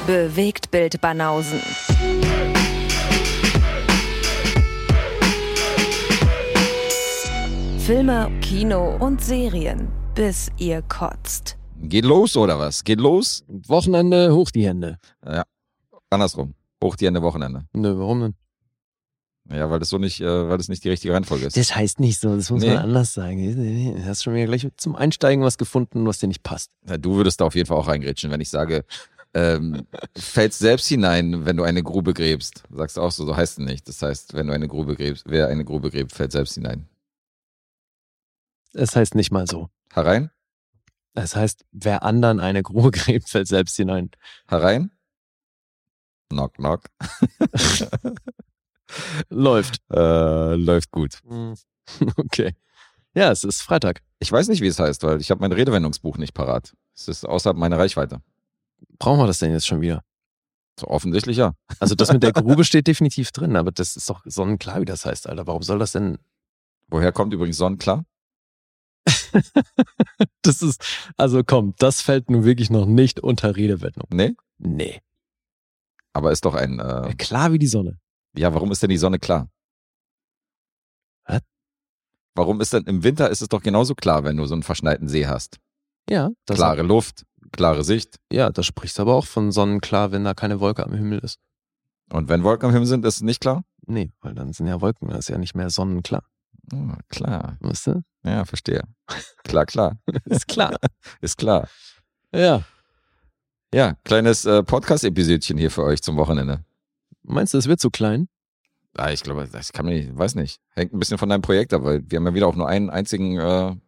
Bewegtbild Banausen. Filme, Kino und Serien, bis ihr kotzt. Geht los oder was? Geht los? Wochenende, hoch die Hände. Ja, andersrum. Hoch die Hände, Wochenende. Nö, warum denn? Ja, weil das nicht die richtige Reihenfolge ist. Das heißt nicht so, das muss man anders sagen. Du hast schon wieder gleich zum Einsteigen was gefunden, was dir nicht passt. Ja, du würdest da auf jeden Fall auch reingrätschen, wenn ich sage, fällst selbst hinein, wenn du eine Grube gräbst. Sagst du auch so heißt es nicht. Das heißt, wenn du eine Grube gräbst, wer eine Grube gräbt, fällt selbst hinein. Es heißt nicht mal so. Herein? Es heißt, wer anderen eine Grube gräbt, fällt selbst hinein. Herein? Knock, knock. Läuft. Läuft gut. Okay. Ja, es ist Freitag. Ich weiß nicht, wie es heißt, weil ich habe mein Redewendungsbuch nicht parat. Es ist außerhalb meiner Reichweite. Brauchen wir das denn jetzt schon wieder? So offensichtlich ja. Also das mit der Grube steht definitiv drin, aber das ist doch sonnenklar, wie das heißt, Alter. Warum soll das denn... Woher kommt übrigens sonnenklar? Das ist, also komm, das fällt nun wirklich noch nicht unter Redewendung. Nee? Nee. Aber ist doch ein... Ja, klar wie die Sonne. Ja, warum ist denn die Sonne klar? Was? Warum ist denn im Winter ist es doch genauso klar, wenn du so einen verschneiten See hast? Ja. Klare Luft, klare Sicht. Ja, da sprichst du aber auch von sonnenklar, wenn da keine Wolke am Himmel ist. Und wenn Wolken am Himmel sind, ist es nicht klar? Nee, weil dann sind ja Wolken, das ist ja nicht mehr sonnenklar. Oh, klar. Weißt du? Ja, verstehe. Klar, klar. Ist klar. Ist klar. Ja. Ja, kleines Podcast-Episodchen hier für euch zum Wochenende. Meinst du, es wird zu klein? Ah, ich glaube, das kann man nicht, weiß nicht. Hängt ein bisschen von deinem Projekt ab, weil wir haben ja wieder auch nur einen einzigen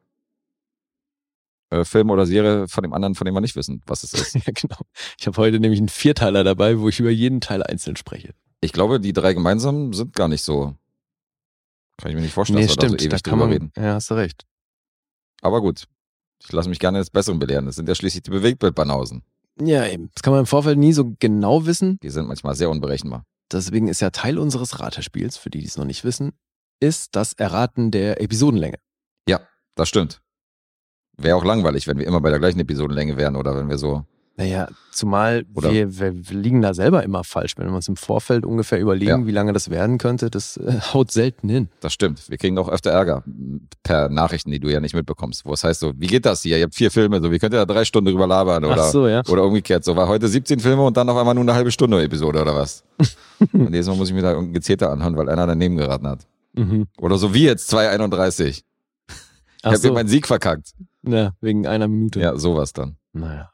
Film oder Serie von dem anderen, von dem wir nicht wissen, was es ist. Ja, genau. Ich habe heute nämlich einen Vierteiler dabei, wo ich über jeden Teil einzeln spreche. Ich glaube, die 3 gemeinsam sind gar nicht so. Kann ich mir nicht vorstellen, Nee, dass wir stimmt, da so ewig da kann drüber man reden. Ja, hast du recht. Aber gut. Ich lasse mich gerne des Besseren belehren. Das sind ja schließlich die Bewegtbildbanausen. Ja, eben. Das kann man im Vorfeld nie so genau wissen. Die sind manchmal sehr unberechenbar. Deswegen ist ja Teil unseres Ratespiels, für die es noch nicht wissen, ist das Erraten der Episodenlänge. Ja, das stimmt. Wäre auch langweilig, wenn wir immer bei der gleichen Episodenlänge wären oder wenn wir so... Naja, zumal Oder- wir liegen da selber immer falsch. Wenn wir uns im Vorfeld ungefähr überlegen, Ja. wie lange das werden könnte, das haut selten hin. Das stimmt. Wir kriegen auch öfter Ärger per Nachrichten, die du ja nicht mitbekommst. Wo es heißt so, wie geht das hier? Ihr habt 4 Filme, so wie könnt ihr da 3 Stunden drüber labern? Oder, Ach so, ja. oder umgekehrt. So war heute 17 Filme und dann auf einmal nur eine halbe Stunde Episode oder was? Und jedes Mal muss ich mir da irgendein Gezeter anhören, weil einer daneben geraten hat. Mhm. Oder so wie jetzt 2,31. Ich Ach habe so. mir meinen Sieg verkackt. Ja, wegen einer Minute. Ja, sowas dann. Naja.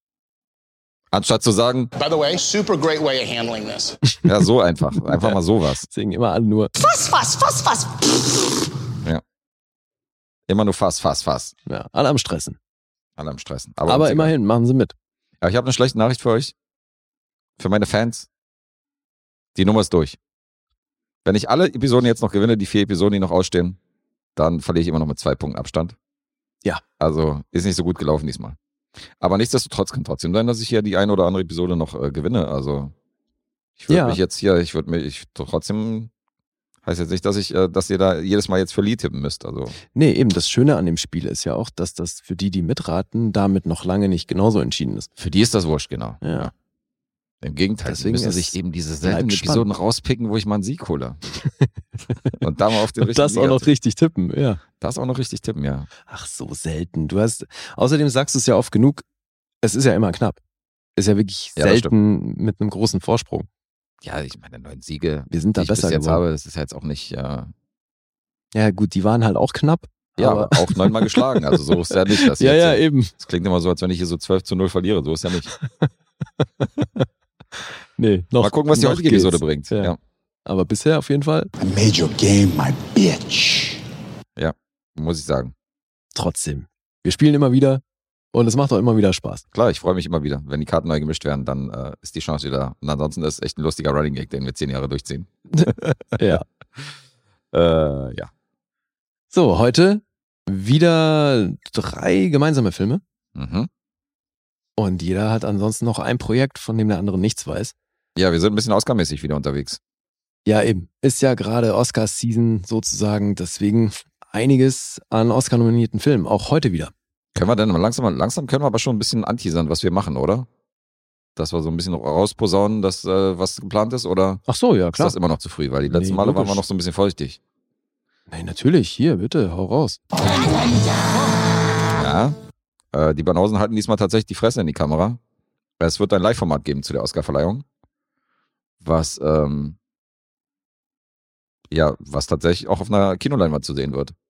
Anstatt zu sagen, By the way, super great way of handling this. ja, so einfach. Einfach mal sowas. Deswegen immer alle nur. Fuss. Ja. Immer nur Fass. Ja, alle am Stressen. Alle am Stressen. Aber uns egal. immerhin, machen sie mit. Ja, ich habe eine schlechte Nachricht für euch. Für meine Fans. Die Nummer ist durch. Wenn ich alle Episoden jetzt noch gewinne, die 4 Episoden, die noch ausstehen, dann verliere ich immer noch mit 2 Punkten Abstand. Ja. Also ist nicht so gut gelaufen diesmal. Aber nichtsdestotrotz kann trotzdem sein, dass ich hier die eine oder andere Episode noch gewinne. Also ich würde Ja. mich jetzt hier, trotzdem heißt jetzt nicht, dass ihr da jedes Mal jetzt für Lee tippen müsst. Also Nee, eben das Schöne an dem Spiel ist ja auch, dass das für die mitraten, damit noch lange nicht genauso entschieden ist. für die ist das wurscht, genau. Ja. Im Gegenteil, Deswegen sie müssen ist- sich eben diese seltenen bleibt Episoden spannend. rauspicken, wo ich mal einen Sieg hole. Und da mal auf den Und richtigen das auch Sieger noch richtig tippen, ja. Das auch noch richtig tippen, ja. Ach, so selten. Außerdem sagst du es ja oft genug, es ist ja immer knapp. Ist ja wirklich Ja, das selten mit einem großen Vorsprung. Ja, ich meine, 9 Siege, Wir sind da die ich bis besser jetzt geworden. habe, das ist ja jetzt auch nicht, Ja gut, die waren halt auch knapp. ja, aber aber auch 9-mal geschlagen. Also so ist ja nicht. Dass ja, jetzt, ja, eben. das klingt immer so, als wenn ich hier so 12-0 verliere. So ist ja nicht. Nee, noch, Mal gucken, was die noch heutige geht's. Episode bringt. Ja. Ja. Aber bisher auf jeden Fall I made your game my bitch. Muss ich sagen. trotzdem. Wir spielen immer wieder und es macht auch immer wieder Spaß. Klar, ich freue mich immer wieder. Wenn die Karten neu gemischt werden, dann ist die Chance wieder. Und ansonsten ist es echt ein lustiger Running Gag, den wir 10 Jahre durchziehen. Ja. Ja. So, heute wieder 3 gemeinsame Filme Mhm. und jeder hat ansonsten noch ein Projekt, von dem der andere nichts weiß. Ja, wir sind ein bisschen Oscar-mäßig wieder unterwegs. Ja, eben. Ist ja gerade Oscar-Season sozusagen, deswegen einiges an Oscar-nominierten Filmen, auch heute wieder. Können wir denn mal langsam können wir aber schon ein bisschen anteasern, was wir machen, oder? dass wir so ein bisschen rausposaunen, dass was geplant ist? Oder Ach so, ja, ist klar. das immer noch zu früh? Weil die letzten Nee, Male waren wir logisch. noch so ein bisschen feuchtig. Nee, natürlich. Hier, bitte, hau raus. Ja, die Banausen halten diesmal tatsächlich die Fresse in die Kamera. Es wird ein Live-Format geben zu der Oscar-Verleihung, was tatsächlich auch auf einer Kinoleinwand zu sehen wird.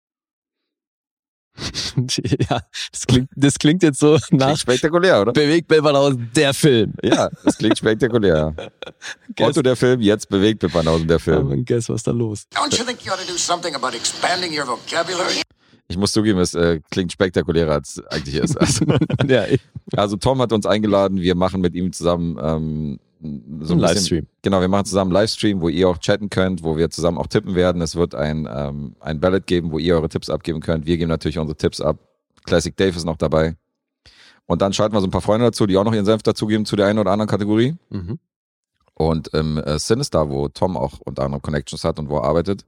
Ja, das klingt jetzt so nach Klingt spektakulär, oder? Bewegtbildern aus der Film. Ja, das klingt spektakulär. Otto der Film, jetzt bewegt Bildbanausen der Film. Guess, was ist da los? Don't you think you ought to do something about expanding your vocabulary? Ich muss zugeben, es klingt spektakulärer, als es eigentlich ist. Ja, Also Tom hat uns eingeladen, wir machen mit ihm zusammen so ein Livestream. Genau, wir machen zusammen einen Livestream, wo ihr auch chatten könnt, wo wir zusammen auch tippen werden. Es wird ein Ballot geben, wo ihr eure Tipps abgeben könnt. Wir geben natürlich unsere Tipps ab. Classic Dave ist noch dabei. Und dann schalten wir so ein paar Freunde dazu, die auch noch ihren Senf dazugeben zu der einen oder anderen Kategorie. Mhm. Und im Sinister, wo Tom auch unter anderem Connections hat und wo er arbeitet,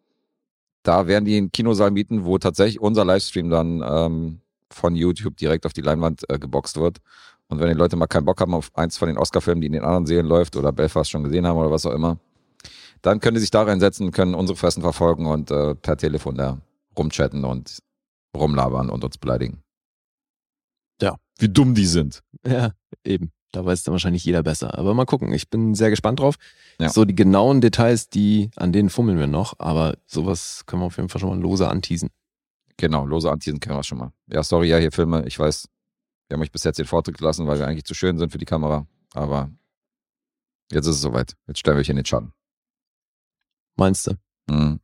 da werden die einen Kinosaal mieten, wo tatsächlich unser Livestream dann von YouTube direkt auf die Leinwand geboxt wird. Und wenn die Leute mal keinen Bock haben auf eins von den Oscar-Filmen, die in den anderen Serien läuft oder Belfast schon gesehen haben oder was auch immer, dann können die sich da reinsetzen, können unsere Fressen verfolgen und per Telefon da rumchatten und rumlabern und uns beleidigen. Ja. Wie dumm die sind. Ja, eben. Da weiß dann wahrscheinlich jeder besser. Aber mal gucken. Ich bin sehr gespannt drauf. Ja. So die genauen Details, an denen fummeln wir noch. Aber sowas können wir auf jeden Fall schon mal lose anteasen. Genau, lose anteasen können wir schon mal. Ja, sorry, ja, hier Filme, ich weiß, wir haben euch bis jetzt den Vortritt gelassen, weil wir eigentlich zu schön sind für die Kamera. Aber jetzt ist es soweit. Jetzt stellen wir euch in den Schatten. Meinst du? Mhm.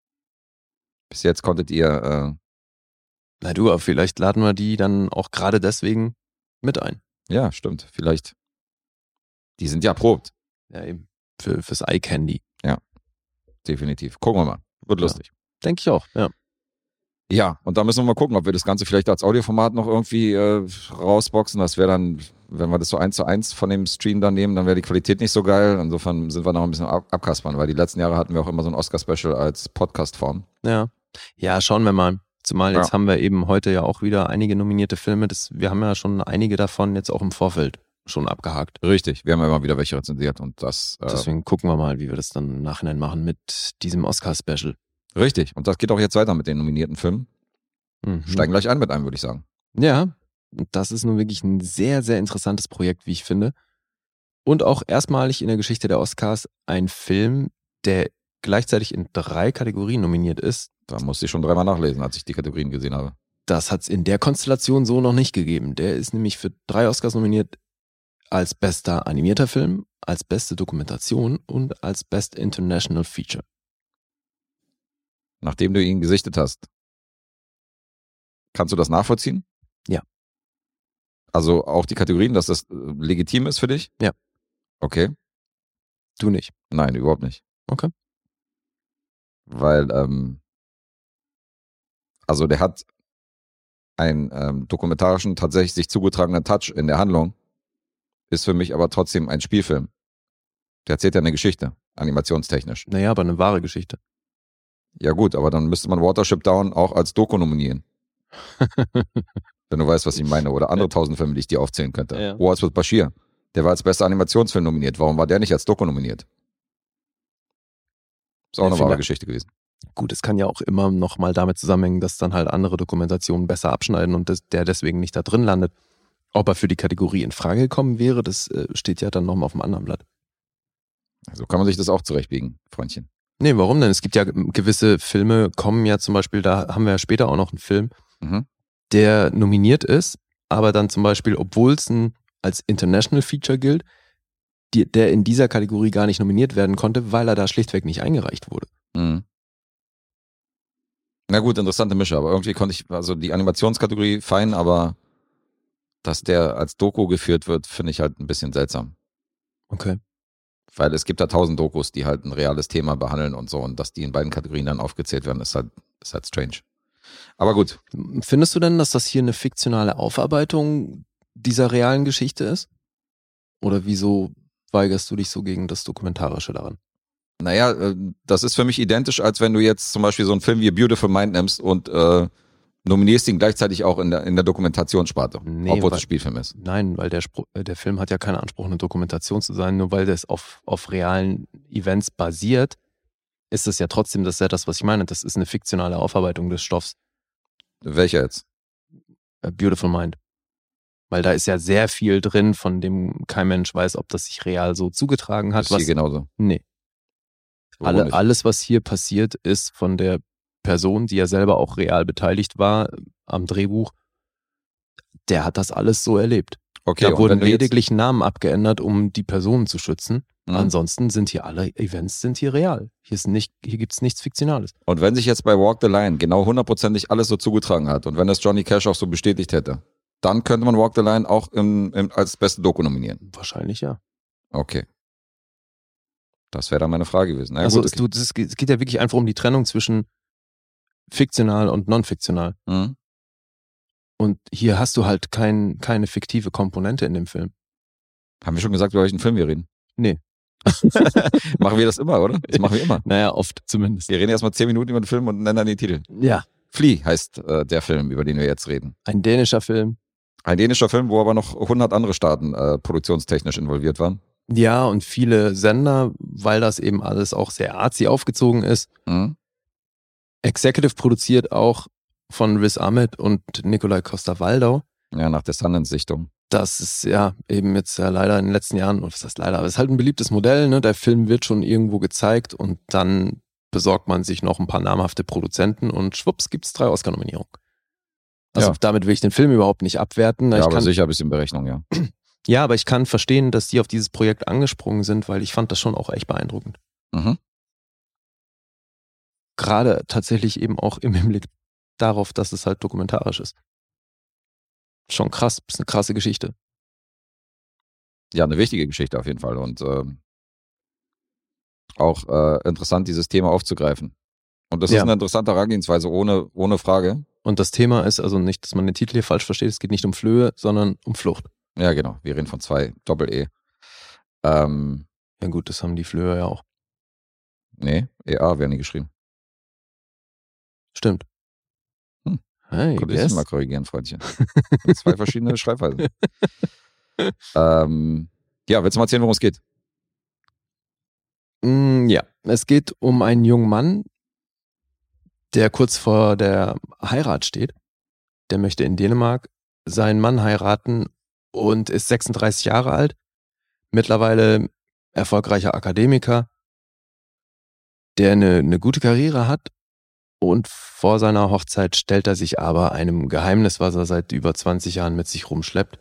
Bis jetzt konntet ihr, Na du, aber vielleicht laden wir die dann auch gerade deswegen mit ein. ja, stimmt, vielleicht. Die sind ja erprobt. Ja, eben. Fürs Eye Candy. Definitiv. Gucken wir mal. Wird Ja. lustig. Denke ich auch, ja. Ja, und da müssen wir mal gucken, ob wir das Ganze vielleicht als Audioformat noch irgendwie rausboxen. Das wäre dann, wenn wir das so 1:1 von dem Stream dann nehmen, dann wäre die Qualität nicht so geil. Insofern sind wir noch ein bisschen abkaspern, weil die letzten Jahre hatten wir auch immer so ein Oscar-Special als Podcast-Form. Ja. Ja, schauen wir mal. Zumal jetzt haben wir eben heute ja auch wieder einige nominierte Filme. Wir haben ja schon einige davon jetzt auch im Vorfeld schon abgehakt. Richtig, wir haben ja immer wieder welche rezensiert und das Deswegen gucken wir mal, wie wir das dann im Nachhinein machen mit diesem Oscar-Special. richtig. Und das geht auch jetzt weiter mit den nominierten Filmen. Mhm. Steigen gleich ein mit einem, würde ich sagen. Ja, das ist nun wirklich ein sehr, sehr interessantes Projekt, wie ich finde. Und auch erstmalig in der Geschichte der Oscars ein Film, der gleichzeitig in 3 Kategorien nominiert ist. Da musste ich schon 3-mal nachlesen, als ich die Kategorien gesehen habe. Das hat es in der Konstellation so noch nicht gegeben. Der ist nämlich für 3 Oscars nominiert als bester animierter Film, als beste Dokumentation und als Best International Feature. Nachdem du ihn gesichtet hast, kannst du das nachvollziehen? Ja. Also auch die Kategorien, dass das legitim ist für dich? Ja. Okay. Du nicht. Nein, überhaupt nicht. Okay. Weil, also der hat einen dokumentarischen, tatsächlich sich zugetragenen Touch in der Handlung, ist für mich aber trotzdem ein Spielfilm. Der erzählt ja eine Geschichte, animationstechnisch. Naja, aber eine wahre Geschichte. Ja gut, aber dann müsste man Watership Down auch als Doku nominieren. Wenn du weißt, was ich meine. Oder andere 1000 Filme, die ich dir aufzählen könnte. Ja. Wars with Bashir. Der war als bester Animationsfilm nominiert. Warum war der nicht als Doku nominiert? Ist auch Ja, eine wahre vielleicht- Geschichte gewesen. Gut, es kann ja auch immer noch mal damit zusammenhängen, dass dann halt andere Dokumentationen besser abschneiden und der deswegen nicht da drin landet. Ob er für die Kategorie in Frage gekommen wäre, das steht ja dann nochmal auf dem anderen Blatt. So kann man sich das auch zurechtbiegen, Freundchen. Nee, warum denn? Es gibt ja gewisse Filme, kommen ja zum Beispiel, da haben wir ja später auch noch einen Film, Mhm. der nominiert ist, aber dann zum Beispiel, obwohl es als International Feature gilt, der in dieser Kategorie gar nicht nominiert werden konnte, weil er da schlichtweg nicht eingereicht wurde. Mhm. Na gut, interessante Mische, aber irgendwie konnte ich, also die Animationskategorie fein, aber dass der als Doku geführt wird, finde ich halt ein bisschen seltsam. Okay. Weil es gibt da 1000 Dokus, die halt ein reales Thema behandeln und so, und dass die in beiden Kategorien dann aufgezählt werden, ist halt strange. Aber gut, Findest du denn, dass das hier eine fiktionale Aufarbeitung dieser realen Geschichte ist? Oder wieso weigerst du dich so gegen das Dokumentarische daran? naja, das ist für mich identisch, als wenn du jetzt zum Beispiel so einen Film wie A Beautiful Mind nimmst und nominierst ihn gleichzeitig auch in der Dokumentationssparte, Nee, obwohl weil- es Spielfilm ist. Nein, weil der Film hat ja keinen Anspruch, eine Dokumentation zu sein, nur weil das auf realen Events basiert, ist es ja trotzdem das was ich meine. Das ist eine fiktionale Aufarbeitung des Stoffs. Welcher jetzt? A Beautiful Mind. Weil da ist ja sehr viel drin, von dem kein Mensch weiß, ob das sich real so zugetragen hat. Ist hier genauso. Nee. Wo nicht? Alles, was hier passiert, ist von der Person, die ja selber auch real beteiligt war am Drehbuch, der hat das alles so erlebt. Okay, Da und wurden wenn du jetzt- lediglich Namen abgeändert, um die Personen zu schützen. Mhm. Ansonsten sind hier alle Events sind hier real. Hier gibt es nichts Fiktionales. Und wenn sich jetzt bei Walk the Line genau 100%ig alles so zugetragen hat und wenn das Johnny Cash auch so bestätigt hätte, dann könnte man Walk the Line auch als beste Doku nominieren. Wahrscheinlich ja. Okay. Das wäre dann meine Frage gewesen. Na ja, Also gut, okay. es geht ja wirklich einfach um die Trennung zwischen fiktional und non-fiktional. Mhm. Und hier hast du halt keine fiktive Komponente in dem Film. Haben wir schon gesagt, über welchen Film wir reden? Nee. Machen wir das immer, oder? Das machen wir immer. Naja, oft zumindest. Wir reden erstmal 10 Minuten über den Film und nennen dann den Titel. Ja, Flea heißt der Film, über den wir jetzt reden. ein dänischer Film. Ein dänischer Film, wo aber noch 100 andere Staaten produktionstechnisch involviert waren. Ja, und viele Sender, weil das eben alles auch sehr artsy aufgezogen ist. Mhm. Executive produziert auch von Riz Ahmed und Nikolai Coster-Waldau. Ja, nach der Sundance-Sichtung. Das ist ja eben jetzt ja leider in den letzten Jahren, oder was heißt leider, aber es ist halt ein beliebtes Modell, ne? Der Film wird schon irgendwo gezeigt und dann besorgt man sich noch ein paar namhafte Produzenten und schwupps gibt's 3 Oscar-Nominierungen. Also Ja. damit will ich den Film überhaupt nicht abwerten. Ja, Ich aber kann, sicher ein bisschen Berechnung, ja. ja, aber ich kann verstehen, dass die auf dieses Projekt angesprungen sind, weil ich fand das schon auch echt beeindruckend. Mhm. Gerade tatsächlich eben auch im Hinblick darauf, dass es halt dokumentarisch ist. Schon krass, ist eine krasse Geschichte. Ja, eine wichtige Geschichte auf jeden Fall und auch interessant, dieses Thema aufzugreifen. Und das ist Ja. eine interessante Herangehensweise, ohne Frage. Und das Thema ist also nicht, dass man den Titel hier falsch versteht, es geht nicht um Flöhe, sondern um Flucht. Ja, genau. Wir reden von 2 Doppel-E. Ja gut, das haben die Flöhe ja auch. Nee, EA werden die geschrieben. Stimmt. Hm. Hey, Könnte ich yes. dich mal korrigieren, Freundchen. 2 verschiedene Schreibweisen. Ja, willst du mal erzählen, worum es geht? Ja, es geht um einen jungen Mann, der kurz vor der Heirat steht. Der möchte in Dänemark seinen Mann heiraten und ist 36 Jahre alt. Mittlerweile erfolgreicher Akademiker, der eine gute Karriere hat. Und vor seiner Hochzeit stellt er sich aber einem Geheimnis, was er seit über 20 Jahren mit sich rumschleppt,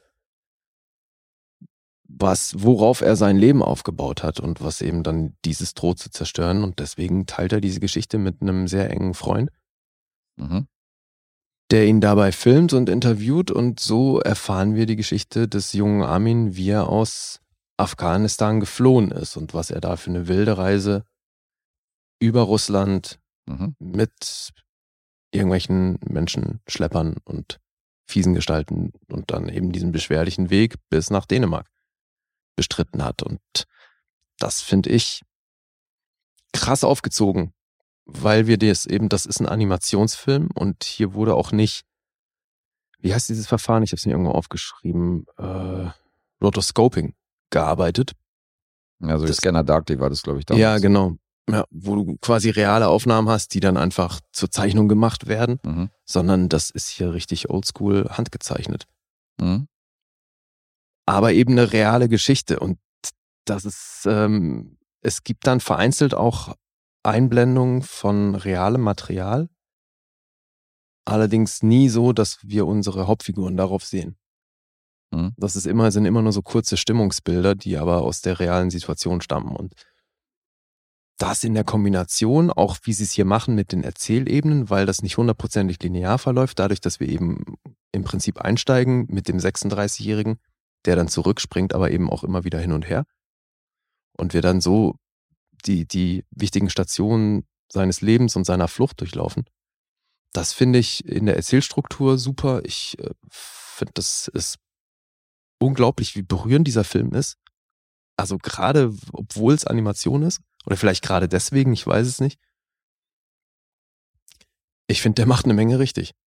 worauf er sein Leben aufgebaut hat und was eben dann dieses droht zu zerstören. Und deswegen teilt er diese Geschichte mit einem sehr engen Freund, Mhm. der ihn dabei filmt und interviewt. Und so erfahren wir die Geschichte des jungen Amin, wie er aus Afghanistan geflohen ist und was er da für eine wilde Reise über Russland Mhm. mit irgendwelchen Menschenschleppern und fiesen Gestalten und dann eben diesen beschwerlichen Weg bis nach Dänemark bestritten hat. Und das finde ich krass aufgezogen, weil das ist ein Animationsfilm und hier wurde auch nicht, wie heißt dieses Verfahren? Ich habe es mir irgendwo aufgeschrieben, Rotoscoping gearbeitet. Also wie Das- Scanner Darkly war das, glaube ich, damals. Ja, genau. Ja, wo du quasi reale Aufnahmen hast, die dann einfach zur Zeichnung gemacht werden, Mhm. sondern das ist hier richtig oldschool handgezeichnet. Mhm. Aber eben eine reale Geschichte und das ist, es gibt dann vereinzelt auch Einblendungen von realem Material, allerdings nie so, dass wir unsere Hauptfiguren darauf sehen. Mhm. Sind immer nur so kurze Stimmungsbilder, die aber aus der realen Situation stammen und das in der Kombination, auch wie sie es hier machen mit den Erzählebenen, weil das nicht 100%ig linear verläuft, dadurch, dass wir eben im Prinzip einsteigen mit dem 36-Jährigen, der dann zurückspringt, aber eben auch immer wieder hin und her. Und wir dann so die wichtigen Stationen seines Lebens und seiner Flucht durchlaufen. Das finde ich in der Erzählstruktur super. Ich finde, das ist unglaublich, wie berührend dieser Film ist. Also gerade, obwohl es Animation ist, oder vielleicht gerade deswegen, ich weiß es nicht. Ich finde, der macht eine Menge richtig.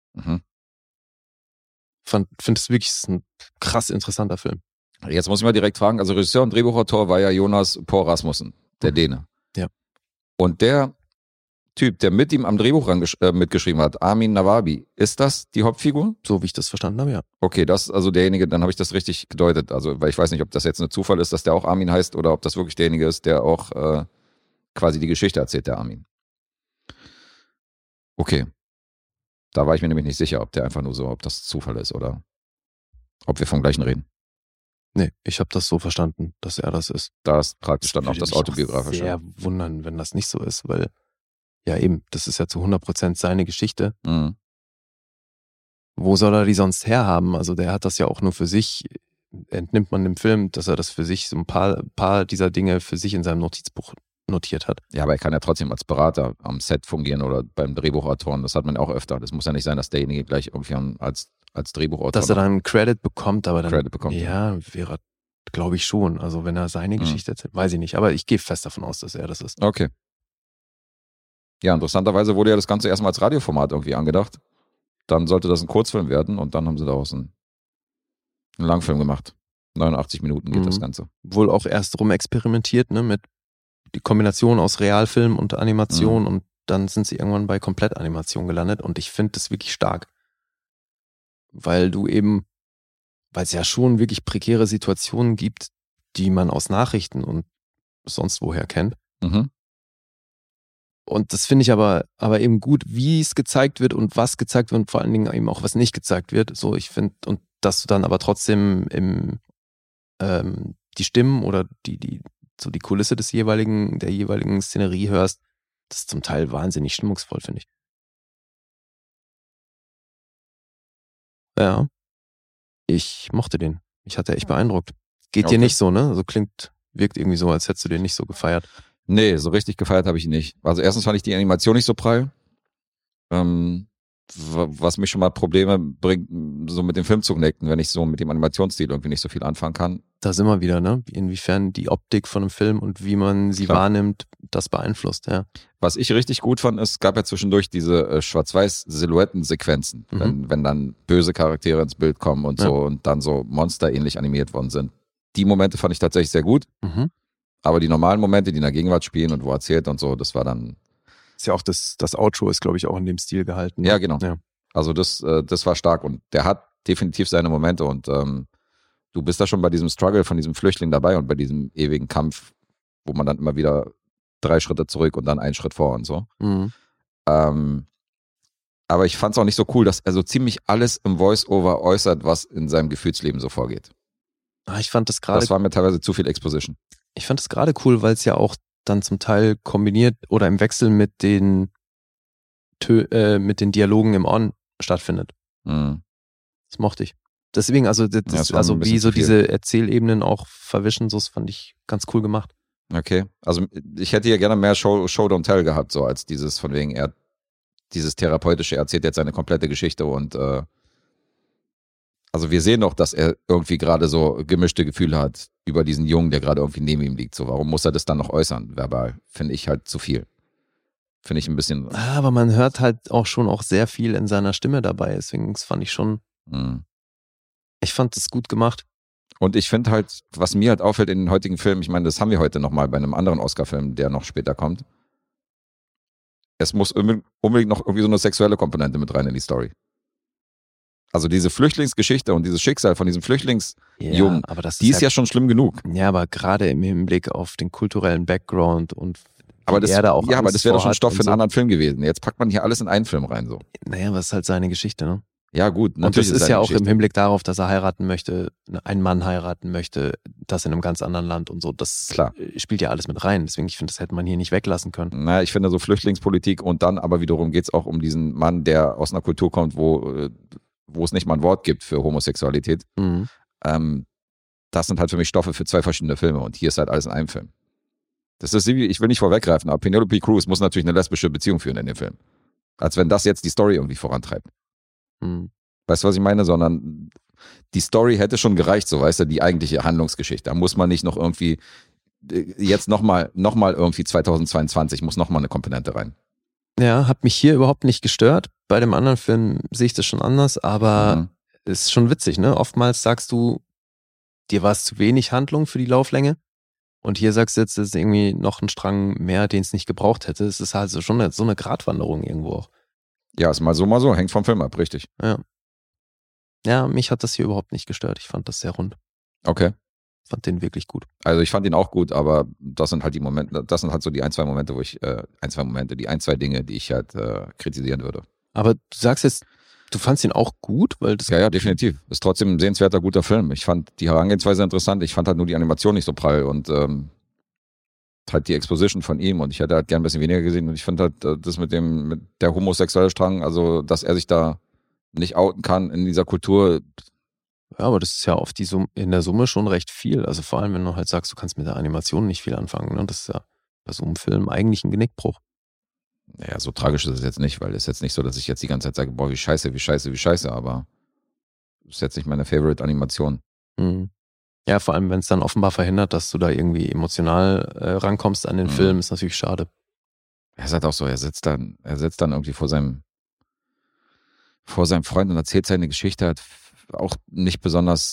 Mhm. Finde es wirklich ein krass interessanter Film. Jetzt muss ich mal direkt fragen, also Regisseur und Drehbuchautor war ja Jonas Poul Rasmussen, der Däne. Ja. Und der Typ, der mit ihm am Drehbuch mitgeschrieben hat, Armin Navabi, ist das die Hauptfigur? So wie ich das verstanden habe, ja. Okay, das ist also derjenige, dann habe ich das richtig gedeutet. Also, weil ich weiß nicht, ob das jetzt ein Zufall ist, dass der auch Armin heißt oder ob das wirklich derjenige ist, der auch quasi die Geschichte erzählt, der Armin. Okay. Da war ich mir nämlich nicht sicher, ob der einfach nur so, ob das Zufall ist oder ob wir vom gleichen reden. Nee, ich habe das so verstanden, dass er das ist. Da ist praktisch dann auch das Würde mich Autobiografische. sehr wundern, wenn das nicht so ist, weil ja eben, das ist ja zu 100% seine Geschichte. Mhm. Wo soll er die sonst herhaben? Also der hat das ja auch nur für sich, entnimmt man dem Film, dass er das für sich, so ein paar dieser Dinge für sich in seinem Notizbuch notiert hat. Ja, aber er kann ja trotzdem als Berater am Set fungieren oder beim Drehbuchautoren. Das hat man auch öfter. Das muss ja nicht sein, dass derjenige gleich irgendwie als Drehbuchautor Dass er dann einen Credit bekommt, aber dann Credit bekommt. ja, wäre, glaube ich schon. Also wenn er seine Geschichte erzählt, weiß ich nicht. Aber ich gehe fest davon aus, dass er das ist. Okay. Ja, interessanterweise wurde ja das Ganze erstmal als Radioformat irgendwie angedacht. Dann sollte das ein Kurzfilm werden und dann haben sie daraus einen Langfilm gemacht. 89 Minuten geht das Ganze. Wohl auch erst rumexperimentiert, ne, mit die Kombination aus Realfilm und Animation und dann sind sie irgendwann bei Komplettanimation gelandet und ich finde das wirklich stark. Weil es ja schon wirklich prekäre Situationen gibt, die man aus Nachrichten und sonst woher kennt. Mhm. Und das finde ich aber eben gut, wie es gezeigt wird und was gezeigt wird und vor allen Dingen eben auch was nicht gezeigt wird. So, ich finde, und dass du dann aber trotzdem die Stimmen oder die Kulisse der jeweiligen Szenerie hörst, das ist zum Teil wahnsinnig stimmungsvoll, finde ich. Ja. Ich mochte den. Ich hatte echt beeindruckt. Geht dir nicht so, ne? Also wirkt irgendwie so, als hättest du den nicht so gefeiert. Nee, so richtig gefeiert habe ich ihn nicht. Also erstens fand ich die Animation nicht so prall. Was mich schon mal Probleme bringt, so mit dem Film zu connecten, wenn ich so mit dem Animationsstil irgendwie nicht so viel anfangen kann. Da sind wir wieder, ne? Inwiefern die Optik von einem Film und wie man sie wahrnimmt, das beeinflusst, ja. Was ich richtig gut fand, es gab ja zwischendurch diese Schwarz-Weiß-Silhouetten-Sequenzen, wenn dann böse Charaktere ins Bild kommen und so und dann so monsterähnlich animiert worden sind. Die Momente fand ich tatsächlich sehr gut. Mhm. Aber die normalen Momente, die in der Gegenwart spielen und wo erzählt und so, das war dann... Ist ja auch das Outro ist, glaube ich, auch in dem Stil gehalten. Ja, genau. Ja. Also das war stark und der hat definitiv seine Momente und du bist da schon bei diesem Struggle von diesem Flüchtling dabei und bei diesem ewigen Kampf, wo man dann immer wieder 3 Schritte zurück und dann 1 Schritt vor und so. Mhm. Aber ich fand es auch nicht so cool, dass er so ziemlich alles im Voice-Over äußert, was in seinem Gefühlsleben so vorgeht. Ich fand das gerade... Das war mir teilweise zu viel Exposition. Ich fand das gerade cool, weil es ja auch dann zum Teil kombiniert oder im Wechsel mit den Dialogen im On stattfindet. Mhm. Das mochte ich. Deswegen, also wie so diese Erzählebenen auch verwischen, so das fand ich ganz cool gemacht. Okay, also ich hätte hier gerne mehr Show Don't Tell gehabt, so als dieses von wegen, dieses therapeutische, er erzählt jetzt seine komplette Geschichte und also wir sehen doch, dass er irgendwie gerade so gemischte Gefühle hat über diesen Jungen, der gerade irgendwie neben ihm liegt. So, warum muss er das dann noch äußern, verbal? Finde ich halt zu viel. Finde ich ein bisschen... Aber man hört halt auch schon sehr viel in seiner Stimme dabei, deswegen fand ich schon... Ich fand das gut gemacht. Und ich finde halt, was mir halt auffällt in den heutigen Filmen, ich meine, das haben wir heute nochmal bei einem anderen Oscar-Film, der noch später kommt. Es muss unbedingt noch irgendwie so eine sexuelle Komponente mit rein in die Story. Also diese Flüchtlingsgeschichte und dieses Schicksal von diesem Flüchtlingsjungen, die ist ja schon schlimm genug. Ja, aber gerade im Hinblick auf den kulturellen Background und aber das wäre doch schon Stoff für einen so. Anderen Film gewesen. Jetzt packt man hier alles in einen Film rein. So. Naja, was ist halt seine Geschichte, ne? Ja gut, natürlich. Und das ist ja auch Geschichte. im Hinblick darauf, dass er heiraten möchte, einen Mann heiraten möchte, das in einem ganz anderen Land und so. Das spielt ja alles mit rein. Deswegen, ich finde, das hätte man hier nicht weglassen können. Naja, ich finde so Flüchtlingspolitik und dann aber wiederum geht es auch um diesen Mann, der aus einer Kultur kommt, wo es nicht mal ein Wort gibt für Homosexualität. Mhm. Das sind halt für mich Stoffe für 2 verschiedene Filme und hier ist halt alles in einem Film. Das ist, ich will nicht vorweggreifen, aber Penelope Cruz muss natürlich eine lesbische Beziehung führen in dem Film. Als wenn das jetzt die Story irgendwie vorantreibt. Mhm. Weißt du, was ich meine? Sondern die Story hätte schon gereicht, so weißt du, die eigentliche Handlungsgeschichte. Da muss man nicht noch irgendwie, jetzt nochmal irgendwie 2022 muss nochmal eine Komponente rein. Ja, hat mich hier überhaupt nicht gestört. Bei dem anderen Film sehe ich das schon anders, aber ist schon witzig, ne? Oftmals sagst du, dir war es zu wenig Handlung für die Lauflänge und hier sagst du jetzt, es ist irgendwie noch ein Strang mehr, den es nicht gebraucht hätte. Es ist also schon so eine Gratwanderung irgendwo auch. Ja, ist mal so, hängt vom Film ab, richtig. Ja, mich hat das hier überhaupt nicht gestört. Ich fand das sehr rund. Okay. Fand den wirklich gut. Also ich fand ihn auch gut, aber das sind halt die Momente, das sind halt so die ein, zwei Momente, die ein, zwei Dinge, die ich halt kritisieren würde. Aber du sagst jetzt, du fandst ihn auch gut? Weil das Ja, definitiv. Ist trotzdem ein sehenswerter, guter Film. Ich fand die Herangehensweise interessant. Ich fand halt nur die Animation nicht so prall und halt die Exposition von ihm und ich hätte halt gern ein bisschen weniger gesehen und ich finde halt das mit der homosexuelle Strang, also dass er sich da nicht outen kann in dieser Kultur. Ja, aber das ist ja oft in der Summe schon recht viel. Also vor allem, wenn du halt sagst, du kannst mit der Animation nicht viel anfangen. Ne? Das ist ja bei so einem Film eigentlich ein Genickbruch. Naja, so tragisch ist es jetzt nicht, weil es ist jetzt nicht so, dass ich jetzt die ganze Zeit sage, boah, wie scheiße, aber das ist jetzt nicht meine Favorite-Animation. Mhm. Ja, vor allem, wenn es dann offenbar verhindert, dass du da irgendwie emotional rankommst an den Film, ist natürlich schade. Er ist halt auch so, er sitzt dann irgendwie vor seinem Freund und erzählt seine Geschichte, hat auch nicht besonders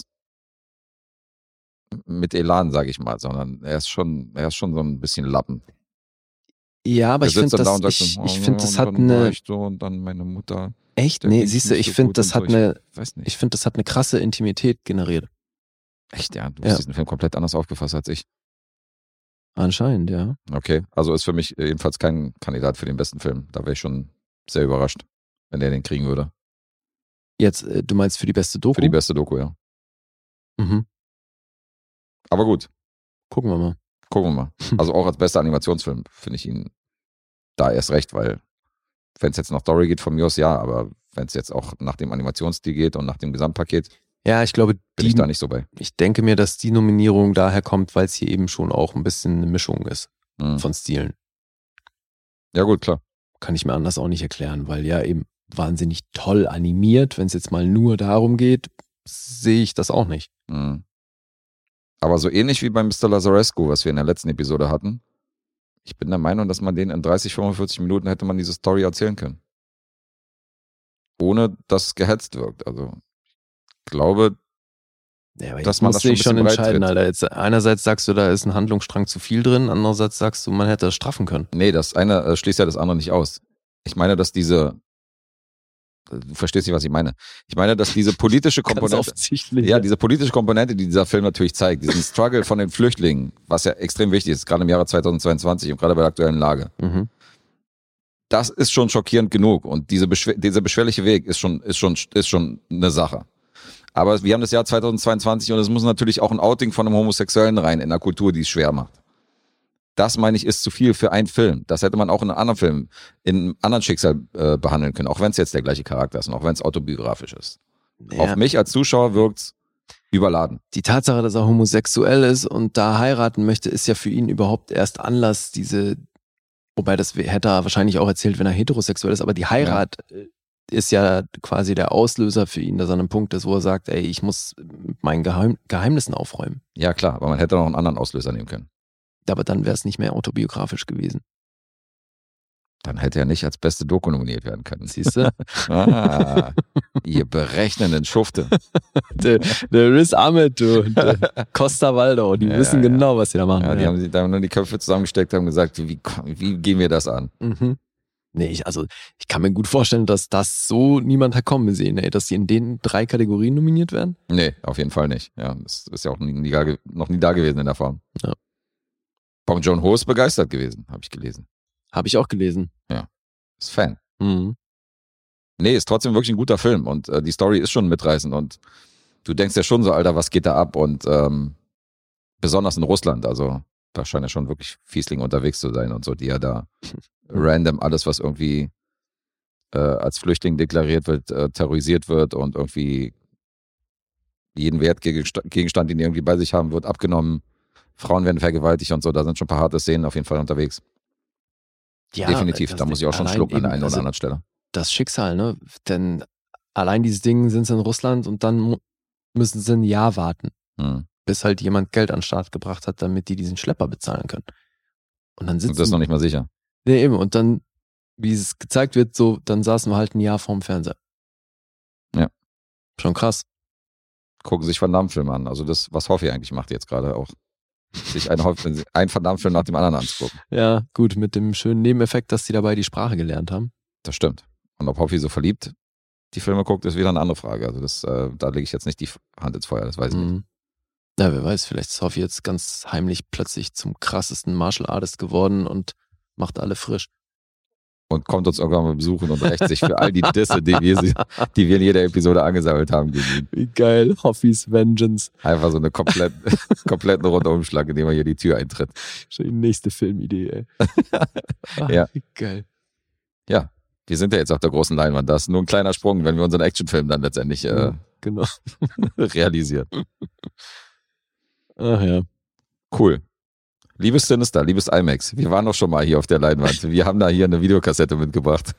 mit Elan, sage ich mal, sondern er ist schon so ein bisschen Lappen. Ja, aber ich finde, das hat eine... Und dann meine Mutter... Echt? Nee, siehst du, ich finde, das hat eine krasse Intimität generiert. Echt, ja? Du hast diesen Film komplett anders aufgefasst als ich. Anscheinend, ja. Okay, also ist für mich jedenfalls kein Kandidat für den besten Film. Da wäre ich schon sehr überrascht, wenn der den kriegen würde. Jetzt, du meinst für die beste Doku? Für die beste Doku, ja. Mhm. Aber gut. Gucken wir mal. Also auch als bester Animationsfilm finde ich ihn da erst recht, weil wenn es jetzt nach Story geht von mir aus, ja, aber wenn es jetzt auch nach dem Animationsstil geht und nach dem Gesamtpaket, ja, ich glaube, bin ich da nicht so bei. Ich denke mir, dass die Nominierung daher kommt, weil es hier eben schon auch ein bisschen eine Mischung ist von Stilen. Ja gut, klar. Kann ich mir anders auch nicht erklären, weil ja eben wahnsinnig toll animiert, wenn es jetzt mal nur darum geht, sehe ich das auch nicht. Mhm. Aber so ähnlich wie bei Mr. Lazarescu, was wir in der letzten Episode hatten, ich bin der Meinung, dass man den in 30, 45 Minuten hätte man diese Story erzählen können. Ohne dass es gehetzt wirkt. Also ich glaube, ja, aber dass man das schon entscheiden, Alter. Jetzt einerseits sagst du, da ist ein Handlungsstrang zu viel drin, andererseits sagst du, man hätte das straffen können. Nee, das eine schließt ja das andere nicht aus. Ich meine, dass du verstehst nicht, was ich meine. Ich meine, dass diese politische Komponente, diese politische Komponente, die dieser Film natürlich zeigt, diesen Struggle von den Flüchtlingen, was ja extrem wichtig ist, gerade im Jahre 2022 und gerade bei der aktuellen Lage. Mhm. Das ist schon schockierend genug und dieser beschwerliche Weg ist schon eine Sache. Aber wir haben das Jahr 2022 und es muss natürlich auch ein Outing von einem Homosexuellen rein in einer Kultur, die es schwer macht. Das, meine ich, ist zu viel für einen Film. Das hätte man auch in einem anderen Film, in einem anderen Schicksal behandeln können, auch wenn es jetzt der gleiche Charakter ist und auch wenn es autobiografisch ist. Ja. Auf mich als Zuschauer wirkt's überladen. Die Tatsache, dass er homosexuell ist und da heiraten möchte, ist ja für ihn überhaupt erst Anlass, wobei das hätte er wahrscheinlich auch erzählt, wenn er heterosexuell ist, aber die Heirat ist ja quasi der Auslöser für ihn, dass er an einem Punkt ist, wo er sagt, ey, ich muss mit meinen Geheimnissen aufräumen. Ja klar, aber man hätte noch einen anderen Auslöser nehmen können. Aber dann wäre es nicht mehr autobiografisch gewesen. Dann hätte er nicht als beste Doku nominiert werden können. Siehst du? Ihr berechnenden Schufte. der Riz Ahmed, du. Costa Waldau, die wissen genau, was sie da machen. Ja, die haben sich da nur die Köpfe zusammengesteckt und haben gesagt, wie gehen wir das an? Mhm. Nee, ich kann mir gut vorstellen, dass das so niemand hat kommen sehen, ey, dass sie in den 3 Kategorien nominiert werden. Nee, auf jeden Fall nicht. Ja, das ist ja auch noch nie da gewesen in der Form. Ja. Bong Joon-ho ist begeistert gewesen, habe ich gelesen. Habe ich auch gelesen. Ja, ist Fan. Mhm. Nee, ist trotzdem wirklich ein guter Film und die Story ist schon mitreißend und du denkst ja schon so, Alter, was geht da ab und besonders in Russland, also da scheint ja schon wirklich Fiesling unterwegs zu sein und so, die ja da random alles, was irgendwie als Flüchtling deklariert wird, terrorisiert wird und irgendwie jeden Wertgegenstand, den die irgendwie bei sich haben, wird abgenommen. Frauen werden vergewaltigt und so, da sind schon ein paar harte Szenen auf jeden Fall unterwegs. Ja, definitiv, da muss ich auch schon schlucken an der einen oder anderen Stelle. Das Schicksal, ne? Denn allein dieses Ding sind sie in Russland und dann müssen sie ein Jahr warten, bis halt jemand Geld an den Start gebracht hat, damit die diesen Schlepper bezahlen können. Und dann sitzen. Und das ist noch nicht mal sicher. Nee, eben. Und dann wie es gezeigt wird, so, dann saßen wir halt ein Jahr vorm Fernseher. Ja. Schon krass. Gucken sich Van Damme-Filme an. Also das, was Hoffi eigentlich macht jetzt gerade auch. Sich einen Van Damme-Film nach dem anderen anzugucken. Ja, gut, mit dem schönen Nebeneffekt, dass die dabei die Sprache gelernt haben. Das stimmt. Und ob Hoffi so verliebt die Filme guckt, ist wieder eine andere Frage. Also das, da lege ich jetzt nicht die Hand ins Feuer, das weiß ich nicht. Ja, wer weiß, vielleicht ist Hoffi jetzt ganz heimlich plötzlich zum krassesten Martial Artist geworden und macht alle frisch. Und kommt uns irgendwann mal besuchen und rächt sich für all die Disse, die wir in jeder Episode angesammelt haben gegen ihn. Wie geil, Hoffis Vengeance. Einfach so eine kompletten Rundumschlag, indem er hier die Tür eintritt. Schon die nächste Filmidee, ey. Ja. Wie geil. Ja, wir sind ja jetzt auf der großen Leinwand. Das ist nur ein kleiner Sprung, wenn wir unseren Actionfilm dann letztendlich genau. realisieren. Ach ja. Cool. Liebes Sinister, liebes IMAX, wir waren doch schon mal hier auf der Leinwand. Wir haben da hier eine Videokassette mitgebracht.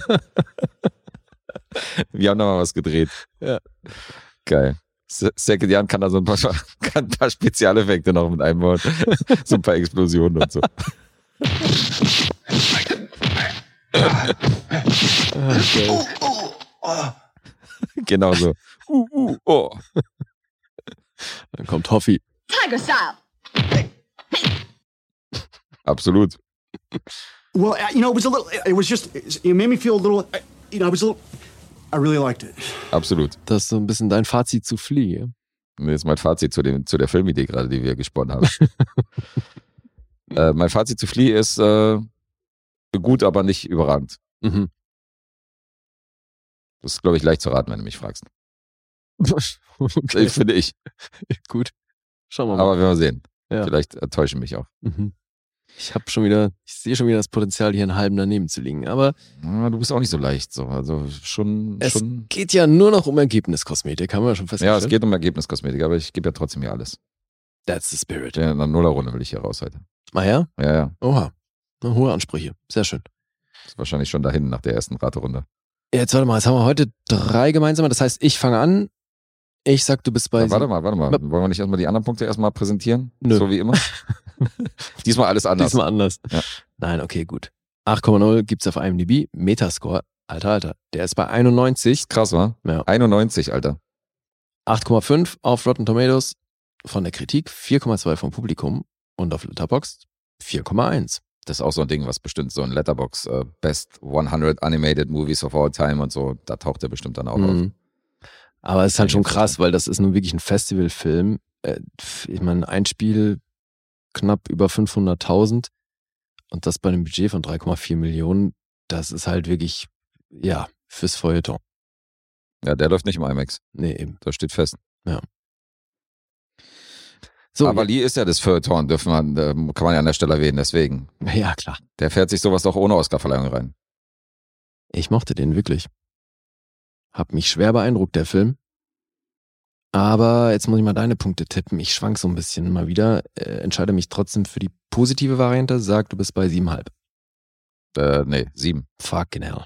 Wir haben da mal was gedreht. Ja. Geil. Second Jan kann da so ein paar Spezialeffekte noch mit einbauen. So ein paar Explosionen und so. Geil. Genau so. Oh. Dann kommt Hoffi. Tiger Style. Absolut. Well, it made me feel a little, I really liked it. Absolut. Das ist so ein bisschen dein Fazit zu Flea. Das ist mein Fazit zu der Filmidee gerade, die wir gesponnen haben. Mein Fazit zu Flea ist gut, aber nicht überragend. Mhm. Das ist, glaube ich, leicht zu raten, wenn du mich fragst. Okay. Finde ich. Gut. Schauen wir mal. Aber werden wir sehen. Ja. Vielleicht täuschen mich auch. Mhm. Ich sehe schon wieder das Potenzial, hier einen halben daneben zu liegen. Aber du bist auch nicht so leicht. So. Also es geht ja nur noch um Ergebniskosmetik, haben wir schon festgestellt. Ja, es geht um Ergebniskosmetik, aber ich gebe ja trotzdem hier alles. That's the spirit. Ja, in der Nullerrunde will ich hier raus heute. Ah ja? Ja, ja. Oha. Hohe Ansprüche. Sehr schön. Das ist wahrscheinlich schon dahin nach der ersten Raterunde. Jetzt warte mal, jetzt haben wir heute 3 gemeinsame. Das heißt, ich fange an. Ich sag, du bist bei... Warte mal. Wollen wir nicht erstmal die anderen Punkte erstmal präsentieren? Nö. So wie immer? Diesmal alles anders. Diesmal anders. Ja. Nein, okay, gut. 8,0 gibt's auf IMDb. Metascore, Alter. Der ist bei 91. Krass, wa? Ja. 91, Alter. 8,5 auf Rotten Tomatoes von der Kritik, 4,2 vom Publikum und auf Letterboxd 4,1. Das ist auch so ein Ding, was bestimmt so ein Letterboxd Best 100 Animated Movies of All Time und so, da taucht er bestimmt dann auch auf. Aber es ist halt schon krass, weil das ist nun wirklich ein Festivalfilm. Ich meine, ein Spiel knapp über 500.000 und das bei einem Budget von 3,4 Millionen, das ist halt wirklich, ja, fürs Feuilleton. Ja, der läuft nicht im IMAX. Nee, eben. Das steht fest. Ja. So, aber Lee ist ja das Feuilleton, kann man ja an der Stelle erwähnen, deswegen. Ja, klar. Der fährt sich sowas doch ohne Oscarverleihung rein. Ich mochte den wirklich. Hab mich schwer beeindruckt, der Film. Aber jetzt muss ich mal deine Punkte tippen. Ich schwank so ein bisschen mal wieder. Entscheide mich trotzdem für die positive Variante. Sag, du bist bei 7,5. Nee, 7. Fucking hell.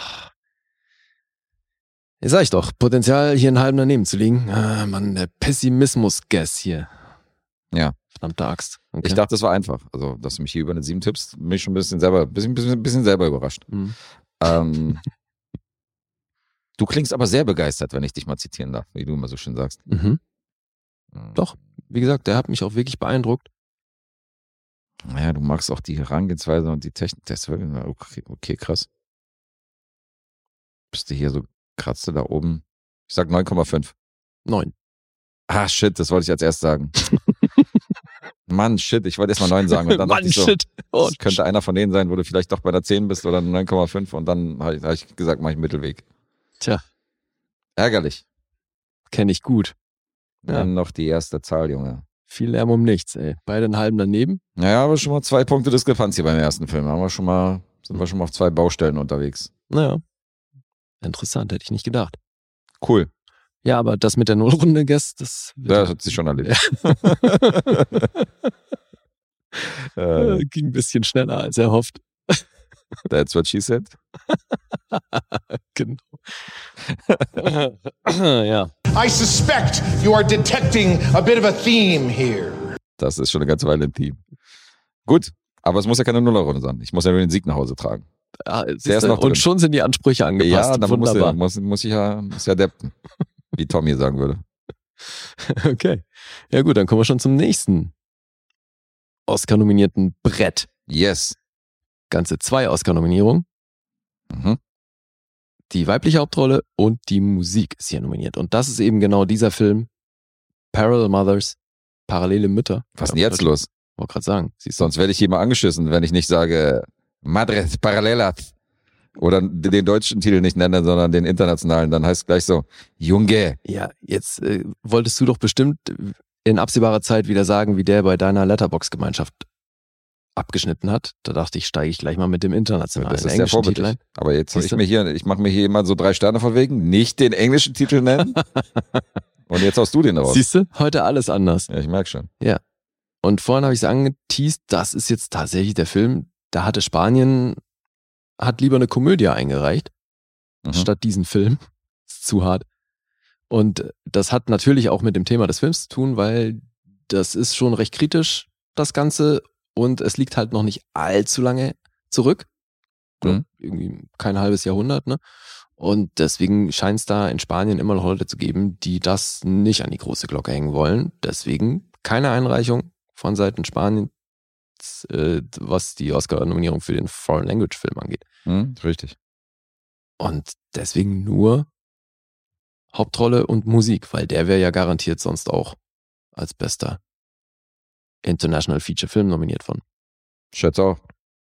Jetzt sag ich doch, Potenzial hier einen halben daneben zu liegen. Mann, der Pessimismus-Guess hier. Ja. Verdammte Axt. Okay. Ich dachte, das war einfach. Also, dass du mich hier über eine 7 tippst, mich schon ein bisschen selber überrascht. Mhm. Du klingst aber sehr begeistert, wenn ich dich mal zitieren darf, wie du immer so schön sagst. Mhm. Doch, wie gesagt, der hat mich auch wirklich beeindruckt. Naja, du magst auch die Herangehensweise und die Technik. Okay, krass. Bist du hier so, kratzt du da oben? Ich sag 9,5. 9. Ah, shit, das wollte ich als erst sagen. Mann, shit, ich wollte erst mal 9 sagen. Und dann Mann, so, shit. Oh, das könnte einer von denen sein, wo du vielleicht doch bei der 10 bist oder 9,5 und dann habe ich gesagt, mache ich einen Mittelweg. Tja. Ärgerlich. Kenne ich gut. Dann noch die erste Zahl, Junge. Viel Lärm um nichts, ey. Beide einen halben daneben. Naja, aber schon mal 2 Punkte Diskrepanz hier beim ersten Film. Sind wir schon mal auf 2 Baustellen unterwegs. Naja. Interessant, hätte ich nicht gedacht. Cool. Ja, aber das mit der Nullrunde, Guess, das hat sich schon erledigt. Ging ein bisschen schneller als erhofft. That's what she said. Genau. Ja. I suspect you are detecting a bit of a theme here. Das ist schon eine ganze Weile ein Theme. Gut, aber es muss ja keine Nullerrunde sein. Ich muss ja nur den Sieg nach Hause tragen. Der ist noch drin. Und schon sind die Ansprüche angepasst. Ja, dann muss ich ja adapten, wie Tommy sagen würde. Okay. Ja gut, dann kommen wir schon zum nächsten Oscar-nominierten Brett. Yes. Ganze 2 Oscar-Nominierungen. Mhm. Die weibliche Hauptrolle und die Musik ist hier nominiert. Und das ist eben genau dieser Film, Parallel Mothers, parallele Mütter. Was ist denn jetzt los? Wollte gerade sagen. Sonst werde ich hier mal angeschissen, wenn ich nicht sage Madres Paralelas oder den deutschen Titel nicht nenne, sondern den internationalen. Dann heißt es gleich so, Junge. Ja, jetzt wolltest du doch bestimmt in absehbarer Zeit wieder sagen, wie der bei deiner Letterboxd-Gemeinschaft abgeschnitten hat. Da dachte ich, steige ich gleich mal mit dem internationalen das ist englischen sehr vorbildlich. Titel ein. Aber jetzt ich mache mir hier immer so 3 Sterne von wegen, nicht den englischen Titel nennen. Und jetzt haust du den raus. Siehst du? Heute alles anders. Ja, ich merke schon. Ja. Und vorhin habe ich es angeteased, das ist jetzt tatsächlich der Film, da hatte Spanien, hat lieber eine Komödie eingereicht, statt diesen Film. Ist zu hart. Und das hat natürlich auch mit dem Thema des Films zu tun, weil das ist schon recht kritisch, das Ganze. Und es liegt halt noch nicht allzu lange zurück. Irgendwie kein halbes Jahrhundert, ne? Und deswegen scheint es da in Spanien immer noch Leute zu geben, die das nicht an die große Glocke hängen wollen. Deswegen keine Einreichung von Seiten Spaniens, was die Oscar-Nominierung für den Foreign Language Film angeht. Richtig. Und deswegen nur Hauptrolle und Musik, weil der wäre ja garantiert sonst auch als bester International Feature Film nominiert worden. Schätze auch.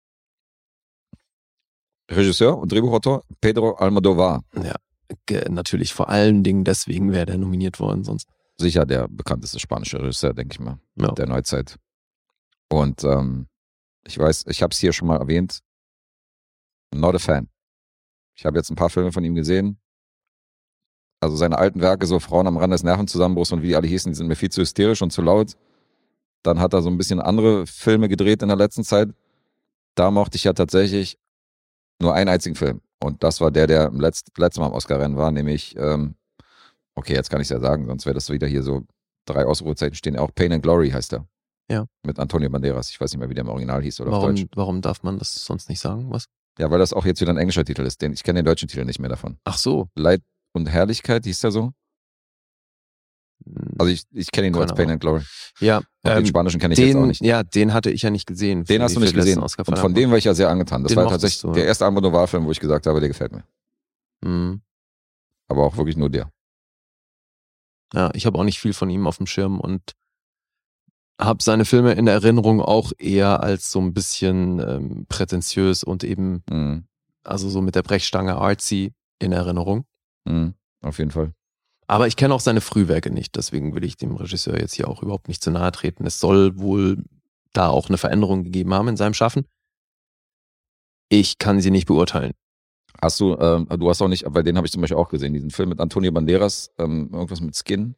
Regisseur und Drehbuchautor Pedro Almodóvar. Ja, natürlich vor allen Dingen deswegen wäre der nominiert worden sonst. Sicher der bekannteste spanische Regisseur, denke ich mal, der Neuzeit. Und ich weiß, ich habe es hier schon mal erwähnt, not a fan. Ich habe jetzt ein paar Filme von ihm gesehen. Also seine alten Werke, so Frauen am Rande des Nervenzusammenbruchs und wie die alle hießen, die sind mir viel zu hysterisch und zu laut. Dann hat er so ein bisschen andere Filme gedreht in der letzten Zeit. Da mochte ich ja tatsächlich nur einen einzigen Film. Und das war der im letzten Mal im Oscar-Rennen war, nämlich, okay, jetzt kann ich es ja sagen, sonst wäre das wieder hier so 3 Ausrufezeichen stehen. Auch Pain and Glory heißt er. Ja. Mit Antonio Banderas. Ich weiß nicht mehr, wie der im Original hieß oder auf Deutsch. Warum darf man das sonst nicht sagen? Was? Ja, weil das auch jetzt wieder ein englischer Titel ist. Ich kenne den deutschen Titel nicht mehr davon. Ach so. Leid und Herrlichkeit hieß der so? Also ich kenne ihn nur als Pain and Glory. Ja. Den spanischen kenne ich jetzt auch nicht. Ja, den hatte ich ja nicht gesehen. Den hast du nicht gesehen. Und von dem war ich ja sehr angetan. Das war tatsächlich der erste Almodóvar-Film, wo ich gesagt habe, der gefällt mir. Aber auch wirklich nur der. Ja, ich habe auch nicht viel von ihm auf dem Schirm und habe seine Filme in der Erinnerung auch eher als so ein bisschen prätentiös und eben also so mit der Brechstange artsy in Erinnerung. Auf jeden Fall. Aber ich kenne auch seine Frühwerke nicht, deswegen will ich dem Regisseur jetzt hier auch überhaupt nicht zu nahe treten. Es soll wohl da auch eine Veränderung gegeben haben in seinem Schaffen. Ich kann sie nicht beurteilen. Hast du hast auch nicht, weil den habe ich zum Beispiel auch gesehen, diesen Film mit Antonio Banderas, irgendwas mit Skin.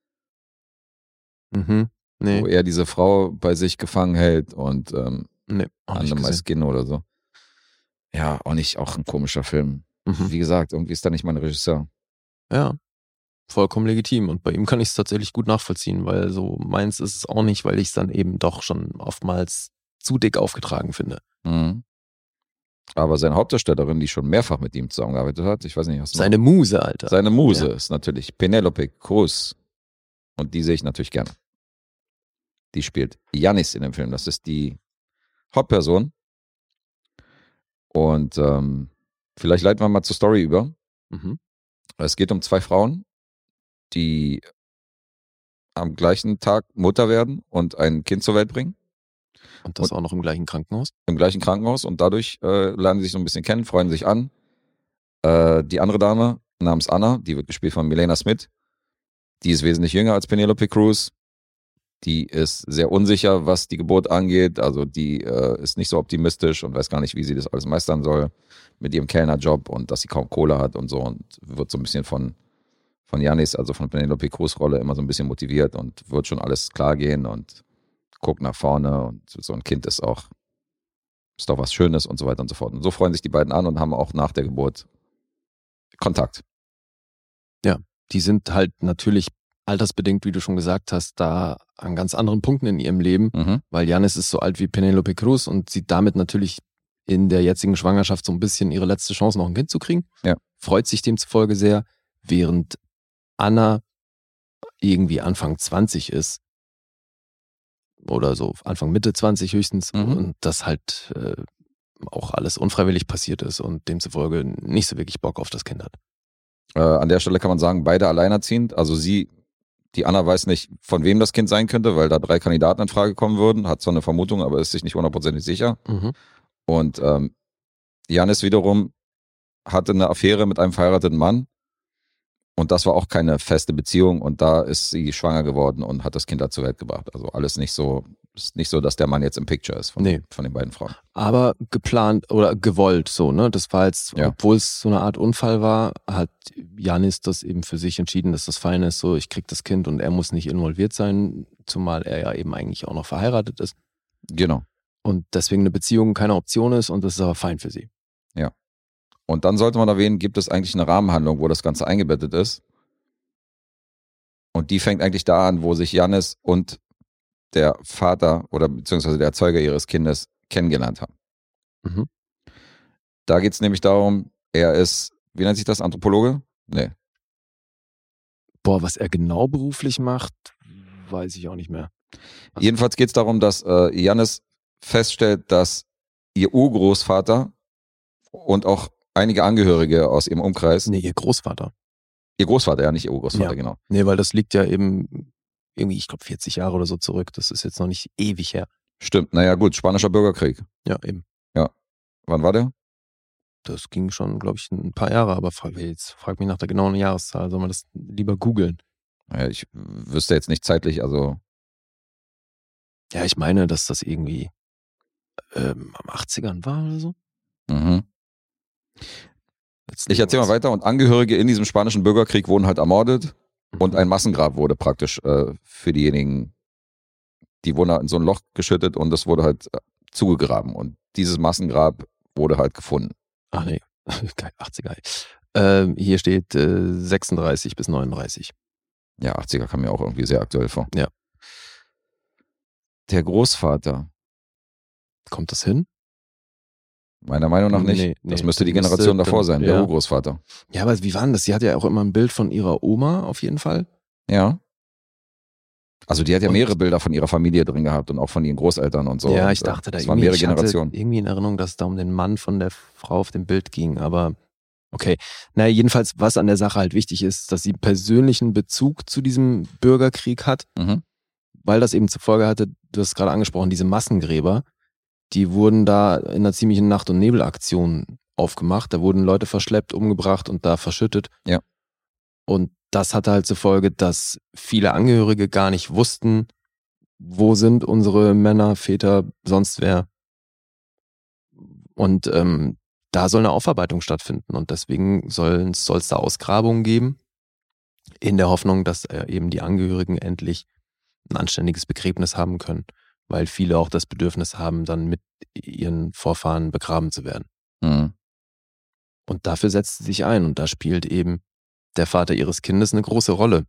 Nee. Wo er diese Frau bei sich gefangen hält und nee, My Skin oder so. Ja, auch ein komischer Film. Wie gesagt, irgendwie ist da nicht mein Regisseur. Ja, vollkommen legitim. Und bei ihm kann ich es tatsächlich gut nachvollziehen, weil so meins ist es auch nicht, weil ich es dann eben doch schon oftmals zu dick aufgetragen finde. Aber seine Hauptdarstellerin, die schon mehrfach mit ihm zusammengearbeitet hat, ich weiß nicht, was seine Muse, Alter. Seine Muse ist natürlich Penélope Cruz. Und die sehe ich natürlich gerne. Die spielt Janis in dem Film. Das ist die Hauptperson. Und vielleicht leiten wir mal zur Story über. Es geht um 2 Frauen, die am gleichen Tag Mutter werden und ein Kind zur Welt bringen. Und das auch noch im gleichen Krankenhaus? Im gleichen Krankenhaus. Und dadurch lernen sie sich so ein bisschen kennen, freuen sich an. Die andere Dame namens Anna, die wird gespielt von Milena Smith, die ist wesentlich jünger als Penélope Cruz. Die ist sehr unsicher, was die Geburt angeht. Also die ist nicht so optimistisch und weiß gar nicht, wie sie das alles meistern soll mit ihrem Kellnerjob und dass sie kaum Kohle hat und so. Und wird so ein bisschen von Janis, also von Penélope Cruz Rolle, immer so ein bisschen motiviert und wird schon alles klar gehen und guckt nach vorne. Und so ein Kind ist doch was Schönes und so weiter und so fort. Und so freuen sich die beiden an und haben auch nach der Geburt Kontakt. Ja, die sind halt natürlich altersbedingt, wie du schon gesagt hast, da an ganz anderen Punkten in ihrem Leben, weil Janis ist so alt wie Penélope Cruz und sieht damit natürlich in der jetzigen Schwangerschaft so ein bisschen ihre letzte Chance, noch ein Kind zu kriegen. Ja. Freut sich demzufolge sehr, während Anna irgendwie Anfang 20 ist. Oder so Anfang Mitte 20 höchstens. Und das halt auch alles unfreiwillig passiert ist und demzufolge nicht so wirklich Bock auf das Kind hat. An der Stelle kann man sagen, beide alleinerziehend. Also die Anna weiß nicht, von wem das Kind sein könnte, weil da 3 Kandidaten in Frage kommen würden. Hat zwar eine Vermutung, aber ist sich nicht 100% sicher. Und Janis wiederum hatte eine Affäre mit einem verheirateten Mann. Und das war auch keine feste Beziehung. Und da ist sie schwanger geworden und hat das Kind da zur Welt gebracht. Also alles nicht so, ist nicht so, dass der Mann jetzt im Picture ist von den beiden Frauen. Aber geplant oder gewollt so, ne? Das war jetzt, obwohl es so eine Art Unfall war, hat Janis das eben für sich entschieden, dass das fein ist, so ich krieg das Kind und er muss nicht involviert sein, zumal er ja eben eigentlich auch noch verheiratet ist. Genau. Und deswegen eine Beziehung keine Option ist und das ist aber fein für sie. Ja. Und dann sollte man erwähnen, gibt es eigentlich eine Rahmenhandlung, wo das Ganze eingebettet ist. Und die fängt eigentlich da an, wo sich Janis und der Vater oder beziehungsweise der Erzeuger ihres Kindes kennengelernt haben. Da geht es nämlich darum, er ist, wie nennt sich das, Anthropologe? Nee. Boah, was er genau beruflich macht, weiß ich auch nicht mehr. Jedenfalls geht es darum, dass Janis feststellt, dass ihr Urgroßvater und auch einige Angehörige aus ihrem Umkreis. Nee, ihr Großvater. Ihr Großvater, ja, nicht ihr Urgroßvater, genau. Nee, weil das liegt ja eben irgendwie, ich glaube, 40 Jahre oder so zurück. Das ist jetzt noch nicht ewig her. Stimmt, naja gut, Spanischer Bürgerkrieg. Ja, eben. Ja. Wann war der? Das ging schon, glaube ich, ein paar Jahre, aber frag mich nach der genauen Jahreszahl. Soll man das lieber googeln? Naja, ich wüsste jetzt nicht zeitlich, also. Ja, ich meine, dass das irgendwie am 80ern war oder so. Ich erzähle mal weiter. Und Angehörige in diesem Spanischen Bürgerkrieg wurden halt ermordet und ein Massengrab wurde praktisch für diejenigen, die wurden halt in so ein Loch geschüttet und das wurde halt zugegraben. Und dieses Massengrab wurde halt gefunden. Ach nee, geil, 80er. Hier steht 36 bis 39. Ja, 80er kam mir auch irgendwie sehr aktuell vor. Ja. Der Großvater. Kommt das hin? Meiner Meinung nach nicht. Nee, das müsste die Generation davor sein, der Urgroßvater. Ja, aber wie war denn das? Sie hat ja auch immer ein Bild von ihrer Oma auf jeden Fall. Ja. Also die hat ja mehrere Bilder von ihrer Familie drin gehabt und auch von ihren Großeltern und so. Ja, und, ich dachte da das waren mehrere Generationen. Irgendwie in Erinnerung, dass es da um den Mann von der Frau auf dem Bild ging, aber okay. Naja, jedenfalls, was an der Sache halt wichtig ist, dass sie persönlichen Bezug zu diesem Bürgerkrieg hat, weil das eben zur Folge hatte, du hast es gerade angesprochen, diese Massengräber, die wurden da in einer ziemlichen Nacht- und Nebelaktion aufgemacht. Da wurden Leute verschleppt, umgebracht und da verschüttet. Ja. Und das hatte halt zur Folge, dass viele Angehörige gar nicht wussten, wo sind unsere Männer, Väter, sonst wer. Und da soll eine Aufarbeitung stattfinden und deswegen soll es da Ausgrabungen geben, in der Hoffnung, dass eben die Angehörigen endlich ein anständiges Begräbnis haben können, weil viele auch das Bedürfnis haben, dann mit ihren Vorfahren begraben zu werden. Und dafür setzt sie sich ein und da spielt eben der Vater ihres Kindes eine große Rolle.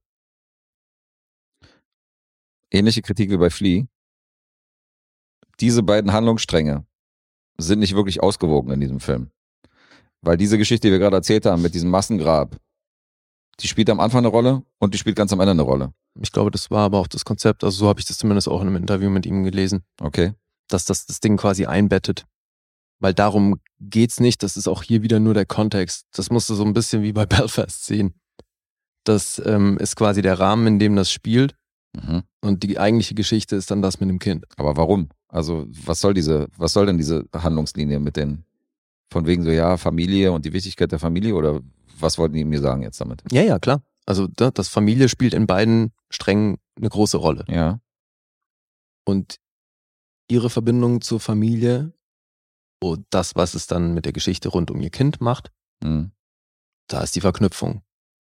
Ähnliche Kritik wie bei Flea. Diese beiden Handlungsstränge sind nicht wirklich ausgewogen in diesem Film. Weil diese Geschichte, die wir gerade erzählt haben, mit diesem Massengrab, die spielt am Anfang eine Rolle und die spielt ganz am Ende eine Rolle. Ich glaube, das war aber auch das Konzept, also so habe ich das zumindest auch in einem Interview mit ihm gelesen. Okay. Dass das Ding quasi einbettet. Weil darum geht's nicht, das ist auch hier wieder nur der Kontext. Das musst du so ein bisschen wie bei Belfast sehen. Das ist quasi der Rahmen, in dem das spielt. Und die eigentliche Geschichte ist dann das mit dem Kind. Aber warum? Also was soll denn diese Handlungslinie mit den, von wegen so, ja, Familie und die Wichtigkeit der Familie oder was wollten die mir sagen jetzt damit? Ja, klar. Also das Familie spielt in beiden Strängen eine große Rolle. Ja. Und ihre Verbindung zur Familie und das, was es dann mit der Geschichte rund um ihr Kind macht, da ist die Verknüpfung.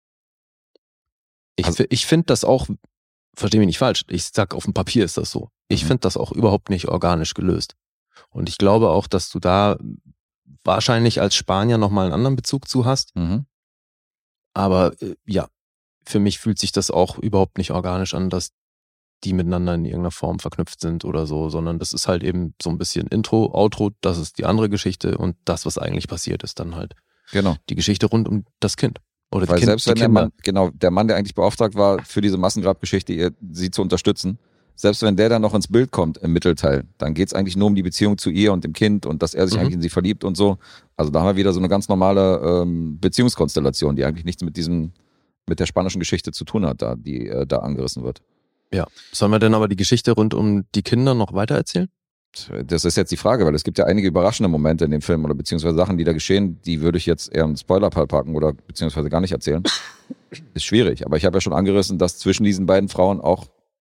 Ich finde das auch, verstehe mich nicht falsch, ich sag, auf dem Papier ist das so. Ich finde das auch überhaupt nicht organisch gelöst. Und ich glaube auch, dass du da wahrscheinlich als Spanier nochmal einen anderen Bezug zu hast. Aber ja, für mich fühlt sich das auch überhaupt nicht organisch an, dass die miteinander in irgendeiner Form verknüpft sind oder so, sondern das ist halt eben so ein bisschen Intro, Outro, das ist die andere Geschichte und das, was eigentlich passiert, ist dann halt die Geschichte rund um das Kind. Oder Weil selbst wenn der Mann, der eigentlich beauftragt war, für diese Massengrabgeschichte sie zu unterstützen, selbst wenn der dann noch ins Bild kommt im Mittelteil, dann geht es eigentlich nur um die Beziehung zu ihr und dem Kind und dass er sich eigentlich in sie verliebt und so. Also da haben wir wieder so eine ganz normale Beziehungskonstellation, die eigentlich nichts mit der spanischen Geschichte zu tun hat, die da angerissen wird. Ja. Sollen wir denn aber die Geschichte rund um die Kinder noch weiter erzählen? Das ist jetzt die Frage, weil es gibt ja einige überraschende Momente in dem Film oder beziehungsweise Sachen, die da geschehen, die würde ich jetzt eher im Spoiler-Teil packen oder beziehungsweise gar nicht erzählen. Ist schwierig, aber ich habe ja schon angerissen, dass zwischen diesen beiden Frauen auch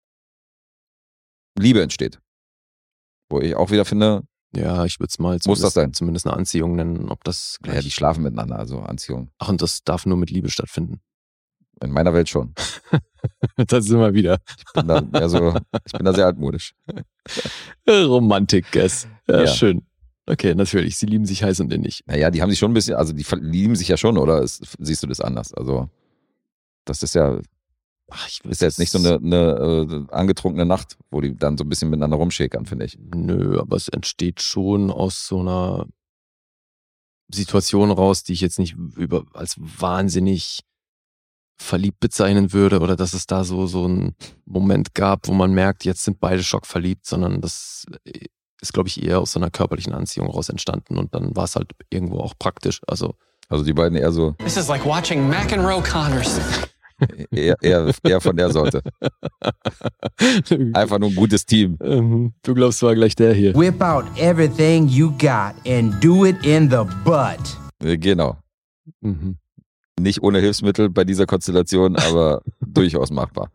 Liebe entsteht. Wo ich auch wieder finde, ja, ich würde es mal muss das sein? Zumindest eine Anziehung nennen, ob das gleich... Ja, die schlafen miteinander, also Anziehung. Ach, und das darf nur mit Liebe stattfinden. In meiner Welt schon. Das sind wir wieder. Ich bin da sehr altmodisch. Romantik, Guess. Ja, Ja. schön. Okay, natürlich. Sie lieben sich heiß und innig. Naja, die haben sich schon ein bisschen, also die lieben sich ja schon, oder siehst du das anders? Also, das ist ja jetzt nicht so eine angetrunkene Nacht, wo die dann so ein bisschen miteinander rumschäkern, finde ich. Nö, aber es entsteht schon aus so einer Situation raus, die ich jetzt nicht als wahnsinnig verliebt bezeichnen würde oder dass es da so einen Moment gab, wo man merkt, jetzt sind beide schockverliebt, sondern das ist, glaube ich, eher aus so einer körperlichen Anziehung raus entstanden und dann war es halt irgendwo auch praktisch. Also die beiden eher so. This is like watching McEnroe Connors. eher von der Sorte. Einfach nur ein gutes Team. Du glaubst, war gleich der hier. Whip out everything you got and do it in the butt. Genau. Mhm. Nicht ohne Hilfsmittel bei dieser Konstellation, aber durchaus machbar.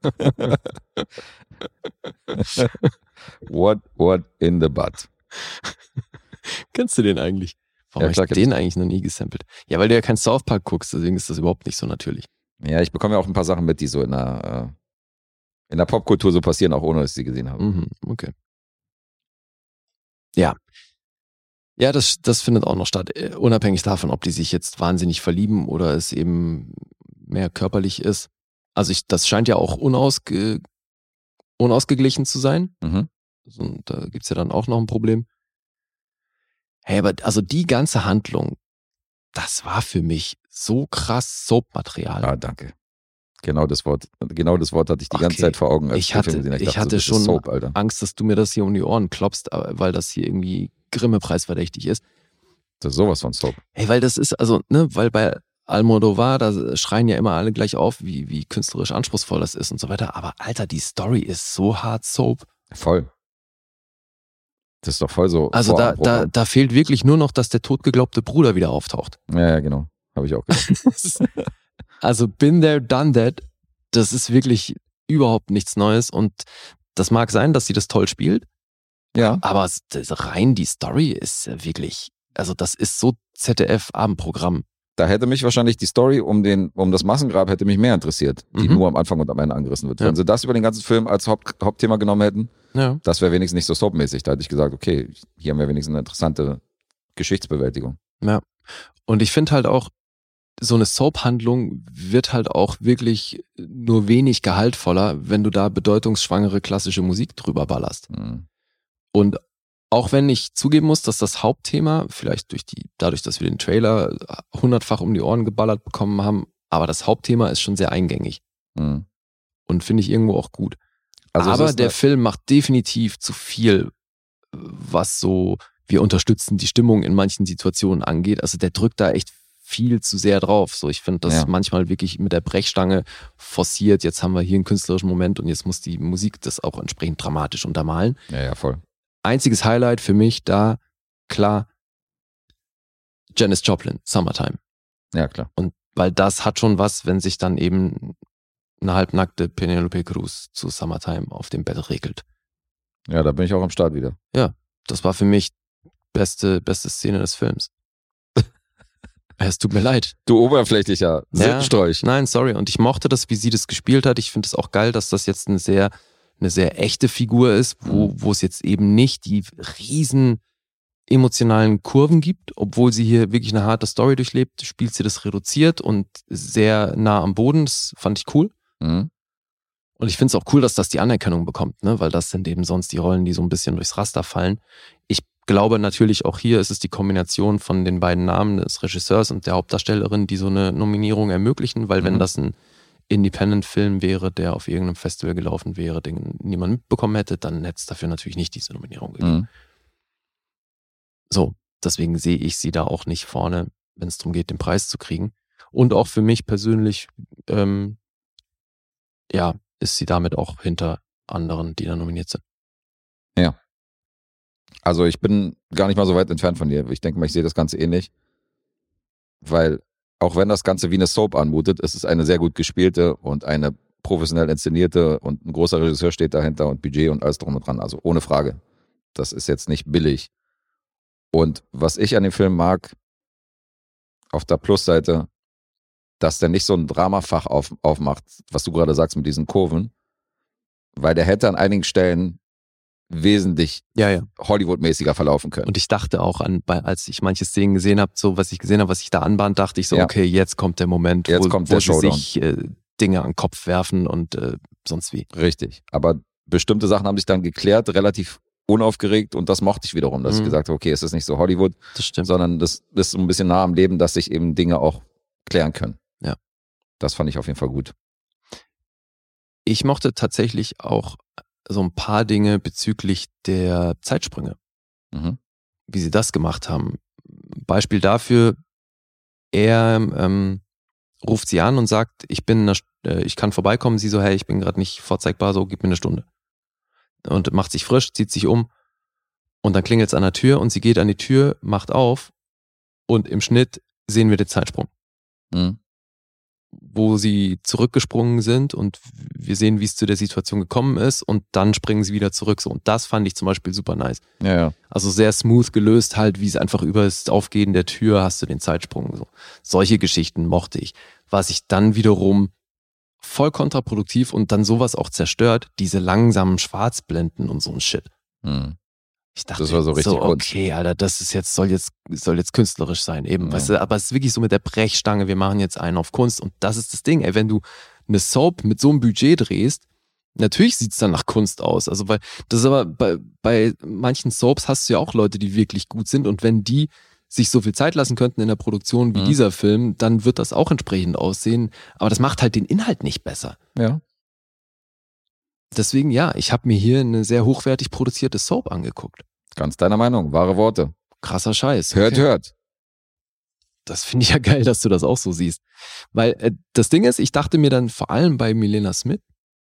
What in the butt? Kennst du den eigentlich? Warum Ja, habe ich den eigentlich noch nie gesampelt? Ja, weil du ja kein South Park guckst, deswegen ist das überhaupt nicht so natürlich. Ja, ich bekomme ja auch ein paar Sachen mit, die so in der Popkultur so passieren, auch ohne dass ich sie gesehen habe. Mhm, okay. Ja. Ja, das findet auch noch statt, unabhängig davon, ob die sich jetzt wahnsinnig verlieben oder es eben mehr körperlich ist. Also das scheint ja auch unausgeglichen zu sein. Mhm. Und da gibt's ja dann auch noch ein Problem. Hey, aber also die ganze Handlung, das war für mich so krass Soap-Material. Ah, danke. Genau das Wort hatte ich die ganze Zeit vor Augen. Als Ich hatte das ist schon Soap, Alter. Angst, dass du mir das hier um die Ohren klopfst, weil das hier irgendwie Grimme-Preis verdächtig ist. Das ist sowas von Soap. Hey, weil das ist, also, ne, weil bei Almodovar, da schreien ja immer alle gleich auf, wie künstlerisch anspruchsvoll das ist und so weiter. Aber Alter, die Story ist so hart Soap. Voll. Das ist doch voll so. Also da fehlt wirklich nur noch, dass der totgeglaubte Bruder wieder auftaucht. Ja, genau. Habe ich auch gedacht. Also been there, done that. Das ist wirklich überhaupt nichts Neues und das mag sein, dass sie das toll spielt. Ja. Aber rein die Story ist wirklich, also das ist so ZDF-Abendprogramm. Da hätte mich wahrscheinlich die Story um das Massengrab hätte mich mehr interessiert, die nur am Anfang und am Ende angerissen wird. Ja. Wenn sie das über den ganzen Film als Hauptthema genommen hätten, Ja. das wäre wenigstens nicht so soapmäßig. Da hätte ich gesagt, okay, hier haben wir wenigstens eine interessante Geschichtsbewältigung. Ja. Und ich finde halt auch, so eine Soap-Handlung wird halt auch wirklich nur wenig gehaltvoller, wenn du da bedeutungsschwangere klassische Musik drüber ballerst. Mhm. Und auch wenn ich zugeben muss, dass das Hauptthema, vielleicht dadurch, dass wir den Trailer 100-fach um die Ohren geballert bekommen haben, aber das Hauptthema ist schon sehr eingängig. Mhm. Und finde ich irgendwo auch gut. Also aber der Film macht definitiv zu viel, was so, wir unterstützen die Stimmung in manchen Situationen angeht. Also der drückt da echt viel zu sehr drauf. So, ich finde das manchmal wirklich mit der Brechstange forciert. Jetzt haben wir hier einen künstlerischen Moment und jetzt muss die Musik das auch entsprechend dramatisch untermalen. Ja, voll. Einziges Highlight für mich da, klar, Janis Joplin, Summertime. Ja, klar. Und weil das hat schon was, wenn sich dann eben eine halbnackte Penelope Cruz zu Summertime auf dem Bett regelt. Ja, da bin ich auch am Start wieder. Ja, das war für mich beste Szene des Films. Es tut mir leid. Du oberflächlicher Sittenstrolch. Ja, nein, sorry. Und ich mochte das, wie sie das gespielt hat. Ich finde es auch geil, dass das jetzt eine sehr echte Figur ist, wo es jetzt eben nicht die riesen emotionalen Kurven gibt, obwohl sie hier wirklich eine harte Story durchlebt, spielt sie das reduziert und sehr nah am Boden. Das fand ich cool. Mhm. Und ich finde es auch cool, dass das die Anerkennung bekommt, ne? Weil das sind eben sonst die Rollen, die so ein bisschen durchs Raster fallen. Ich glaube natürlich auch hier ist es die Kombination von den beiden Namen des Regisseurs und der Hauptdarstellerin, die so eine Nominierung ermöglichen, weil wenn das ein Independent-Film wäre, der auf irgendeinem Festival gelaufen wäre, den niemand mitbekommen hätte, dann hätte es dafür natürlich nicht diese Nominierung gegeben. So, deswegen sehe ich sie da auch nicht vorne, wenn es darum geht, den Preis zu kriegen. Und auch für mich persönlich, ist sie damit auch hinter anderen, die da nominiert sind. Ja. Also ich bin gar nicht mal so weit entfernt von dir. Ich denke mal, ich sehe das Ganze ähnlich. Weil auch wenn das Ganze wie eine Soap anmutet, ist es eine sehr gut gespielte und eine professionell inszenierte und ein großer Regisseur steht dahinter und Budget und alles drum und dran. Also ohne Frage. Das ist jetzt nicht billig. Und was ich an dem Film mag, auf der Plusseite, dass der nicht so ein Dramafach aufmacht, was du gerade sagst mit diesen Kurven, weil der hätte an einigen Stellen wesentlich Hollywood-mäßiger verlaufen können. Und ich dachte auch als ich manche Szenen gesehen habe, so was ich gesehen habe, was sich da anbahnt, dachte ich so, okay, jetzt kommt der Moment, wo sie sich Dinge an den Kopf werfen und sonst wie. Richtig, aber bestimmte Sachen haben sich dann geklärt, relativ unaufgeregt und das mochte ich wiederum, dass ich gesagt habe, okay, es ist nicht so Hollywood, das stimmt, sondern das ist so ein bisschen nah am Leben, dass sich eben Dinge auch klären können. Ja. Das fand ich auf jeden Fall gut. Ich mochte tatsächlich auch so ein paar Dinge bezüglich der Zeitsprünge. Wie sie das gemacht haben. Beispiel dafür, er ruft sie an und sagt, ich kann vorbeikommen. Sie so, hey, ich bin gerade nicht vorzeigbar, so, gib mir eine Stunde. Und macht sich frisch, zieht sich um und dann klingelt es an der Tür und sie geht an die Tür, macht auf und im Schnitt sehen wir den Zeitsprung. Wo sie zurückgesprungen sind und wir sehen, wie es zu der Situation gekommen ist und dann springen sie wieder zurück. So. Und das fand ich zum Beispiel super nice. Ja. Also sehr smooth gelöst halt, wie es einfach über das Aufgehen der Tür hast du den Zeitsprung. So. Solche Geschichten mochte ich. Was ich dann wiederum voll kontraproduktiv und dann sowas auch zerstört, diese langsamen Schwarzblenden und so ein Shit. Ich dachte, das war so richtig okay, Alter, das ist jetzt, soll jetzt künstlerisch sein, eben, weißt du, aber es ist wirklich so mit der Brechstange, wir machen jetzt einen auf Kunst und das ist das Ding, ey, wenn du eine Soap mit so einem Budget drehst, natürlich sieht's dann nach Kunst aus, also weil, das ist aber, bei manchen Soaps hast du ja auch Leute, die wirklich gut sind und wenn die sich so viel Zeit lassen könnten in der Produktion wie dieser Film, dann wird das auch entsprechend aussehen, aber das macht halt den Inhalt nicht besser. Ja. Deswegen, ich habe mir hier eine sehr hochwertig produzierte Soap angeguckt. Ganz deiner Meinung, wahre Worte. Krasser Scheiß. Okay. Hört. Das finde ich ja geil, dass du das auch so siehst. Weil das Ding ist, ich dachte mir dann vor allem bei Milena Smith,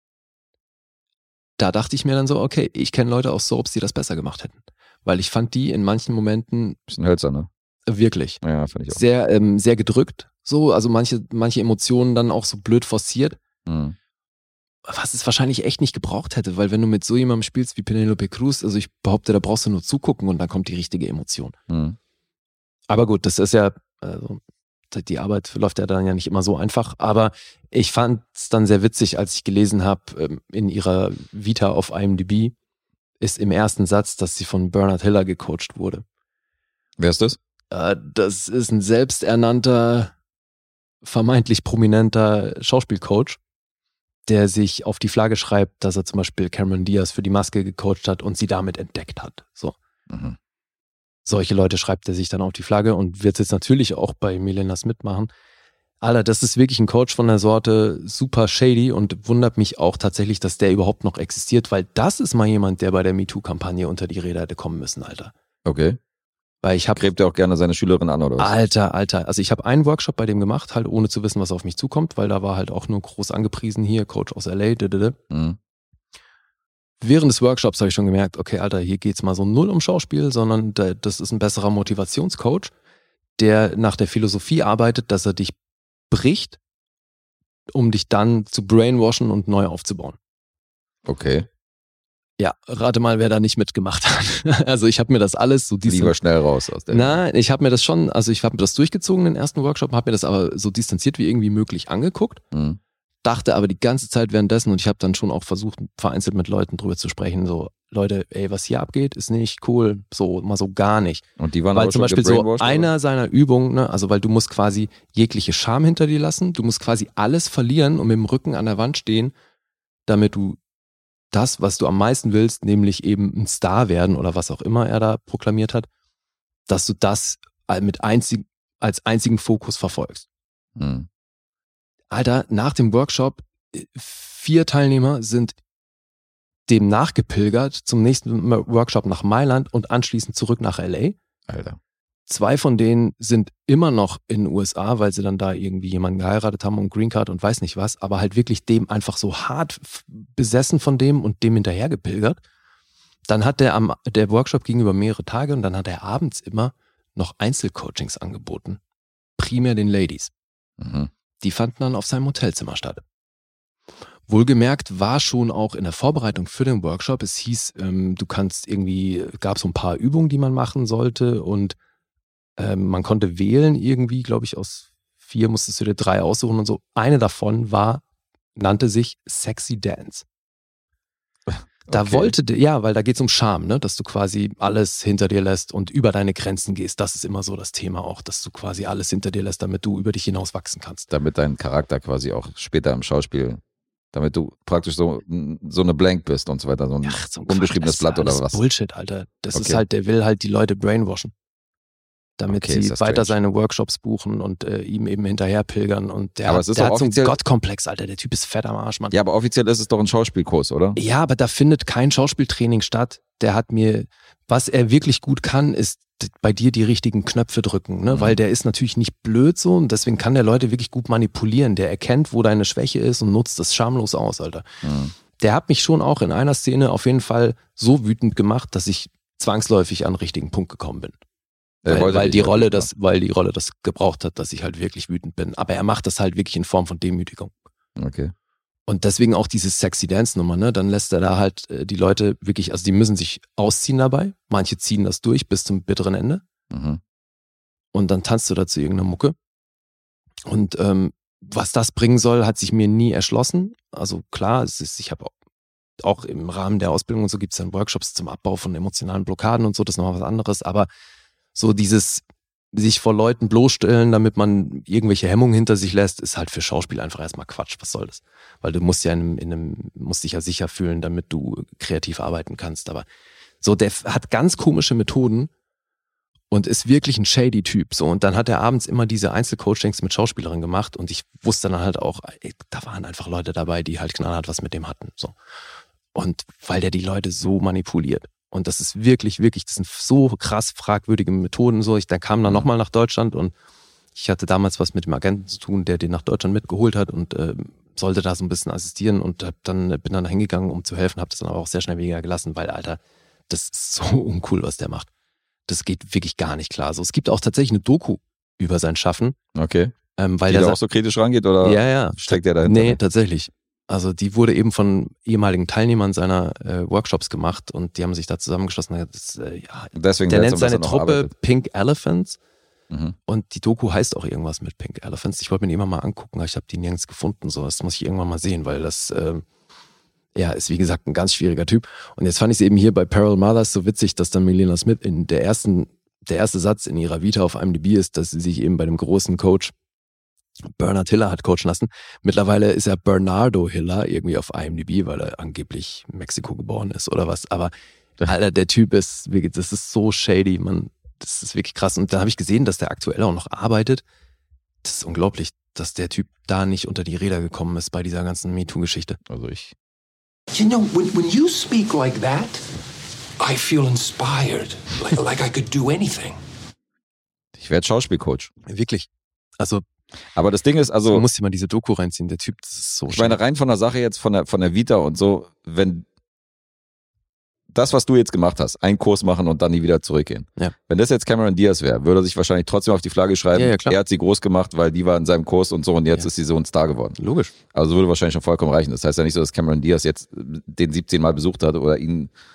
da dachte ich mir dann so, okay, ich kenne Leute aus Soaps, die das besser gemacht hätten. Weil ich fand die in manchen Momenten... Bisschen hölzern, ne? Wirklich. Ja, fand ich auch. Sehr, sehr gedrückt. So, also manche Emotionen dann auch so blöd forciert. Was es wahrscheinlich echt nicht gebraucht hätte, weil wenn du mit so jemandem spielst wie Penelope Cruz, also ich behaupte, da brauchst du nur zugucken und dann kommt die richtige Emotion. Aber gut, das ist ja, also die Arbeit läuft ja dann ja nicht immer so einfach, aber ich fand es dann sehr witzig, als ich gelesen habe, in ihrer Vita auf IMDb ist im ersten Satz, dass sie von Bernard Hiller gecoacht wurde. Wer ist das? Das ist ein selbsternannter, vermeintlich prominenter Schauspielcoach, der sich auf die Flagge schreibt, dass er zum Beispiel Cameron Diaz für die Maske gecoacht hat und sie damit entdeckt hat. So. Solche Leute schreibt er sich dann auf die Flagge und wird es jetzt natürlich auch bei Milena Smith machen. Alter, das ist wirklich ein Coach von der Sorte, super shady und wundert mich auch tatsächlich, dass der überhaupt noch existiert, weil das ist mal jemand, der bei der MeToo-Kampagne unter die Räder hätte kommen müssen, Alter. Okay. Weil gräbt er auch gerne seine Schülerin an, oder was? Alter. Also ich habe einen Workshop bei dem gemacht, halt ohne zu wissen, was auf mich zukommt, weil da war halt auch nur groß angepriesen, hier, Coach aus L.A., Während des Workshops habe ich schon gemerkt, okay, Alter, hier geht's mal so null um Schauspiel, sondern das ist ein besserer Motivationscoach, der nach der Philosophie arbeitet, dass er dich bricht, um dich dann zu brainwashen und neu aufzubauen. Okay. Ja, rate mal, wer da nicht mitgemacht hat. Also ich habe mir das alles so lieber schnell raus aus der... Nein, ich habe mir das schon, also ich habe mir das durchgezogen, den ersten Workshop, habe mir das aber so distanziert wie irgendwie möglich angeguckt, dachte aber die ganze Zeit währenddessen und ich habe dann schon auch versucht, vereinzelt mit Leuten drüber zu sprechen, so, Leute, ey, was hier abgeht, ist nicht cool, so, mal so gar nicht. Und die waren weil aber zum Beispiel so einer seiner Übungen, ne, also weil du musst quasi jegliche Scham hinter dir lassen, du musst quasi alles verlieren und mit dem Rücken an der Wand stehen damit du das, was du am meisten willst, nämlich eben ein Star werden oder was auch immer er da proklamiert hat, dass du das als einzigen Fokus verfolgst. Mhm. Alter, nach dem Workshop, 4 Teilnehmer sind dem nachgepilgert zum nächsten Workshop nach Mailand und anschließend zurück nach LA. Alter. 2 von denen sind immer noch in den USA, weil sie dann da irgendwie jemanden geheiratet haben und Green Card und weiß nicht was, aber halt wirklich dem einfach so hart besessen von dem und dem hinterher gepilgert. Dann hat der Workshop ging über mehrere Tage und dann hat er abends immer noch Einzelcoachings angeboten. Primär den Ladies. Mhm. Die fanden dann auf seinem Hotelzimmer statt. Wohlgemerkt war schon auch in der Vorbereitung für den Workshop, es hieß, gab so ein paar Übungen, die man machen sollte und man konnte wählen irgendwie, glaube ich, aus 4 musstest du dir 3 aussuchen und so. Eine davon nannte sich Sexy Dance. Da weil da geht es um Charme, ne? Dass du quasi alles hinter dir lässt und über deine Grenzen gehst. Das ist immer so das Thema auch, dass du quasi alles hinter dir lässt, damit du über dich hinaus wachsen kannst. Damit dein Charakter quasi auch später im Schauspiel, damit du praktisch so eine Blank bist und so weiter, so ein unbeschriebenes Blatt oder was. Das ist Bullshit, Alter. Das ist halt, der will halt die Leute brainwashen. Damit sie weiter seine Workshops buchen und ihm eben hinterher pilgern. Und der hat so einen Gottkomplex, Alter. Der Typ ist fett am Arsch, Mann. Ja, aber offiziell ist es doch ein Schauspielkurs, oder? Ja, aber da findet kein Schauspieltraining statt. Der hat was er wirklich gut kann, ist bei dir die richtigen Knöpfe drücken, ne? Weil der ist natürlich nicht blöd so und deswegen kann der Leute wirklich gut manipulieren. Der erkennt, wo deine Schwäche ist und nutzt das schamlos aus, Alter. Mhm. Der hat mich schon auch in einer Szene auf jeden Fall so wütend gemacht, dass ich zwangsläufig an den richtigen Punkt gekommen bin. Weil die Rolle das gebraucht hat, dass ich halt wirklich wütend bin. Aber er macht das halt wirklich in Form von Demütigung. Okay. Und deswegen auch diese Sexy Dance Nummer, ne? Dann lässt er da halt die Leute wirklich, also die müssen sich ausziehen dabei. Manche ziehen das durch bis zum bitteren Ende. Mhm. Und dann tanzt du da zu irgendeiner Mucke. Und was das bringen soll, hat sich mir nie erschlossen. Also klar, ich habe auch im Rahmen der Ausbildung und so gibt es dann Workshops zum Abbau von emotionalen Blockaden und so, das ist nochmal was anderes. Aber so dieses sich vor Leuten bloßstellen, damit man irgendwelche Hemmungen hinter sich lässt, ist halt für Schauspiel einfach erstmal Quatsch. Was soll das? Weil du musst ja musst dich ja sicher fühlen, damit du kreativ arbeiten kannst. Aber so, der hat ganz komische Methoden und ist wirklich ein shady Typ. So, und dann hat er abends immer diese Einzelcoachings mit Schauspielerinnen gemacht und ich wusste dann halt auch, da waren einfach Leute dabei, die halt knallhart was mit dem hatten. So. Und weil der die Leute so manipuliert. Und das ist wirklich, wirklich, das sind so krass fragwürdige Methoden. Der kam dann nochmal nach Deutschland und ich hatte damals was mit dem Agenten zu tun, der den nach Deutschland mitgeholt hat und sollte da so ein bisschen assistieren und bin dann hingegangen, um zu helfen, habe das dann aber auch sehr schnell weniger gelassen, weil, Alter, das ist so uncool, was der macht. Das geht wirklich gar nicht klar. So, es gibt auch tatsächlich eine Doku über sein Schaffen. Okay. Weil die da auch so kritisch rangeht oder steckt der dahinter? Nee, tatsächlich. Also die wurde eben von ehemaligen Teilnehmern seiner Workshops gemacht und die haben sich da zusammengeschlossen. Deswegen der nennt seine Truppe arbeitet. Pink Elephants und die Doku heißt auch irgendwas mit Pink Elephants. Ich wollte mir die immer mal angucken, aber ich habe die nirgends gefunden. So, das muss ich irgendwann mal sehen, weil das ist wie gesagt ein ganz schwieriger Typ. Und jetzt fand ich es eben hier bei Parallel Mothers so witzig, dass dann Melina Smith in der erste Satz in ihrer Vita auf IMDb ist, dass sie sich eben bei dem großen Coach Bernard Hiller hat coachen lassen. Mittlerweile ist er Bernardo Hiller irgendwie auf IMDb, weil er angeblich in Mexiko geboren ist oder was. Aber Alter, der Typ ist wirklich, das ist so shady, man, das ist wirklich krass. Und dann habe ich gesehen, dass der aktuell auch noch arbeitet. Das ist unglaublich, dass der Typ da nicht unter die Räder gekommen ist bei dieser ganzen MeToo-Geschichte. Also ich. You know, when you speak like that, I feel inspired, like I could do anything. Ich werde Schauspielcoach. Wirklich. Also aber das Ding ist, du musst dir mal diese Doku reinziehen, der Typ, das ist so ich meine, rein von der Sache jetzt, von der Vita und so, wenn das, was du jetzt gemacht hast, einen Kurs machen und dann nie wieder zurückgehen. Ja. Wenn das jetzt Cameron Diaz wäre, würde er sich wahrscheinlich trotzdem auf die Flagge schreiben, er hat sie groß gemacht, weil die war in seinem Kurs und so und jetzt ist sie so ein Star geworden. Logisch. Also würde wahrscheinlich schon vollkommen reichen. Das heißt ja nicht so, dass Cameron Diaz jetzt den 17 Mal besucht hat oder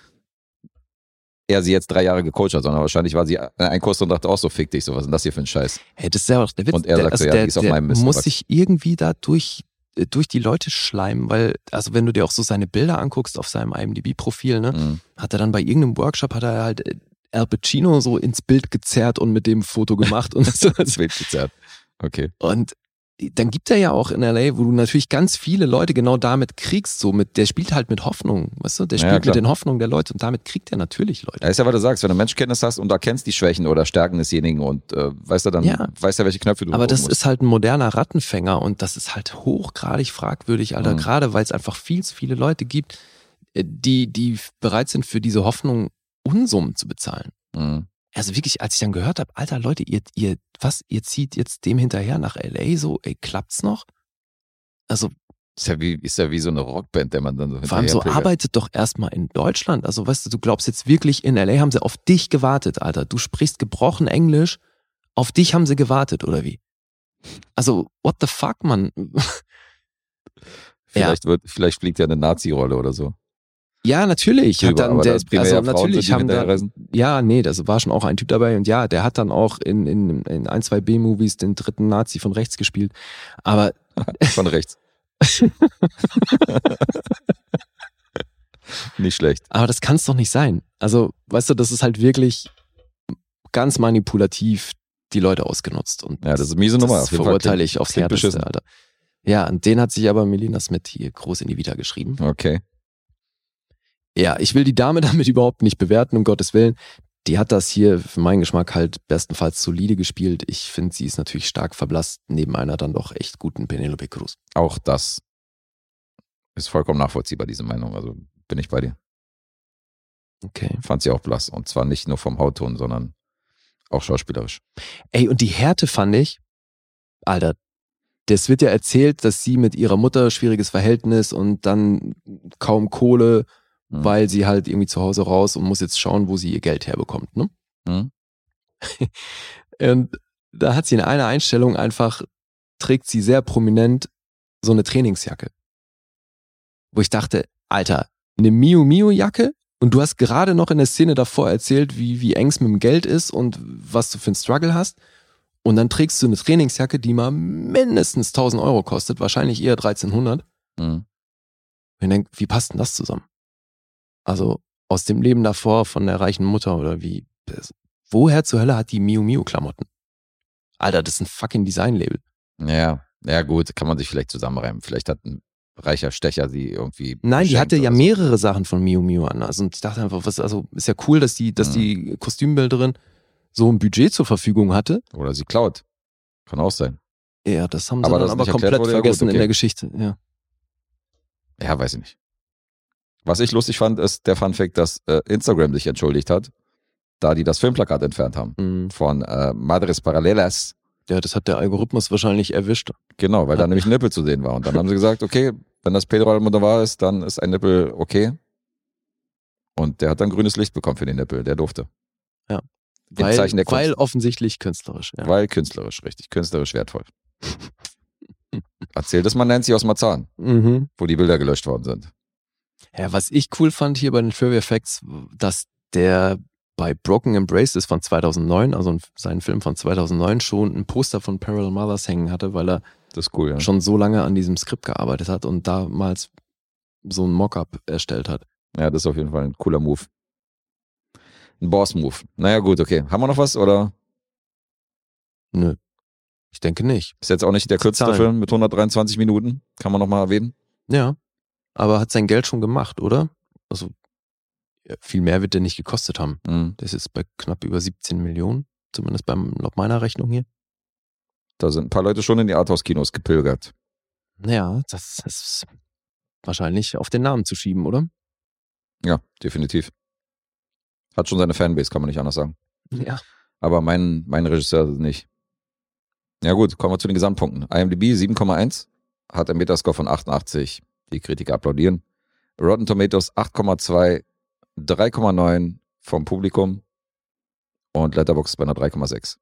er sie jetzt 3 Jahre gecoacht hat, sondern wahrscheinlich war sie in einem Kurs und dachte auch so, fick dich, so was ist denn das hier für ein Scheiß? Hey, das ist ja auch der Witz. Und er sagt die ist auf meinem Mist. Muss sich irgendwie da durch die Leute schleimen, weil, also wenn du dir auch so seine Bilder anguckst auf seinem IMDb-Profil, ne, hat er dann bei irgendeinem Workshop, hat er halt Al Pacino so ins Bild gezerrt und mit dem Foto gemacht und so. ins Bild gezerrt. Okay. Und dann gibt er ja auch in LA, wo du natürlich ganz viele Leute genau damit kriegst, der spielt halt mit Hoffnung, weißt du, der spielt mit den Hoffnungen der Leute und damit kriegt er natürlich Leute. Das ist ja, was du sagst, wenn du Menschenkenntnis hast und erkennst die Schwächen oder Stärken desjenigen und weißt du, dann weißt du, welche Knöpfe du aber das musst. ist halt ein moderner Rattenfänger und das ist halt hochgradig fragwürdig, Alter, gerade weil es einfach viel zu viele Leute gibt, die bereit sind, für diese Hoffnung Unsummen zu bezahlen. Also wirklich, als ich dann gehört habe, Alter, Leute, ihr zieht jetzt dem hinterher nach L.A. so, klappt's noch? Also ist ja wie so eine Rockband, der man dann so vor allem so, arbeitet doch erstmal in Deutschland. Also weißt du, du glaubst jetzt wirklich, in L.A. haben sie auf dich gewartet, Alter. Du sprichst gebrochen Englisch, auf dich haben sie gewartet, oder wie? Also, what the fuck, Mann? Vielleicht fliegt ja eine Nazi-Rolle oder so. Ja, natürlich. Drüber, hat dann das natürlich haben da, das war schon auch ein Typ dabei und ja, der hat dann auch in 1, 2 B-Movies den dritten Nazi von rechts gespielt. Aber von rechts. Nicht schlecht. Aber das kann es doch nicht sein. Also, weißt du, das ist halt wirklich ganz manipulativ die Leute ausgenutzt. Und ja, das ist eine miese Nummer. Das verurteile ich aufs Härteste, Alter. Ja, und den hat sich aber Melina Smith hier groß in die Vita geschrieben. Okay. Ja, ich will die Dame damit überhaupt nicht bewerten, um Gottes Willen. Die hat das hier für meinen Geschmack halt bestenfalls solide gespielt. Ich finde, sie ist natürlich stark verblasst neben einer dann doch echt guten Penelope Cruz. Auch das ist vollkommen nachvollziehbar, diese Meinung. Also bin ich bei dir. Okay. Fand sie auch blass. Und zwar nicht nur vom Hautton, sondern auch schauspielerisch. Ey, und die Härte fand ich, Alter, das wird ja erzählt, dass sie mit ihrer Mutter schwieriges Verhältnis und dann kaum Kohle, weil sie halt irgendwie zu Hause raus und muss jetzt schauen, wo sie ihr Geld herbekommt, ne? Und da hat sie in einer Einstellung einfach, trägt sie sehr prominent so eine Trainingsjacke. Wo ich dachte, Alter, eine Miu Miu Jacke und du hast gerade noch in der Szene davor erzählt, wie eng es mit dem Geld ist und was du für einen Struggle hast. Und dann trägst du eine Trainingsjacke, die mal mindestens 1.000 Euro kostet, wahrscheinlich eher 1.300. Und ich denke, wie passt denn das zusammen? Also aus dem Leben davor von der reichen Mutter oder wie? Woher zur Hölle hat die Miu Miu Klamotten? Alter, das ist ein fucking Design-Label. Ja gut, kann man sich vielleicht zusammenreimen. Vielleicht hat ein reicher Stecher sie irgendwie Nein, die hatte ja mehrere Sachen von Miu Miu an. Also und ich dachte einfach, ist ja cool, dass die Kostümbilderin so ein Budget zur Verfügung hatte. Oder sie klaut. Kann auch sein. Ja, das haben sie dann aber komplett vergessen in der Geschichte. Ja, weiß ich nicht. Was ich lustig fand, ist der Funfact, dass Instagram sich entschuldigt hat, da die das Filmplakat entfernt haben von Madres Paralelas. Ja, das hat der Algorithmus wahrscheinlich erwischt. Genau, weil da nämlich ein Nippel zu sehen war. Und dann haben sie gesagt, okay, wenn das Pedro war ist, dann ist ein Nippel okay. Und der hat dann grünes Licht bekommen für den Nippel, der durfte. Ja. Im Zeichen der Kunst. Weil offensichtlich künstlerisch. Ja. Weil künstlerisch, richtig. Künstlerisch wertvoll. Erzählt es mal Nancy aus Marzahn, wo die Bilder gelöscht worden sind. Ja, was ich cool fand hier bei den Trivia Facts, dass der bei Broken Embraces von 2009, also seinen Film von 2009, schon ein Poster von Parallel Mothers hängen hatte, weil er das ist cool, ja. schon so lange an diesem Skript gearbeitet hat und damals so ein Mockup erstellt hat. Ja, das ist auf jeden Fall ein cooler Move. Ein Boss-Move. Naja, gut, okay. Haben wir noch was, oder? Nö. Ich denke nicht. Ist jetzt auch nicht der kürzeste Film mit 123 Minuten. Kann man noch mal erwähnen. Ja. Aber hat sein Geld schon gemacht, oder? Also, viel mehr wird der nicht gekostet haben. Das ist bei knapp über 17 Millionen. Zumindest laut meiner Rechnung hier. Da sind ein paar Leute schon in die Arthouse-Kinos gepilgert. Ja, das ist wahrscheinlich auf den Namen zu schieben, oder? Ja, definitiv. Hat schon seine Fanbase, kann man nicht anders sagen. Ja. Aber mein Regisseur nicht. Ja gut, kommen wir zu den Gesamtpunkten. IMDb 7,1, hat einen Metascore von 88. Die Kritiker applaudieren. Rotten Tomatoes 8,2, 3,9 vom Publikum und Letterboxd bei einer 3,6.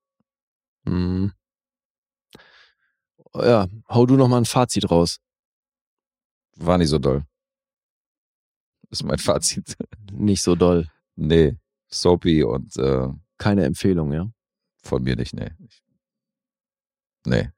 Ja, hau du nochmal ein Fazit raus. War nicht so doll. Das ist mein Fazit. Nicht so doll. Nee, soapy und keine Empfehlung, ja? Von mir nicht, nee. Nee.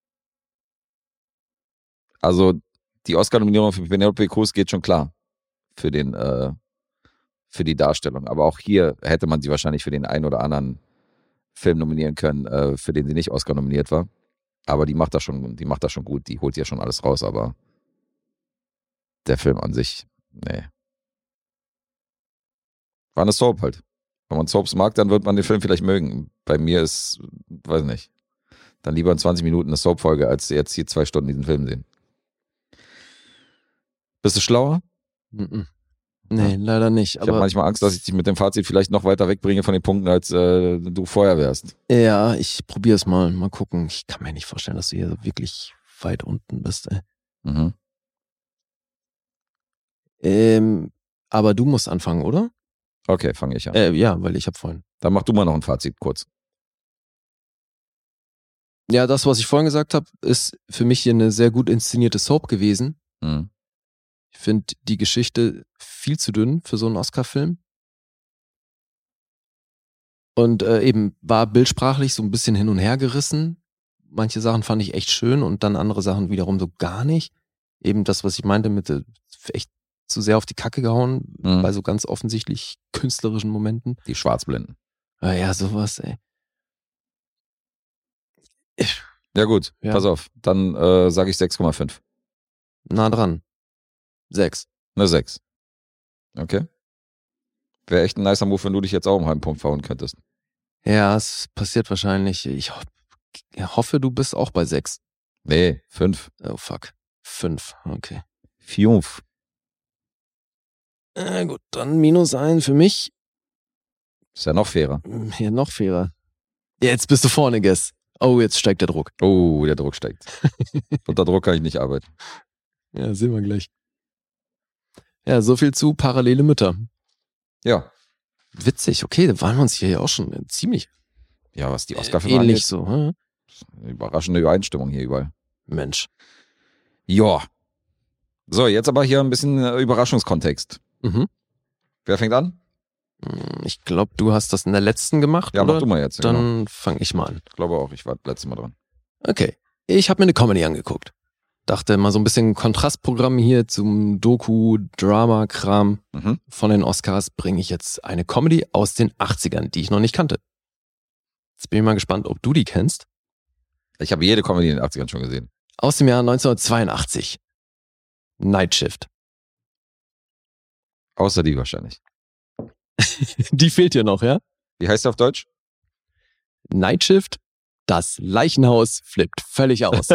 Also die Oscar-Nominierung für Penelope Cruz geht schon klar für die Darstellung. Aber auch hier hätte man sie wahrscheinlich für den einen oder anderen Film nominieren können, für den sie nicht Oscar nominiert war. Aber die macht das schon gut. Die holt ja schon alles raus, aber der Film an sich, nee. War eine Soap halt. Wenn man Soaps mag, dann wird man den Film vielleicht mögen. Bei mir ist, weiß nicht, dann lieber in 20 Minuten eine Soap-Folge, als jetzt hier 2 Stunden diesen Film sehen. Bist du schlauer? Nee, leider nicht. Ich habe manchmal Angst, dass ich dich mit dem Fazit vielleicht noch weiter wegbringe von den Punkten, als du vorher wärst. Ja, ich probiere es mal. Mal gucken. Ich kann mir nicht vorstellen, dass du hier so wirklich weit unten bist. Ey. Aber du musst anfangen, oder? Okay, fange ich an. Ja, weil ich habe vorhin. Dann mach du mal noch ein Fazit kurz. Ja, das, was ich vorhin gesagt habe, ist für mich hier eine sehr gut inszenierte Soap gewesen. Mhm. Ich finde die Geschichte viel zu dünn für so einen Oscar-Film. Und eben war bildsprachlich so ein bisschen hin und her gerissen. Manche Sachen fand ich echt schön und dann andere Sachen wiederum so gar nicht. Eben das, was ich meinte mit echt zu sehr auf die Kacke gehauen, bei so ganz offensichtlich künstlerischen Momenten. Die Schwarzblinden. Ja, sowas, ey. Ja gut, Ja. pass auf. Dann sage ich 6,5. Nah dran. 6. Eine 6. Okay. Wäre echt ein nicer Move, wenn du dich jetzt auch um einen halben Punkt verhauen könntest. Ja, es passiert wahrscheinlich. Ich hoffe, du bist auch bei 6. Nee, 5. Oh, fuck. 5, okay. 5. Gut, dann -1 für mich. Ist ja noch fairer. Hier noch fairer. Jetzt bist du vorne, Guess. Oh, jetzt steigt der Druck. Oh, der Druck steigt. Unter Druck kann ich nicht arbeiten. Ja, sehen wir gleich. Ja, so viel zu Parallele Mütter. Ja. Witzig, okay, da waren wir uns hier auch schon ziemlich Ja, was die Oscar-Filme ähnlich angeht. so. Hm? Überraschende Übereinstimmung hier überall. Mensch. Ja. So, jetzt aber hier ein bisschen Überraschungskontext. Mhm. Wer fängt an? Ich glaube, du hast das in der letzten gemacht, Ja, oder? mach du mal jetzt. Dann Genau. fange ich mal an. Ich glaube auch, ich war das letzte Mal dran. Okay, ich habe mir eine Comedy angeguckt. Dachte mal so ein bisschen Kontrastprogramm hier zum Doku-Drama-Kram von den Oscars bringe ich jetzt eine Comedy aus den 80ern, die ich noch nicht kannte. Jetzt bin ich mal gespannt, ob du die kennst. Ich habe jede Comedy in den 80ern schon gesehen. Aus dem Jahr 1982. Night Shift. Außer die wahrscheinlich. Die fehlt hier noch, ja? Wie heißt der auf Deutsch? Night Shift. Das Leichenhaus flippt völlig aus.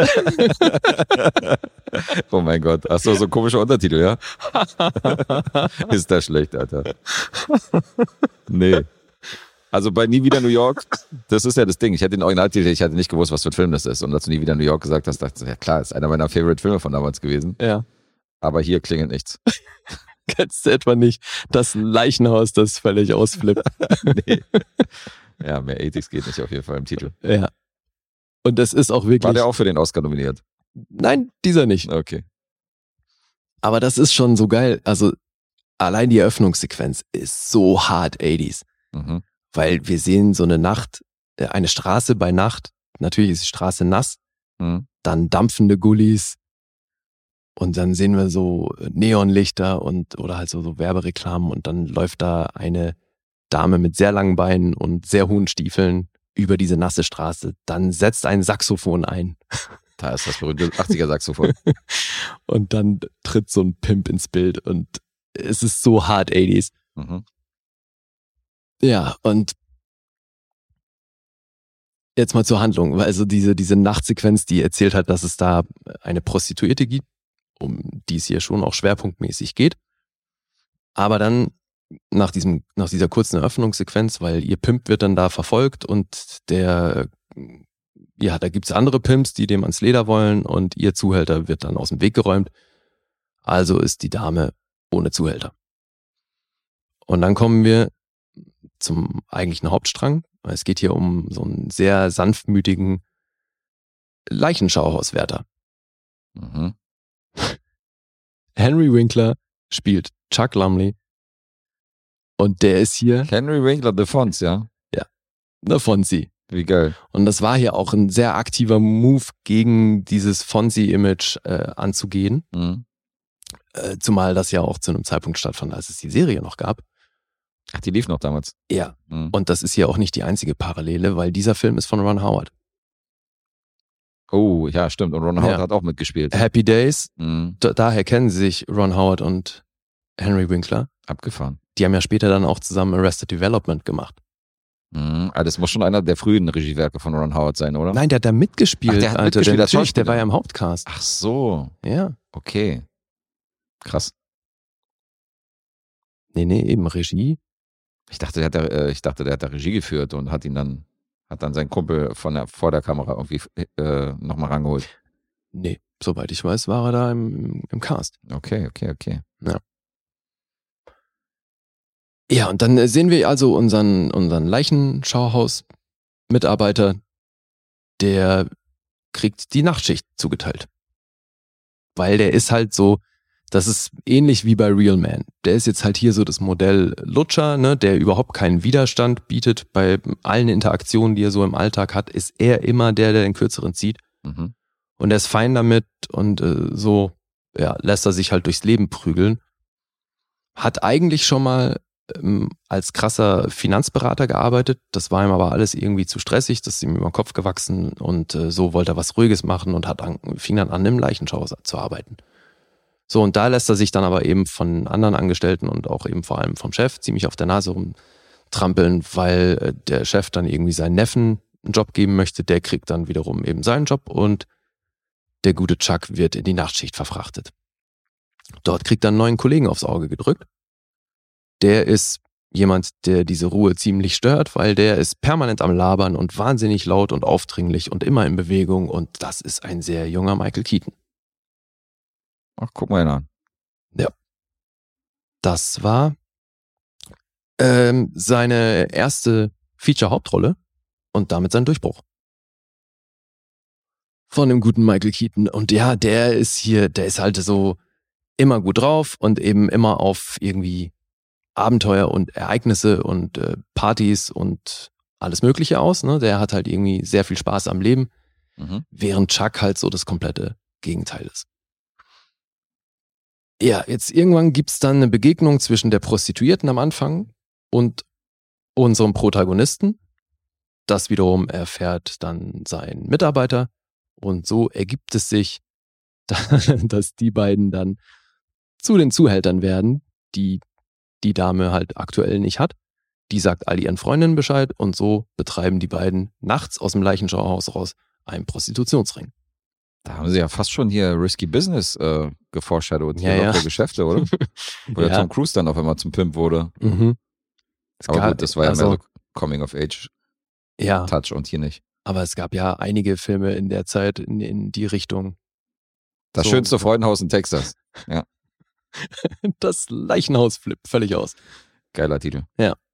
Oh mein Gott. Achso, so ein komischer Untertitel, ja? Ist das schlecht, Alter. Nee. Also bei Nie wieder New York, das ist ja das Ding. Ich hätte den Originaltitel, ich hatte nicht gewusst, was für ein Film das ist. Und als du Nie wieder New York gesagt hast, dachte ich, ja klar, ist einer meiner Favorite-Filme von damals gewesen. Ja. Aber hier klingelt nichts. Kennst du etwa nicht das Leichenhaus, das völlig ausflippt? Nee. Ja, mehr 80s geht nicht auf jeden Fall im Titel. Ja. Und das ist auch wirklich... War der auch für den Oscar nominiert? Nein, dieser nicht. Okay. Aber das ist schon so geil. Also allein die Eröffnungssequenz ist so hart 80s. Mhm. Weil wir sehen so eine Nacht, eine Straße bei Nacht. Natürlich ist die Straße nass. Mhm. Dann dampfende Gullis. Und dann sehen wir so Neonlichter oder halt so Werbereklamen. Und dann läuft da eine Dame mit sehr langen Beinen und sehr hohen Stiefeln über diese nasse Straße. Dann setzt ein Saxophon ein. Da ist das berühmte 80er-Saxophon. Und dann tritt so ein Pimp ins Bild und es ist so hart 80s. Mhm. Ja, und jetzt mal zur Handlung. Also diese Nachtsequenz, die erzählt hat, dass es da eine Prostituierte gibt, um die es hier schon auch schwerpunktmäßig geht. Aber dann nach dieser kurzen Eröffnungssequenz, weil ihr Pimp wird dann da verfolgt und da gibt's andere Pimps, die dem ans Leder wollen und ihr Zuhälter wird dann aus dem Weg geräumt. Also ist die Dame ohne Zuhälter. Und dann kommen wir zum eigentlichen Hauptstrang. Es geht hier um so einen sehr sanftmütigen Leichenschauhauswärter. Mhm. Henry Winkler spielt Chuck Lumley. Und der ist hier Henry Winkler, The Fonz, ja? Ja, der Fonzie. Wie geil. Und das war hier auch ein sehr aktiver Move, gegen dieses Fonzie-Image anzugehen. Mhm. Zumal das ja auch zu einem Zeitpunkt stattfand, als es die Serie noch gab. Ach, die lief noch damals. Ja, Mhm. und das ist hier auch nicht die einzige Parallele, weil dieser Film ist von Ron Howard. Oh, ja, stimmt. Und Ron Howard hat auch mitgespielt. Happy Days, Mhm. daher kennen sie sich, Ron Howard und Henry Winkler. Abgefahren. Die haben ja später dann auch zusammen Arrested Development gemacht. Mhm. Also das muss schon einer der frühen Regiewerke von Ron Howard sein, oder? Nein, der hat da mitgespielt, Ach, der hat Alter. mitgespielt als Natürlich, der Schauspieler. war ja im Hauptcast. Ach so, Ja. okay. Krass. Nee, eben Regie. Ich dachte, der hat da Regie geführt und hat dann seinen Kumpel vor der Kamera irgendwie nochmal rangeholt. Nee, soweit ich weiß, war er da im Cast. Okay. Ja, und dann sehen wir also unseren Leichenschauhaus-Mitarbeiter, der kriegt die Nachtschicht zugeteilt. Weil der ist halt so, das ist ähnlich wie bei Real Man. Der ist jetzt halt hier so das Modell Lutscher, ne, der überhaupt keinen Widerstand bietet. Bei allen Interaktionen, die er so im Alltag hat, ist er immer der den Kürzeren zieht. Mhm. Und er ist fein damit und so lässt er sich halt durchs Leben prügeln. Hat eigentlich schon mal als krasser Finanzberater gearbeitet. Das war ihm aber alles irgendwie zu stressig, das ist ihm über den Kopf gewachsen und so wollte er was Ruhiges machen und fing dann an, im Leichenschauhaus zu arbeiten. So, und da lässt er sich dann aber eben von anderen Angestellten und auch eben vor allem vom Chef ziemlich auf der Nase rumtrampeln, weil der Chef dann irgendwie seinen Neffen einen Job geben möchte, der kriegt dann wiederum eben seinen Job und der gute Chuck wird in die Nachtschicht verfrachtet. Dort kriegt er einen neuen Kollegen aufs Auge gedrückt. Der ist jemand, der diese Ruhe ziemlich stört, weil der ist permanent am Labern und wahnsinnig laut und aufdringlich und immer in Bewegung und das ist ein sehr junger Michael Keaton. Ach, guck mal ihn an. Ja. Das war seine erste Feature-Hauptrolle und damit sein Durchbruch. Von dem guten Michael Keaton. Und ja, der ist halt so immer gut drauf und eben immer auf irgendwie Abenteuer und Ereignisse und Partys und alles Mögliche aus. Ne? Der hat halt irgendwie sehr viel Spaß am Leben, während Chuck halt so das komplette Gegenteil ist. Ja, jetzt irgendwann gibt's dann eine Begegnung zwischen der Prostituierten am Anfang und unserem Protagonisten. Das wiederum erfährt dann sein Mitarbeiter. Und so ergibt es sich, dass die beiden dann zu den Zuhältern werden, die die Dame halt aktuell nicht hat. Die sagt all ihren Freundinnen Bescheid und so betreiben die beiden nachts aus dem Leichenschauhaus raus einen Prostitutionsring. Da haben sie ja fast schon hier Risky Business geforeshadowt, hier Ja. lockere Geschäfte, oder? Wo der Tom Cruise dann auf einmal zum Pimp wurde. Mhm. Aber gut, das war ja mehr so Coming-of-Age-Touch Ja, und hier nicht. aber es gab ja einige Filme in der Zeit in die Richtung. Das So. schönste Freudenhaus in Texas. Das Leichenhaus flippt völlig aus. Geiler Titel.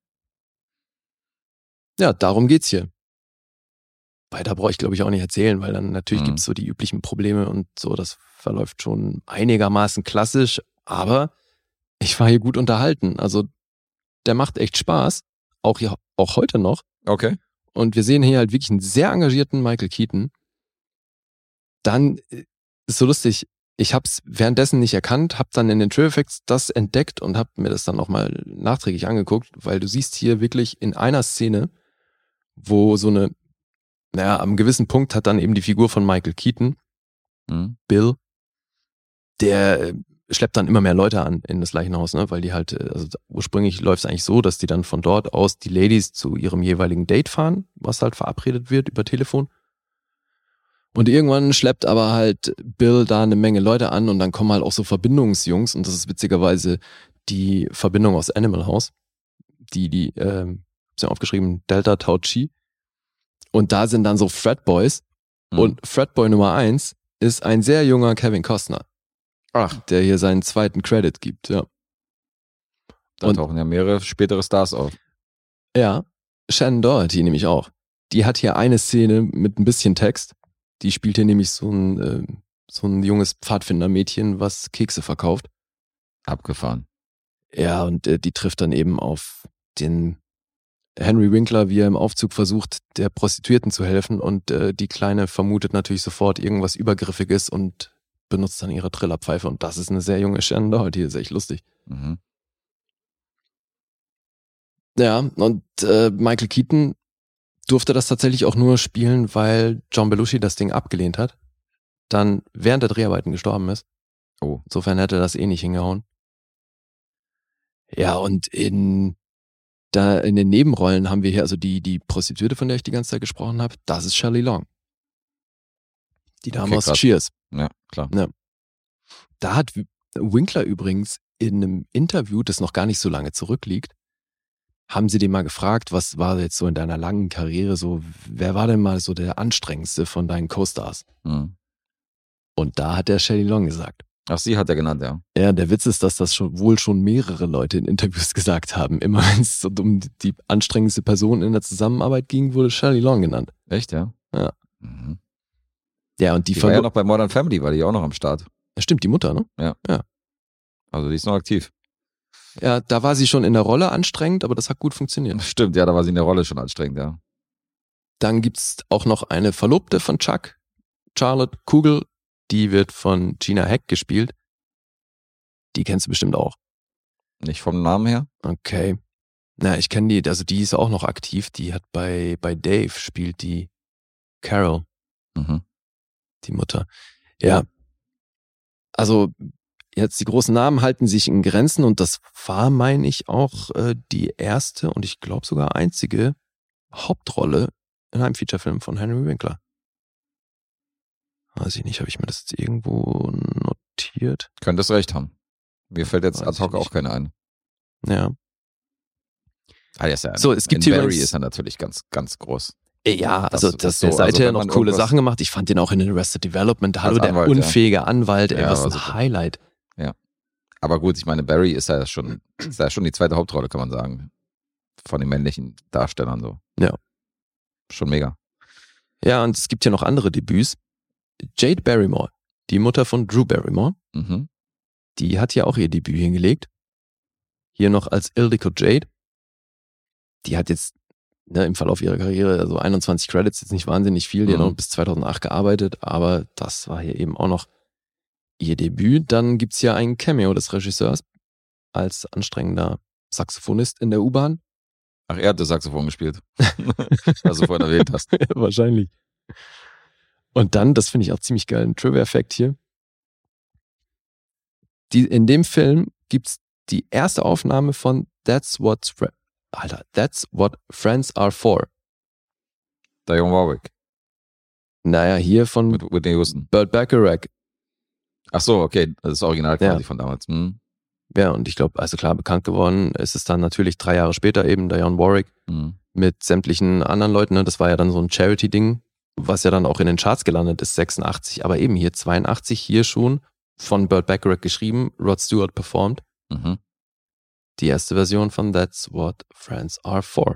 Ja, darum geht's hier. Weiter brauche ich, glaube ich, auch nicht erzählen, weil dann natürlich gibt's so die üblichen Probleme und so, das verläuft schon einigermaßen klassisch, aber ich war hier gut unterhalten. Also der macht echt Spaß, auch heute noch. Okay. Und wir sehen hier halt wirklich einen sehr engagierten Michael Keaton. Dann ist so lustig, ich hab's währenddessen nicht erkannt, hab dann in den Trailer Effects das entdeckt und hab mir das dann nochmal nachträglich angeguckt, weil du siehst hier wirklich in einer Szene, wo so eine, am gewissen Punkt hat dann eben die Figur von Michael Keaton, Bill, der schleppt dann immer mehr Leute an in das Leichenhaus, ne? Weil die halt, also ursprünglich läuft es eigentlich so, dass die dann von dort aus die Ladies zu ihrem jeweiligen Date fahren, was halt verabredet wird über Telefon. Und irgendwann schleppt aber halt Bill da eine Menge Leute an und dann kommen halt auch so Verbindungsjungs und das ist witzigerweise die Verbindung aus Animal House, die hab's ja aufgeschrieben, Delta Tau Chi. Und da sind dann so Fratboys und Fratboy Nummer 1 ist ein sehr junger Kevin Costner. Ach. Der hier seinen zweiten Credit gibt, ja. Da tauchen ja mehrere spätere Stars auf. Ja, Shannon Doherty nämlich auch. Die hat hier eine Szene mit ein bisschen Text. Die spielt hier nämlich so ein junges Pfadfindermädchen, was Kekse verkauft. Abgefahren. Ja, und die trifft dann eben auf den Henry Winkler, wie er im Aufzug versucht, der Prostituierten zu helfen und die Kleine vermutet natürlich sofort irgendwas Übergriffiges und benutzt dann ihre Trillerpfeife und das ist eine sehr junge Shannon Doherty, ist echt lustig. Mhm. Ja, und Michael Keaton durfte das tatsächlich auch nur spielen, weil John Belushi das Ding abgelehnt hat, dann während der Dreharbeiten gestorben ist. Oh. Insofern hätte das eh nicht hingehauen. Ja, und in den Nebenrollen haben wir hier also die Prostituierte, von der ich die ganze Zeit gesprochen habe, das ist Shelley Long. Die Dame aus krass. Cheers. Ja, klar. Ja. Da hat Winkler übrigens in einem Interview, das noch gar nicht so lange zurückliegt, haben sie den mal gefragt, was war jetzt so in deiner langen Karriere so, wer war denn mal so der anstrengendste von deinen Co-Stars? Mhm. Und da hat der Shelley Long gesagt. Ach, sie hat er genannt, ja. Ja, der Witz ist, dass das wohl schon mehrere Leute in Interviews gesagt haben. Immer wenn es so um die anstrengendste Person in der Zusammenarbeit ging, wurde Shelley Long genannt. Echt, ja? Ja. Mhm. Ja, und die war ja noch bei Modern Family, war die auch noch am Start. Ja, stimmt, die Mutter, ne? Ja. Ja. Also die ist noch aktiv. Ja, da war sie schon in der Rolle anstrengend, aber das hat gut funktioniert. Stimmt, ja, da war sie in der Rolle schon anstrengend, ja. Dann gibt's auch noch eine Verlobte von Chuck, Charlotte Kugel, die wird von Gina Hack gespielt. Die kennst du bestimmt auch. Nicht vom Namen her? Okay. Na, ich kenne die, also die ist auch noch aktiv, die hat bei Dave spielt die Carol, die Mutter. Ja. Also jetzt die großen Namen halten sich in Grenzen und das war, meine ich, auch die erste und ich glaube sogar einzige Hauptrolle in einem Featurefilm von Henry Winkler. Weiß ich nicht, habe ich mir das jetzt irgendwo notiert? Könntest recht haben. Mir fällt jetzt ad hoc auch keine ein. Ja. Ja so, es gibt in hier Barry ist er natürlich ganz, ganz groß. Ja, also der so, seither also noch coole Sachen gemacht. Ich fand den auch in Arrested Development. Hallo, der Anwalt, unfähige Anwalt, ey, Ja, was war ein super. Highlight. Ja. Aber gut, ich meine, Barry ist ja schon die zweite Hauptrolle, kann man sagen. Von den männlichen Darstellern so. Ja. Schon mega. Ja, und es gibt hier noch andere Debüts. Jade Barrymore, die Mutter von Drew Barrymore, die hat ja auch ihr Debüt hingelegt. Hier noch als Ildiko Jade. Die hat jetzt im Verlauf ihrer Karriere, also 21 Credits, jetzt nicht wahnsinnig viel, die hat noch bis 2008 gearbeitet, aber das war hier eben auch noch ihr Debüt. Dann gibt's hier ein Cameo des Regisseurs als anstrengender Saxophonist in der U-Bahn. Ach, er hat das Saxophon gespielt. Was du vorhin erwähnt hast. Ja, wahrscheinlich. Und dann, das finde ich auch ziemlich geil, ein Trivia-Fact hier. In dem Film gibt's die erste Aufnahme von That's What Friends Are For. Dionne Warwick. Naja, hier von Mit Whitney Houston. Burt Bacharach. Ach so, okay, das ist Original quasi von damals. Ja, und ich glaube, also klar, bekannt geworden ist es dann natürlich 3 Jahre später eben Dionne Warwick mit sämtlichen anderen Leuten. Ne? Das war ja dann so ein Charity-Ding, was ja dann auch in den Charts gelandet ist, 86, aber eben hier 82, hier schon von Burt Bacharach geschrieben, Rod Stewart performt. Die erste Version von That's What Friends Are For.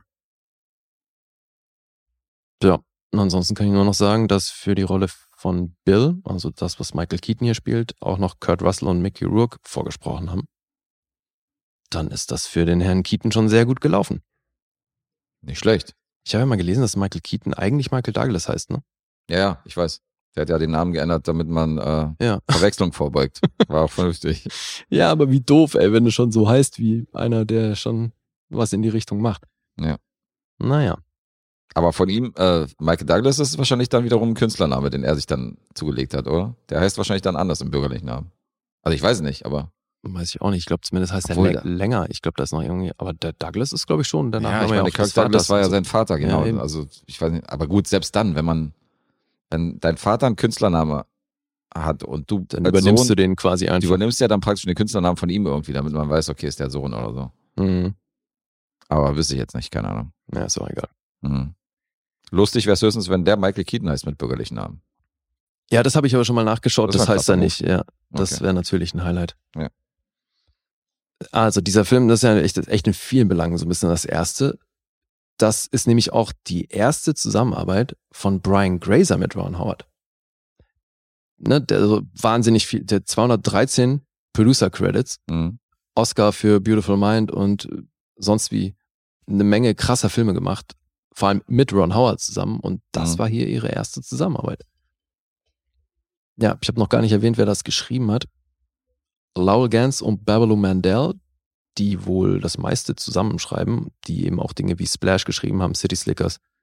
Ja, und ansonsten kann ich nur noch sagen, dass für die Rolle von Bill, also das, was Michael Keaton hier spielt, auch noch Kurt Russell und Mickey Rourke vorgesprochen haben. Dann ist das für den Herrn Keaton schon sehr gut gelaufen. Nicht schlecht. Ich habe ja mal gelesen, dass Michael Keaton eigentlich Michael Douglas heißt, ne? Ja, ich weiß. Der hat ja den Namen geändert, damit man Verwechslung vorbeugt. War auch vernünftig. Ja, aber wie doof, ey, wenn du schon so heißt wie einer, der schon was in die Richtung macht. Ja. Naja. Aber von ihm, Michael Douglas ist wahrscheinlich dann wiederum ein Künstlername, den er sich dann zugelegt hat, oder? Der heißt wahrscheinlich dann anders im bürgerlichen Namen. Also ich weiß nicht, aber... Weiß ich auch nicht. Ich glaube, zumindest heißt Obwohl, er länger. Ich glaube, da ist noch irgendwie... Aber der Douglas ist, glaube ich, schon. Der Name ich meine, Kirk Douglas war ja sein Vater, genau. Ja, also ich weiß nicht, aber gut, selbst dann, wenn dein Vater einen Künstlername hat und du dann übernimmst du den quasi einfach. Du übernimmst ja dann praktisch den Künstlernamen von ihm irgendwie, damit man weiß, okay, ist der Sohn oder so. Aber wüsste ich jetzt nicht, keine Ahnung. Ja, ist auch egal. Lustig wäre es höchstens, wenn der Michael Keaton heißt mit bürgerlichen Namen. Ja, das habe ich aber schon mal nachgeschaut, das heißt er nicht. Move. Ja, das Okay. wäre natürlich ein Highlight. Ja. Also dieser Film, das ist ja echt in vielen Belangen so ein bisschen das Erste. Das ist nämlich auch die erste Zusammenarbeit von Brian Grazer mit Ron Howard. Ne, der so wahnsinnig viel, der 213 Producer-Credits, Oscar für Beautiful Mind und sonst wie eine Menge krasser Filme gemacht, vor allem mit Ron Howard zusammen, und das war hier ihre erste Zusammenarbeit. Ja, ich habe noch gar nicht erwähnt, wer das geschrieben hat. Lowell Gans und Babaloo Mandel, die wohl das meiste zusammenschreiben, die eben auch Dinge wie Splash geschrieben haben, City Slickers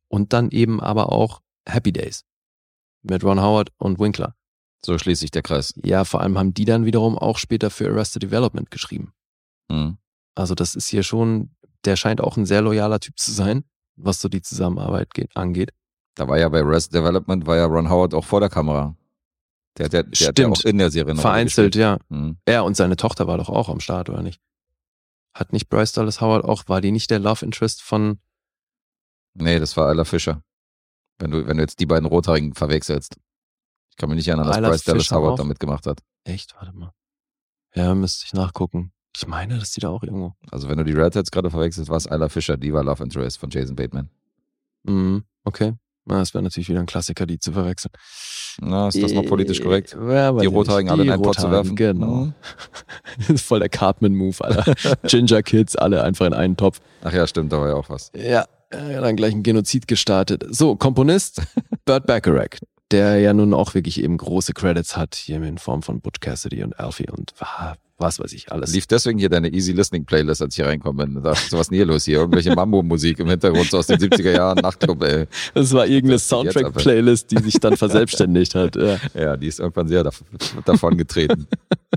Und dann eben aber auch Happy Days mit Ron Howard und Winkler. So schließt sich der Kreis. Ja, vor allem haben die dann wiederum auch später für Arrested Development geschrieben. Mhm. Also das ist hier schon, der scheint auch ein sehr loyaler Typ zu sein, was so die Zusammenarbeit angeht. Da war ja bei Arrested Development, war ja Ron Howard auch vor der Kamera. Der hat ja auch in der Serie noch vereinzelt, ja. Mhm. Er und seine Tochter war doch auch am Start, oder nicht? Hat nicht Bryce Dallas Howard auch, war die nicht der Love Interest von... Nee, das war Isla Fisher. Wenn du jetzt die beiden Rothaarigen verwechselst. Ich kann mich nicht erinnern, dass Isla Bryce Dallas Fisher Howard auch? da mitgemacht hat. Echt? Warte mal. Ja, müsste ich nachgucken. Ich meine, dass die da auch irgendwo... Also wenn du die Redheads gerade verwechselst, war es Isla Fisher, die war Love Interest von Jason Bateman. Okay. Na, das wäre natürlich wieder ein Klassiker, die zu verwechseln. Na, ist das noch politisch korrekt? Ja, Die Rothaarigen alle in einen Pott zu werfen? Genau. Das ist voll der Cartman-Move, Alter. Ginger Kids, alle einfach in einen Topf. Ach ja, stimmt, da war ja auch was. Ja, dann gleich ein Genozid gestartet. So, Komponist Burt Bacharach, der ja nun auch wirklich eben große Credits hat, hier in Form von Butch Cassidy und Alfie und was weiß ich alles. Lief deswegen hier deine Easy Listening Playlist, als ich hier reinkomme. Da dachte ich, so was denn hier los hier? Irgendwelche Mambo-Musik im Hintergrund so aus den 70er Jahren, Nachtclub, ey. Das war irgendeine Soundtrack-Playlist, die sich dann verselbstständigt hat. Ja, die ist irgendwann sehr davon getreten.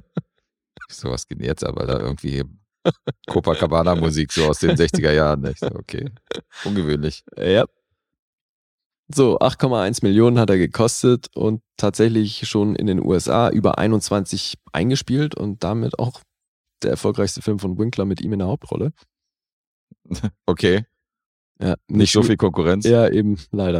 So, was geht denn jetzt aber da irgendwie Copacabana-Musik so aus den 60er Jahren. Ich so, okay, ungewöhnlich. Ja. So, 8,1 Millionen hat er gekostet und tatsächlich schon in den USA über 21 eingespielt und damit auch der erfolgreichste Film von Winkler mit ihm in der Hauptrolle. Okay. Ja, Nicht so viel Konkurrenz. Ja, eben, leider.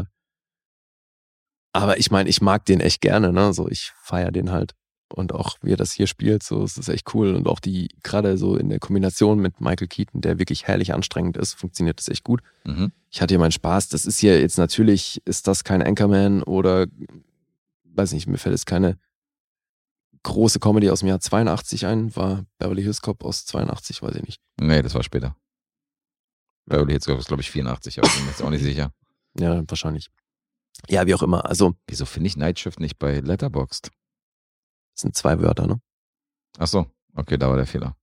Aber ich meine, ich mag den echt gerne, ne? So, ich feiere den halt. Und auch wie er das hier spielt, so, es ist echt cool. Und auch die, gerade so in der Kombination mit Michael Keaton, der wirklich herrlich anstrengend ist, funktioniert das echt gut. Mhm. Ich hatte hier meinen Spaß. Das ist hier jetzt natürlich, ist das kein Anchorman oder, weiß nicht, mir fällt jetzt keine große Comedy aus dem Jahr 82 ein. War Beverly Hills Cop aus 82, weiß ich nicht. Nee, das war später. Beverly Hills Cop ist, glaube ich, 84, aber ich bin mir jetzt auch nicht sicher. Ja, wahrscheinlich. Ja, wie auch immer. Also, wieso finde ich Night Shift nicht bei Letterboxd? Das sind 2 Wörter, ne? Ach so, okay, da war der Fehler.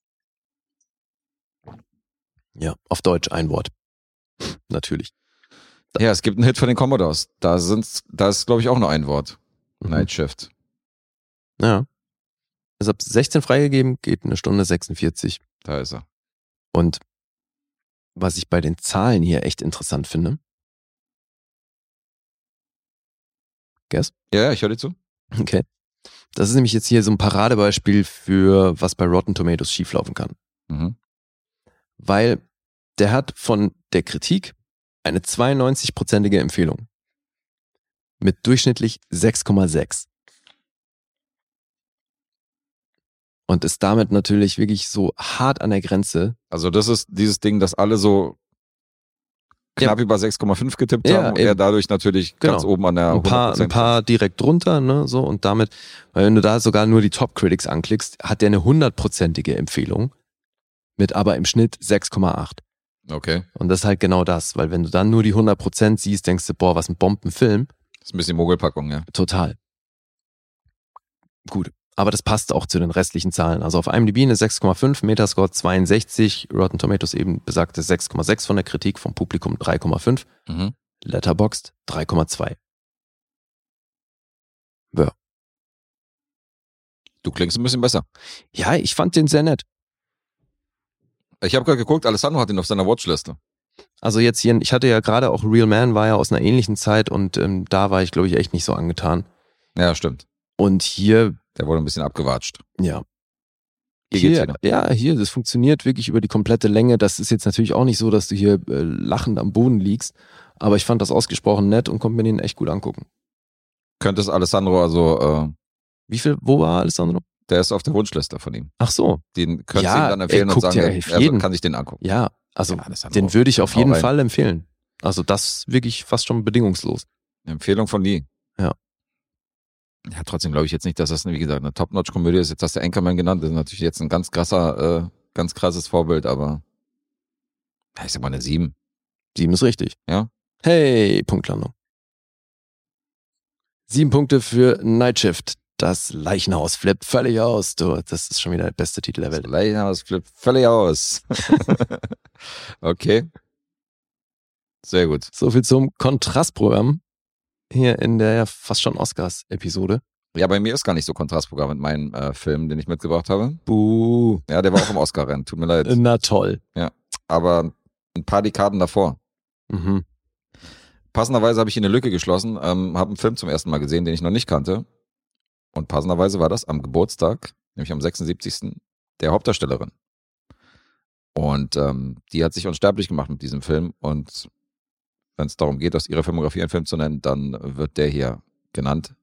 Ja, auf Deutsch ein Wort. Natürlich. Ja, es gibt einen Hit von den Commodores. Da ist, glaube ich, auch nur ein Wort. Night Shift. Ja. Ist ab 16 freigegeben, geht 1 Stunde 46. Da ist er. Und was ich bei den Zahlen hier echt interessant finde. Guess? Ja, ich höre dir zu. Okay. Das ist nämlich jetzt hier so ein Paradebeispiel für, was bei Rotten Tomatoes schieflaufen kann. Mhm. Weil der hat von der Kritik eine 92%ige Empfehlung. Mit durchschnittlich 6,6. Und ist damit natürlich wirklich so hart an der Grenze. Also das ist dieses Ding, dass alle so knapp über 6,5 getippt haben und eben. er dadurch natürlich ganz oben an der 100%. Ein paar direkt drunter, ne, so, und damit, weil wenn du da sogar nur die Top-Critics anklickst, hat der eine 100%ige Empfehlung mit aber im Schnitt 6,8. Okay. Und das ist halt genau das, weil wenn du dann nur die 100% siehst, denkst du, boah, was ein Bombenfilm. Das ist ein bisschen Mogelpackung, ja. Total. Gut. Aber das passt auch zu den restlichen Zahlen. Also auf IMDb eine 6,5, Metascore 62, Rotten Tomatoes eben besagte 6,6 von der Kritik, vom Publikum 3,5, Letterboxd 3,2. Ja. Du klingst ein bisschen besser. Ja, ich fand den sehr nett. Ich habe gerade geguckt, Alessandro hat ihn auf seiner Watchliste. Also jetzt hier, ich hatte ja gerade auch Real Man, war ja aus einer ähnlichen Zeit und da war ich, glaube ich, echt nicht so angetan. Ja, stimmt. Und hier... Der wurde ein bisschen abgewatscht. Ja. Hier, das funktioniert wirklich über die komplette Länge. Das ist jetzt natürlich auch nicht so, dass du hier lachend am Boden liegst, aber ich fand das ausgesprochen nett und konnte mir den echt gut angucken. Könntest Alessandro also... wo war Alessandro? Der ist auf der Wunschliste von ihm. Ach so. Den könntest du ihm dann empfehlen und sagen, er kann sich den angucken. Ja, also den würde ich auf jeden Fall empfehlen. Also das wirklich fast schon bedingungslos. Eine Empfehlung von Lee. Ja. Ja, trotzdem glaube ich jetzt nicht, dass das, wie gesagt, eine Top-Notch-Komödie ist. Jetzt hast du Anchorman genannt. Das ist natürlich jetzt ein ganz krasses Vorbild, aber ich sag mal eine 7. 7 ist richtig. Ja. Hey, Punktlandung. 7 Punkte für Night Shift. Das Leichenhaus flippt völlig aus. Du, das ist schon wieder der beste Titel der Welt. Das Leichenhaus flippt völlig aus. Okay. Sehr gut. So viel zum Kontrastprogramm hier in der ja fast schon Oscars-Episode. Ja, bei mir ist gar nicht so Kontrastprogramm mit meinem Film, den ich mitgebracht habe. Buh. Ja, der war auch im Oscar-Rennen. Tut mir leid. Na toll. Ja, aber ein paar Dekaden davor. Mhm. Passenderweise habe ich hier eine Lücke geschlossen, habe einen Film zum ersten Mal gesehen, den ich noch nicht kannte. Und passenderweise war das am Geburtstag, nämlich am 76. der Hauptdarstellerin. Und die hat sich unsterblich gemacht mit diesem Film. Und wenn es darum geht, aus ihrer Filmografie einen Film zu nennen, dann wird der hier genannt.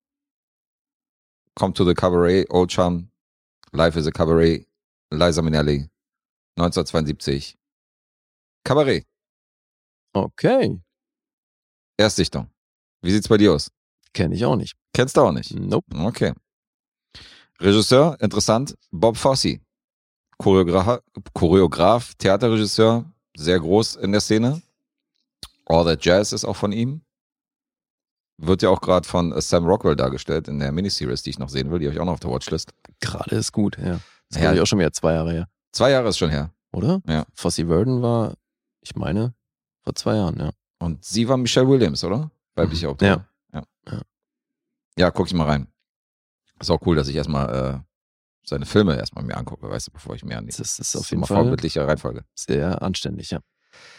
Come to the Cabaret, Old Chum, Life is a Cabaret, Liza Minnelli, 1972. Cabaret. Okay. Erstsichtung. Wie sieht's bei dir aus? Kenne ich auch nicht. Kennst du auch nicht? Nope. Okay. Regisseur, interessant, Bob Fosse. Choreograf, Theaterregisseur, sehr groß in der Szene. All That Jazz ist auch von ihm. Wird ja auch gerade von Sam Rockwell dargestellt in der Miniseries, die ich noch sehen will. Die habe ich auch noch auf der Watchlist. Gerade ist gut, ja. Das Ja. ist ich auch schon wieder 2 Jahre her. 2 Jahre ist schon her. Oder? Ja. Fosse Verdon war, ich meine, vor 2 Jahren, ja. Und sie war Michelle Williams, oder? Weibliche Autorin. Ja, guck ich mal rein. Ist auch cool, dass ich erstmal seine Filme erstmal mir angucke, weißt du, bevor ich mir an die. Das ist auf Das jeden immer Fall vorbildliche Reihenfolge. sehr anständig, ja.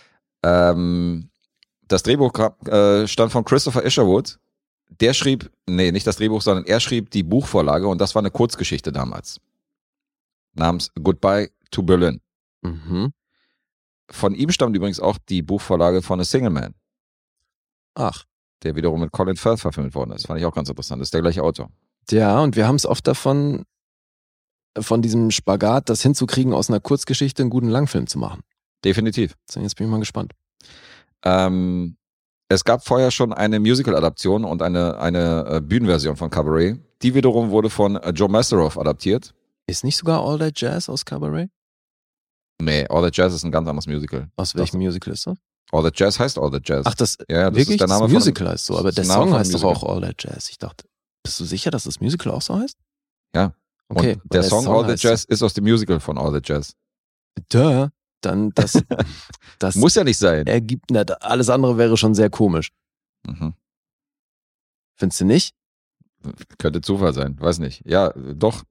Das Drehbuch stammt von Christopher Isherwood. Der schrieb, nee, nicht das Drehbuch, sondern er schrieb die Buchvorlage und das war eine Kurzgeschichte damals. Namens Goodbye to Berlin. Mhm. Von ihm stammt übrigens auch die Buchvorlage von A Single Man, Ach. der wiederum mit Colin Firth verfilmt worden ist. Fand ich auch ganz interessant. Das ist der gleiche Autor. Ja, und wir haben es oft davon, von diesem Spagat, das hinzukriegen, aus einer Kurzgeschichte einen guten Langfilm zu machen. Definitiv. So, jetzt bin ich mal gespannt. Es gab vorher schon eine Musical-Adaption und eine Bühnenversion von Cabaret. Die wiederum wurde von Joe Masteroff adaptiert. Ist nicht sogar All That Jazz aus Cabaret? Nee, All That Jazz ist ein ganz anderes Musical. Aus welchem Musical ist das? All That Jazz heißt All That Jazz. Ach, das, ja, das wirklich? ist der Name das von Musical heißt so, aber das der ist der Name Song von heißt doch Musical. auch All That Jazz. Ich dachte, bist du sicher, dass das Musical auch so heißt? Ja. Okay. Und der Song All That heißt Jazz ist aus dem Musical von All That Jazz. Duh. Dann das Muss ja nicht sein. ergibt, na, alles andere wäre schon sehr komisch. Mhm. Findest du nicht? Könnte Zufall sein. Weiß nicht. Ja, doch.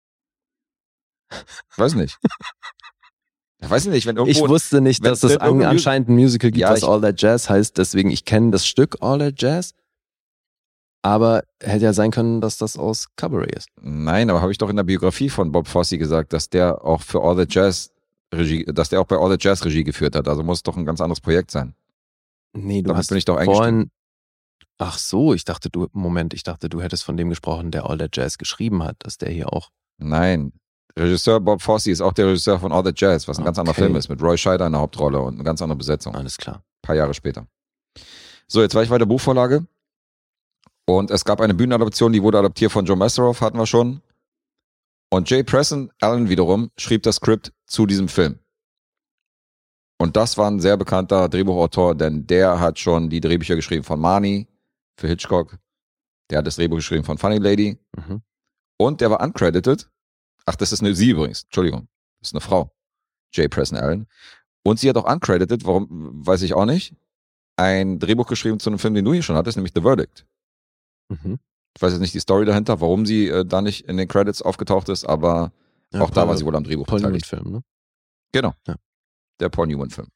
Weiß nicht. Weiß nicht, wenn irgendwo... Ich wusste nicht, wenn- dass es wenn irgendein anscheinend ein Musical gibt, Ja, was ich- All That Jazz heißt. Deswegen, ich kenne das Stück All That Jazz. Aber hätte ja sein können, dass das aus Cabaret ist. Nein, aber habe ich doch in der Biografie von Bob Fosse gesagt, dass der auch für All That Jazz dass der auch bei All That Jazz Regie geführt hat. Also muss es doch ein ganz anderes Projekt sein. Nee, du Damit hast bin ich doch eingestiegen. vorhin... Ach so, ich dachte, du hättest von dem gesprochen, der All That Jazz geschrieben hat, dass der hier auch... Nein. Regisseur Bob Fosse ist auch der Regisseur von All That Jazz, was ein ganz anderer Okay. Film ist, mit Roy Scheider in der Hauptrolle und eine ganz andere Besetzung. Ein Alles klar. paar Jahre später. So, jetzt war ich bei der Buchvorlage. Und es gab eine Bühnenadaption, die wurde adaptiert von Joe Masteroff, hatten wir schon. Und J. Preston Allen wiederum schrieb das Skript zu diesem Film. Und das war ein sehr bekannter Drehbuchautor, denn der hat schon die Drehbücher geschrieben von Marnie für Hitchcock. Der hat das Drehbuch geschrieben von Funny Lady. Mhm. Und der war uncredited. Ach, das ist sie übrigens. Entschuldigung. Das ist eine Frau. J. Preston Allen. Und sie hat auch uncredited, warum, weiß ich auch nicht, ein Drehbuch geschrieben zu einem Film, den du hier schon hattest, nämlich The Verdict. Mhm. Ich weiß jetzt nicht die Story dahinter, warum sie da nicht in den Credits aufgetaucht ist, aber Ja, auch da Paul- war sie wohl am Drehbuch Paul beteiligt. Newman-Film, ne? Genau. Ja. Der Paul Newman-Film.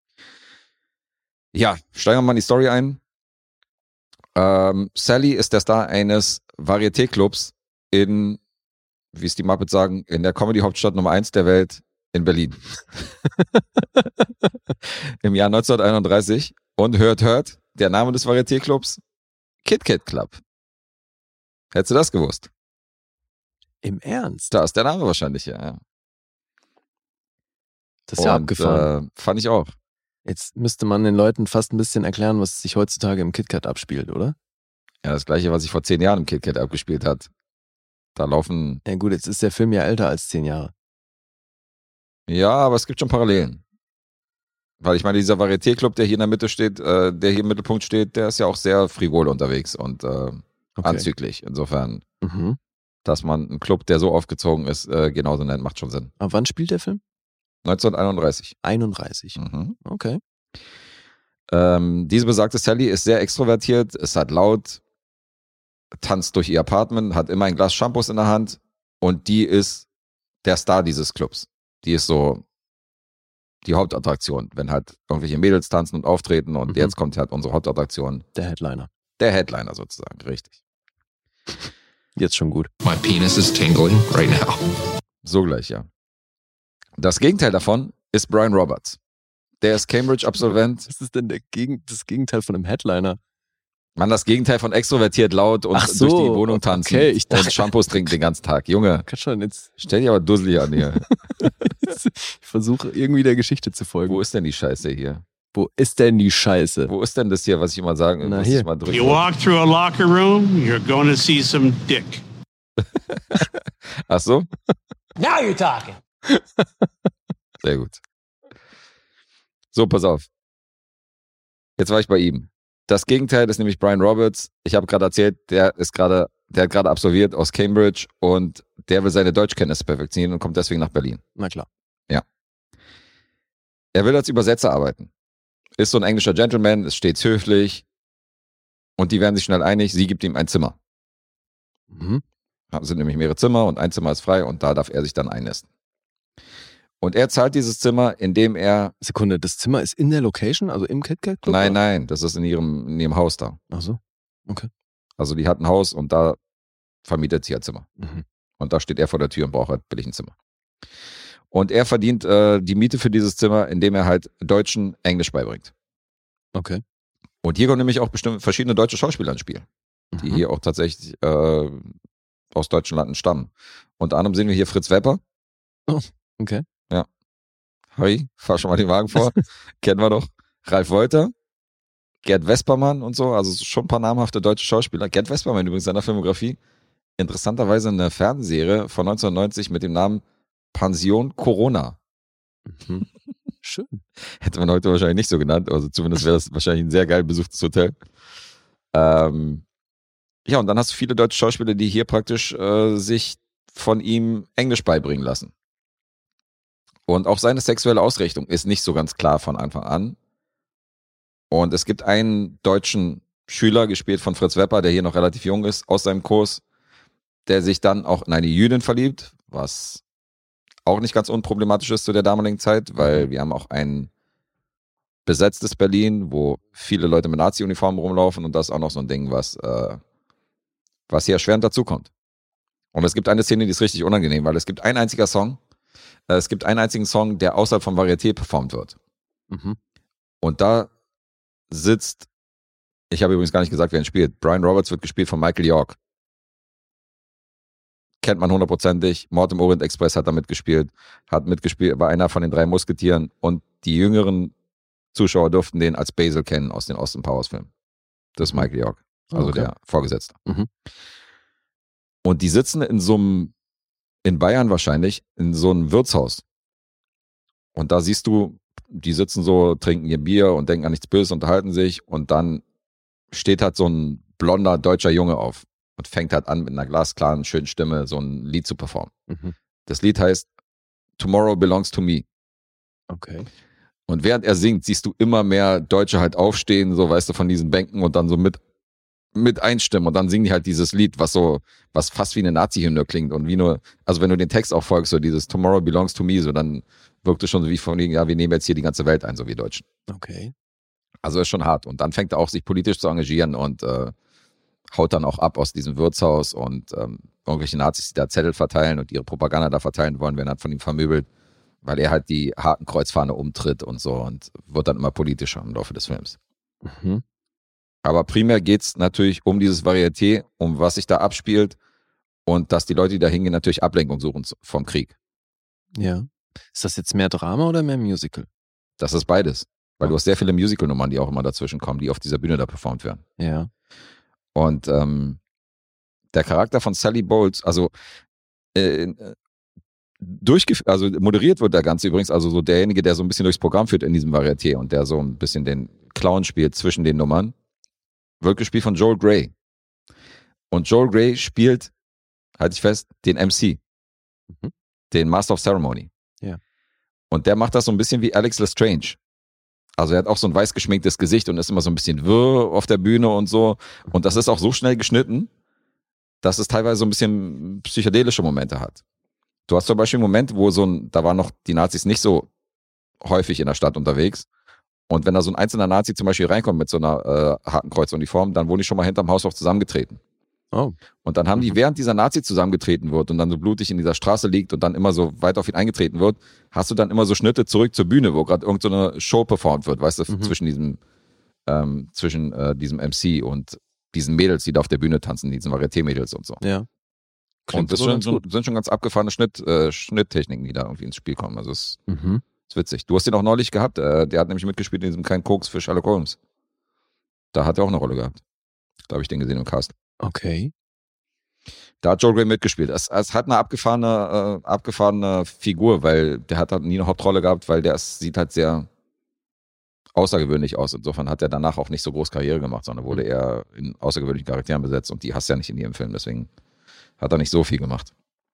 Ja, steigen wir mal in die Story ein. Sally ist der Star eines Varieté-Clubs in, wie es die Muppets sagen, in der Comedy-Hauptstadt Nummer 1 der Welt in Berlin. Im Jahr 1931. Und hört, der Name des Varieté-Clubs? Kit Kat Club. Hättest du das gewusst? Im Ernst? Da ist der Name wahrscheinlich, ja. Das ist ja abgefahren. Fand ich auch. Jetzt müsste man den Leuten fast ein bisschen erklären, was sich heutzutage im KitKat abspielt, oder? Ja, das gleiche, was sich vor 10 Jahren im Kit Kat abgespielt hat. Da laufen, Ja gut, jetzt ist der Film ja älter als 10 Jahre. ja, aber es gibt schon Parallelen. Weil ich meine, dieser Varieté-Club, der hier in der Mitte steht, der hier im Mittelpunkt steht, der ist ja auch sehr frivol unterwegs und anzüglich. Insofern, Mhm. dass man einen Club, der so aufgezogen ist, genauso nennt, macht schon Sinn. Aber wann spielt der Film? 1931. 31. Mhm. Okay. Diese besagte Sally ist sehr extrovertiert, ist halt laut, tanzt durch ihr Apartment, hat immer ein Glas Shampoos in der Hand und die ist der Star dieses Clubs. Die ist so die Hauptattraktion, wenn halt irgendwelche Mädels tanzen und auftreten und jetzt kommt halt unsere Hauptattraktion. Der Headliner. Der Headliner sozusagen, richtig. Jetzt schon gut. My penis is tingling right now. So gleich, ja. Das Gegenteil davon ist Brian Roberts. Der ist Cambridge-Absolvent. Was ist denn das Gegenteil von einem Headliner? Man, das Gegenteil von extrovertiert laut und durch die Wohnung tanzen und Shampoos trinken den ganzen Tag. Junge, kann schon jetzt. Stell dich aber dusselig an hier. Ich versuche irgendwie der Geschichte zu folgen. Wo ist denn die Scheiße hier? Wo ist denn die Scheiße? Wo ist denn das hier, was ich immer sagen muss? Hier. Mal drücken. You walk through a locker room, you're going to see some dick. Ach so? Now you're talking. Sehr gut. So, pass auf. Jetzt war ich bei ihm. Das Gegenteil ist nämlich Brian Roberts. Ich habe gerade erzählt, der hat gerade absolviert aus Cambridge und der will seine Deutschkenntnisse perfektionieren und kommt deswegen nach Berlin. Na klar. Ja. Er will als Übersetzer arbeiten. Ist so ein englischer Gentleman, ist stets höflich und die werden sich schnell einig, sie gibt ihm ein Zimmer. Sind nämlich mehrere Zimmer und ein Zimmer ist frei und da darf er sich dann einnisten. Und er zahlt dieses Zimmer, indem er... Sekunde, das Zimmer ist in der Location, also im KitKat Club? Nein, das ist in ihrem Haus da. Ach so, okay. Also die hat ein Haus und da vermietet sie ein Zimmer. Und da steht er vor der Tür und braucht halt billig ein Zimmer. Und er verdient die Miete für dieses Zimmer, indem er halt Deutschen Englisch beibringt. Okay. Und hier kommen nämlich auch bestimmt verschiedene deutsche Schauspieler ins Spiel, die hier auch tatsächlich aus deutschen Landen stammen. Unter anderem sehen wir hier Fritz Wepper. Oh, okay. Ja. Harry, fahr schon mal den Wagen vor. Kennen wir doch. Ralf Wolter, Gerd Vespermann und so, also schon ein paar namhafte deutsche Schauspieler. Gerd Vespermann übrigens in seiner Filmografie. Interessanterweise eine Fernsehserie von 1990 mit dem Namen Pension Corona. Schön. Hätte man heute wahrscheinlich nicht so genannt, also zumindest wäre das wahrscheinlich ein sehr geil besuchtes Hotel. Ja, und dann hast du viele deutsche Schauspieler, die hier praktisch sich von ihm Englisch beibringen lassen. Und auch seine sexuelle Ausrichtung ist nicht so ganz klar von Anfang an. Und es gibt einen deutschen Schüler, gespielt von Fritz Wepper, der hier noch relativ jung ist, aus seinem Kurs, der sich dann auch in eine Jüdin verliebt, was auch nicht ganz unproblematisch ist zu der damaligen Zeit, weil wir haben auch ein besetztes Berlin, wo viele Leute mit Nazi-Uniformen rumlaufen und das ist auch noch so ein Ding, was hier erschwerend dazukommt. Und es gibt eine Szene, die ist richtig unangenehm, weil es gibt einen einzigen Song, der außerhalb vom Varieté performt wird. Und da sitzt, ich habe übrigens gar nicht gesagt, wer ihn spielt, Brian Roberts wird gespielt von Michael York. Kennt man hundertprozentig. Mord im Orient Express hat da mitgespielt, war einer von den 3 Musketieren und die jüngeren Zuschauer durften den als Basil kennen aus den Austin Powers Filmen. Das ist Michael York, also der Vorgesetzte. Und die sitzen in Bayern wahrscheinlich, in so einem Wirtshaus. Und da siehst du, die sitzen so, trinken ihr Bier und denken an nichts Böses, unterhalten sich und dann steht halt so ein blonder deutscher Junge auf und fängt halt an mit einer glasklaren, schönen Stimme so ein Lied zu performen. Das Lied heißt Tomorrow Belongs to Me. Okay. Und während er singt, siehst du immer mehr Deutsche halt aufstehen, so weißt du, von diesen Bänken und dann so mit einstimmen und dann singen die halt dieses Lied, was fast wie eine Nazi-Hymne klingt und wie nur, also wenn du den Text auch folgst, so dieses Tomorrow Belongs to Me, so dann wirkt es schon so wie von wegen, ja, wir nehmen jetzt hier die ganze Welt ein, so wie Deutschen. Okay. Also ist schon hart. Und dann fängt er auch sich politisch zu engagieren und haut dann auch ab aus diesem Wirtshaus und irgendwelche Nazis, die da Zettel verteilen und ihre Propaganda da verteilen wollen, werden halt von ihm vermöbelt, weil er halt die Hakenkreuzfahne umtritt und so und wird dann immer politischer im Laufe des Films. Aber primär geht's natürlich um dieses Varieté, um was sich da abspielt und dass die Leute, die da hingehen, natürlich Ablenkung suchen vom Krieg. Ja. Ist das jetzt mehr Drama oder mehr Musical? Das ist beides. Weil du hast sehr viele Musical-Nummern, die auch immer dazwischen kommen, die auf dieser Bühne da performt werden. Ja. Und der Charakter von Sally Bowles, also moderiert wird der Ganze übrigens, also so derjenige, der so ein bisschen durchs Programm führt in diesem Varieté und der so ein bisschen den Clown spielt zwischen den Nummern, wird gespielt von Joel Grey. Und Joel Grey spielt, halte ich fest, den MC. Den Master of Ceremony. Ja. Und der macht das so ein bisschen wie Alex Lestrange. Also er hat auch so ein weiß geschminktes Gesicht und ist immer so ein bisschen wirr auf der Bühne und so. Und das ist auch so schnell geschnitten, dass es teilweise so ein bisschen psychedelische Momente hat. Du hast zum Beispiel einen Moment, wo da waren noch die Nazis nicht so häufig in der Stadt unterwegs. Und wenn da so ein einzelner Nazi zum Beispiel reinkommt mit so einer Hakenkreuzuniform, dann wurden die schon mal hinterm Haus auch zusammengetreten. Oh. Und dann haben die, während dieser Nazi zusammengetreten wird und dann so blutig in dieser Straße liegt und dann immer so weit auf ihn eingetreten wird, hast du dann immer so Schnitte zurück zur Bühne, wo gerade irgend so eine Show performt wird, weißt du, zwischen diesem MC und diesen Mädels, die da auf der Bühne tanzen, diesen Varieté-Mädels und so. Ja. Und das sind schon ganz abgefahrene Schnitttechniken, die da irgendwie ins Spiel kommen. Also es ist witzig. Du hast den auch neulich gehabt, der hat nämlich mitgespielt in diesem Kein Koks für Sherlock Holmes. Da hat er auch eine Rolle gehabt. Da habe ich den gesehen im Cast. Okay. Da hat Joel Grey mitgespielt. Es hat eine abgefahrene Figur, weil der hat halt nie eine Hauptrolle gehabt, weil sieht halt sehr außergewöhnlich aus. Insofern hat er danach auch nicht so groß Karriere gemacht, sondern wurde eher in außergewöhnlichen Charakteren besetzt und die hast du ja nicht in jedem Film, deswegen hat er nicht so viel gemacht.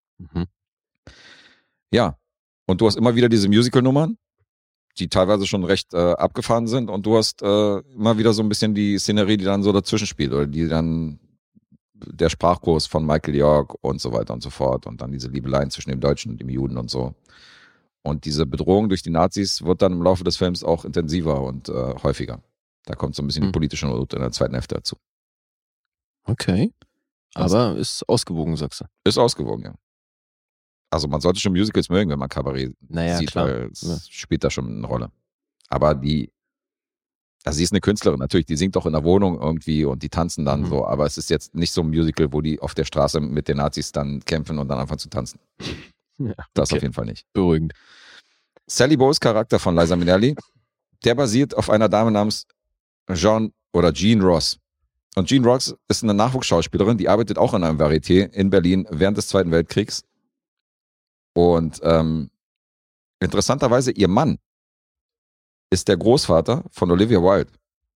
Ja, und du hast immer wieder diese Musical-Nummern, die teilweise schon recht abgefahren sind und du hast immer wieder so ein bisschen die Szenerie, die dann so dazwischen spielt oder die dann der Sprachkurs von Michael York und so weiter und so fort und dann diese Liebeleien zwischen dem Deutschen und dem Juden und so. Und diese Bedrohung durch die Nazis wird dann im Laufe des Films auch intensiver und häufiger. Da kommt so ein bisschen die politische Not in der zweiten Hälfte dazu. Okay. Aber ist ausgewogen, sagst du? Ist ausgewogen, ja. Also man sollte schon Musicals mögen, wenn man Kabarett sieht, klar. weil es spielt da schon eine Rolle. Aber sie ist eine Künstlerin, natürlich, die singt auch in der Wohnung irgendwie und die tanzen dann so, aber es ist jetzt nicht so ein Musical, wo die auf der Straße mit den Nazis dann kämpfen und dann anfangen zu tanzen. Ja, das auf jeden Fall nicht. Beruhigend. Sally Bowles Charakter von Liza Minnelli, der basiert auf einer Dame namens Jean Ross. Und Jean Ross ist eine Nachwuchsschauspielerin, die arbeitet auch in einem Varieté in Berlin während des Zweiten Weltkriegs. Und interessanterweise, ihr Mann ist der Großvater von Olivia Wilde.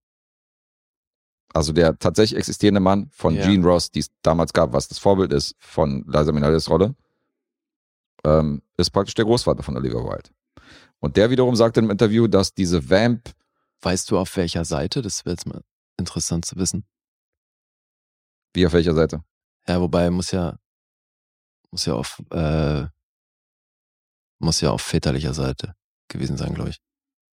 Also der tatsächlich existierende Mann von Jean Ross, die es damals gab, was das Vorbild ist von Liza Minnellis Rolle, ist praktisch der Großvater von Olivia Wilde. Und der wiederum sagte im Interview, dass diese Vamp... Weißt du, auf welcher Seite? Das wäre jetzt mal interessant zu wissen. Wie, auf welcher Seite? Ja, wobei muss ja auf väterlicher Seite gewesen sein, glaube ich.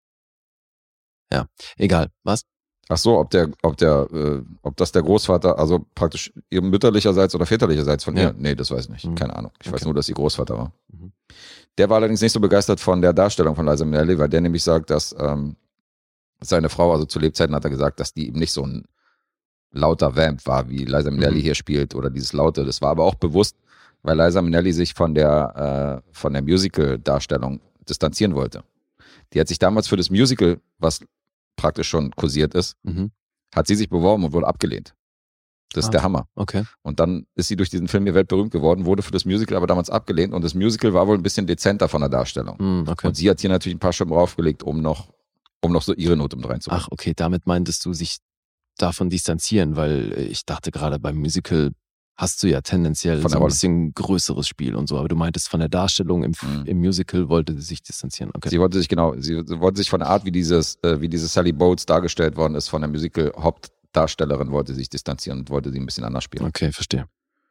Ja, egal. Was? Ach so, ob das der Großvater, also praktisch ihr mütterlicherseits oder väterlicherseits von ihr? Nee, das weiß ich nicht. Keine Ahnung. Ich weiß nur, dass sie Großvater war. Der war allerdings nicht so begeistert von der Darstellung von Liza Minnelli, weil der nämlich sagt, dass seine Frau, also zu Lebzeiten hat er gesagt, dass die eben nicht so ein lauter Vamp war, wie Liza Minnelli hier spielt oder dieses Laute. Das war aber auch bewusst, weil Liza Minnelli sich von der Musical-Darstellung distanzieren wollte. Die hat sich damals für das Musical, was praktisch schon kursiert ist, hat sie sich beworben und wurde abgelehnt. Das ist der Hammer. Okay. Und dann ist sie durch diesen Film hier weltberühmt geworden, wurde für das Musical aber damals abgelehnt und das Musical war wohl ein bisschen dezenter von der Darstellung. Okay. Und sie hat hier natürlich ein paar Stimmen draufgelegt, um noch so ihre Note mit reinzubringen. Ach, okay, damit meintest du sich davon distanzieren, weil ich dachte gerade beim Musical hast du ja tendenziell so ein bisschen größeres Spiel und so, aber du meintest von der Darstellung im Musical wollte sie sich distanzieren. Okay. Sie wollte sich von der Art, wie diese Sally Bowles dargestellt worden ist, von der Musical-Hauptdarstellerin wollte sich distanzieren und wollte sie ein bisschen anders spielen. Okay, verstehe.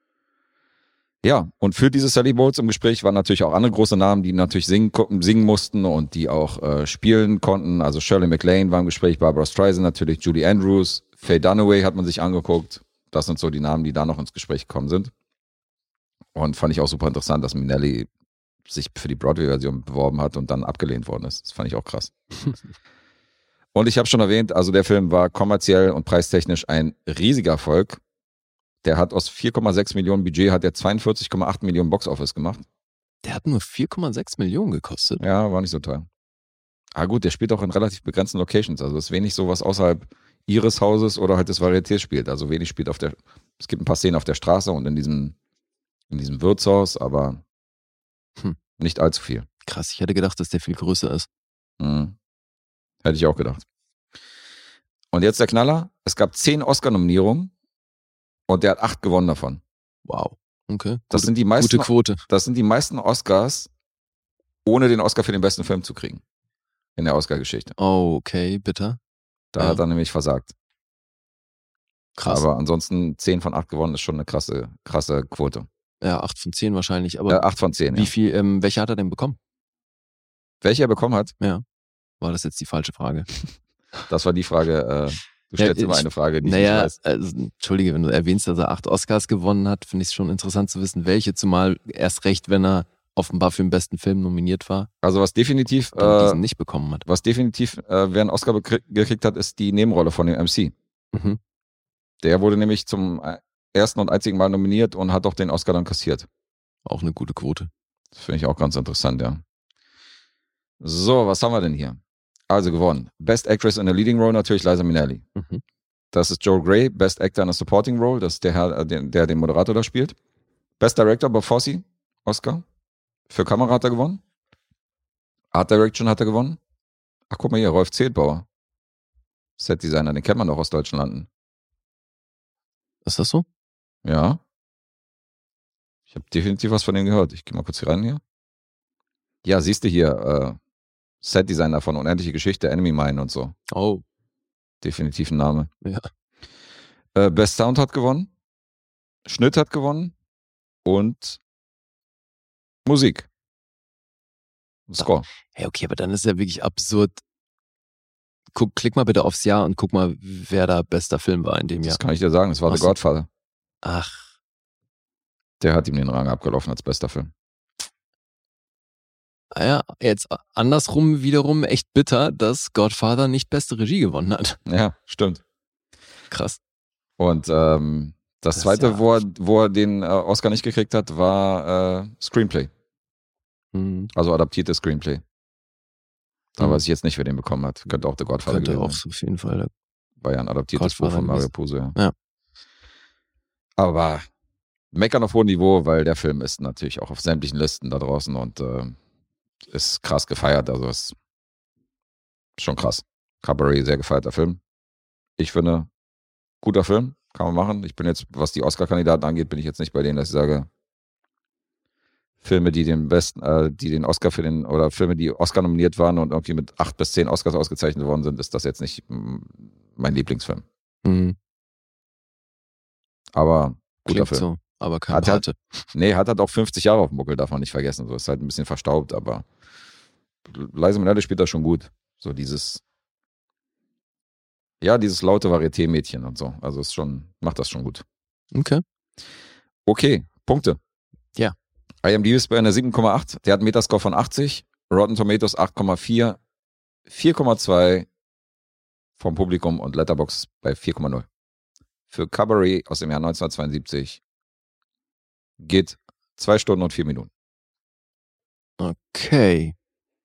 Ja, und für diese Sally Bowles im Gespräch waren natürlich auch andere große Namen, die natürlich singen mussten und die auch spielen konnten. Also Shirley MacLaine war im Gespräch, Barbra Streisand natürlich, Julie Andrews, Faye Dunaway hat man sich angeguckt. Das sind so die Namen, die da noch ins Gespräch gekommen sind. Und fand ich auch super interessant, dass Minnelli sich für die Broadway-Version beworben hat und dann abgelehnt worden ist. Das fand ich auch krass. Und ich habe schon erwähnt, also der Film war kommerziell und preistechnisch ein riesiger Erfolg. Der hat aus 4,6 Millionen Budget hat er 42,8 Millionen Boxoffice gemacht. Der hat nur 4,6 Millionen gekostet. Ja, war nicht so teuer. Ah gut, der spielt auch in relativ begrenzten Locations. Also es ist wenig so, was außerhalb ihres Hauses oder halt des Varietés spielt. Also wenig spielt es gibt ein paar Szenen auf der Straße und in diesem Wirtshaus, aber nicht allzu viel. Krass, ich hätte gedacht, dass der viel größer ist. Hätte ich auch gedacht. Und jetzt der Knaller. Es gab 10 Oscar-Nominierungen und der hat 8 gewonnen davon. Wow. Okay. Gute Quote. Das sind die meisten Oscars, ohne den Oscar für den besten Film zu kriegen. in der Oscar-Geschichte. Oh, okay, bitter. Da hat er nämlich versagt. Krass. Aber ansonsten 10 von 8 gewonnen ist schon eine krasse Quote. Ja, 8 von 10 wahrscheinlich. Aber 8 von 10, wie viel, welche hat er denn bekommen? Welche er bekommen hat? Ja. War das jetzt die falsche Frage? Das war die Frage, du stellst immer eine Frage, die ich nicht weiß. Entschuldige, wenn du erwähnst, dass er 8 Oscars gewonnen hat, finde ich es schon interessant zu wissen, welche, zumal erst recht, wenn er offenbar für den besten Film nominiert war. Also was definitiv diesen nicht bekommen hat. Was definitiv wer einen Oscar gekriegt hat, ist die Nebenrolle von dem MC. Mhm. Der wurde nämlich zum ersten und einzigen Mal nominiert und hat auch den Oscar dann kassiert. Auch eine gute Quote. Das finde ich auch ganz interessant, ja. So, was haben wir denn hier? Also gewonnen. Best Actress in a Leading Role natürlich Liza Minnelli. Mhm. Das ist Joel Grey. Best Actor in a Supporting Role. Das ist der Herr, der den Moderator da spielt. Best Director Bob Fosse, Oscar. Für Kamera hat er gewonnen. Art Direction hat er gewonnen. Ach, guck mal hier, Rolf Zedbauer. Set Designer, den kennt man doch aus deutschen Landen. Ist das so? Ja. Ich habe definitiv was von dem gehört. Ich gehe mal kurz hier rein hier. Ja, siehst du hier, Set Designer von Unendliche Geschichte, Enemy Mine und so. Oh. Definitiv ein Name. Ja. Best Sound hat gewonnen. Schnitt hat gewonnen. Und Musik. Score. Hey, okay, aber dann ist ja wirklich absurd. Klick mal bitte aufs Jahr und guck mal, wer da bester Film war in dem Jahr. Das kann ich dir sagen, es war The Godfather. Ach. Der hat ihm den Rang abgelaufen als bester Film. Ja, jetzt andersrum wiederum echt bitter, dass Godfather nicht beste Regie gewonnen hat. Ja, stimmt. Krass. Und das zweite, ja, wo er den Oscar nicht gekriegt hat, war Screenplay. Mhm. Also adaptiertes Screenplay. Da weiß ich jetzt nicht, wer den bekommen hat. Könnte auch The Godfather gewesen sein. Könnte auch so auf jeden Fall. War ja ein adaptiertes Buch von Mario Puzo. Ja. Aber meckern auf hohem Niveau, weil der Film ist natürlich auch auf sämtlichen Listen da draußen und ist krass gefeiert. Also ist schon krass. Cabaret, sehr gefeierter Film. Ich finde, guter Film, kann man machen. Ich bin jetzt, was die Oscar-Kandidaten angeht, bin ich jetzt nicht bei denen, dass ich sage, Filme, die den besten, die den Oscar oder Filme, die Oscar nominiert waren und irgendwie mit 8 bis 10 Oscars ausgezeichnet worden sind, ist das jetzt nicht mein Lieblingsfilm. Mhm. Aber guter Klingt Film. So, aber kein Pate. Hat halt auch 50 Jahre auf dem Buckel, darf man nicht vergessen. So ist halt ein bisschen verstaubt, aber Liza Minnelli spielt das schon gut. So dieses laute Varieté-Mädchen und so. Also macht das schon gut. Okay, Punkte. Ja. IMDb ist bei einer 7,8. Der hat einen Metascore von 80. Rotten Tomatoes 8,4. 4,2 vom Publikum und Letterboxd bei 4,0. Für Cabaret aus dem Jahr 1972 geht 2 Stunden und 4 Minuten. Okay.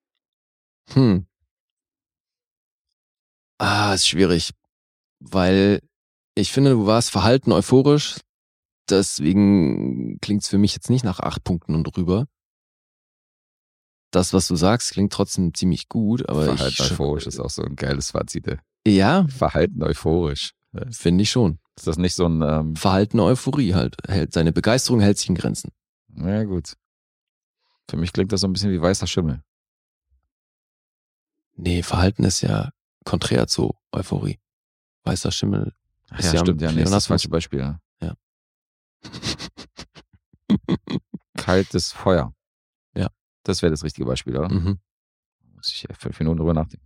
Ist schwierig, weil ich finde, du warst verhalten euphorisch, deswegen klingt es für mich jetzt nicht nach 8 Punkten und drüber. Das, was du sagst, klingt trotzdem ziemlich gut, aber Verhalten euphorisch ist auch so ein geiles Fazit. Ja. Verhalten euphorisch. Finde ich schon. Ist das nicht so ein Verhalten Euphorie halt. Seine Begeisterung hält sich in Grenzen. Na gut. Für mich klingt das so ein bisschen wie weißer Schimmel. Nee, Verhalten ist ja konträr zu Euphorie. Weißer Schimmel ist ja stimmt, ja, nee, ist das falsche Beispiel. Ja. Kaltes Feuer. Ja. Das wäre das richtige Beispiel, oder? Mhm. Muss ich 5 Minuten drüber nachdenken.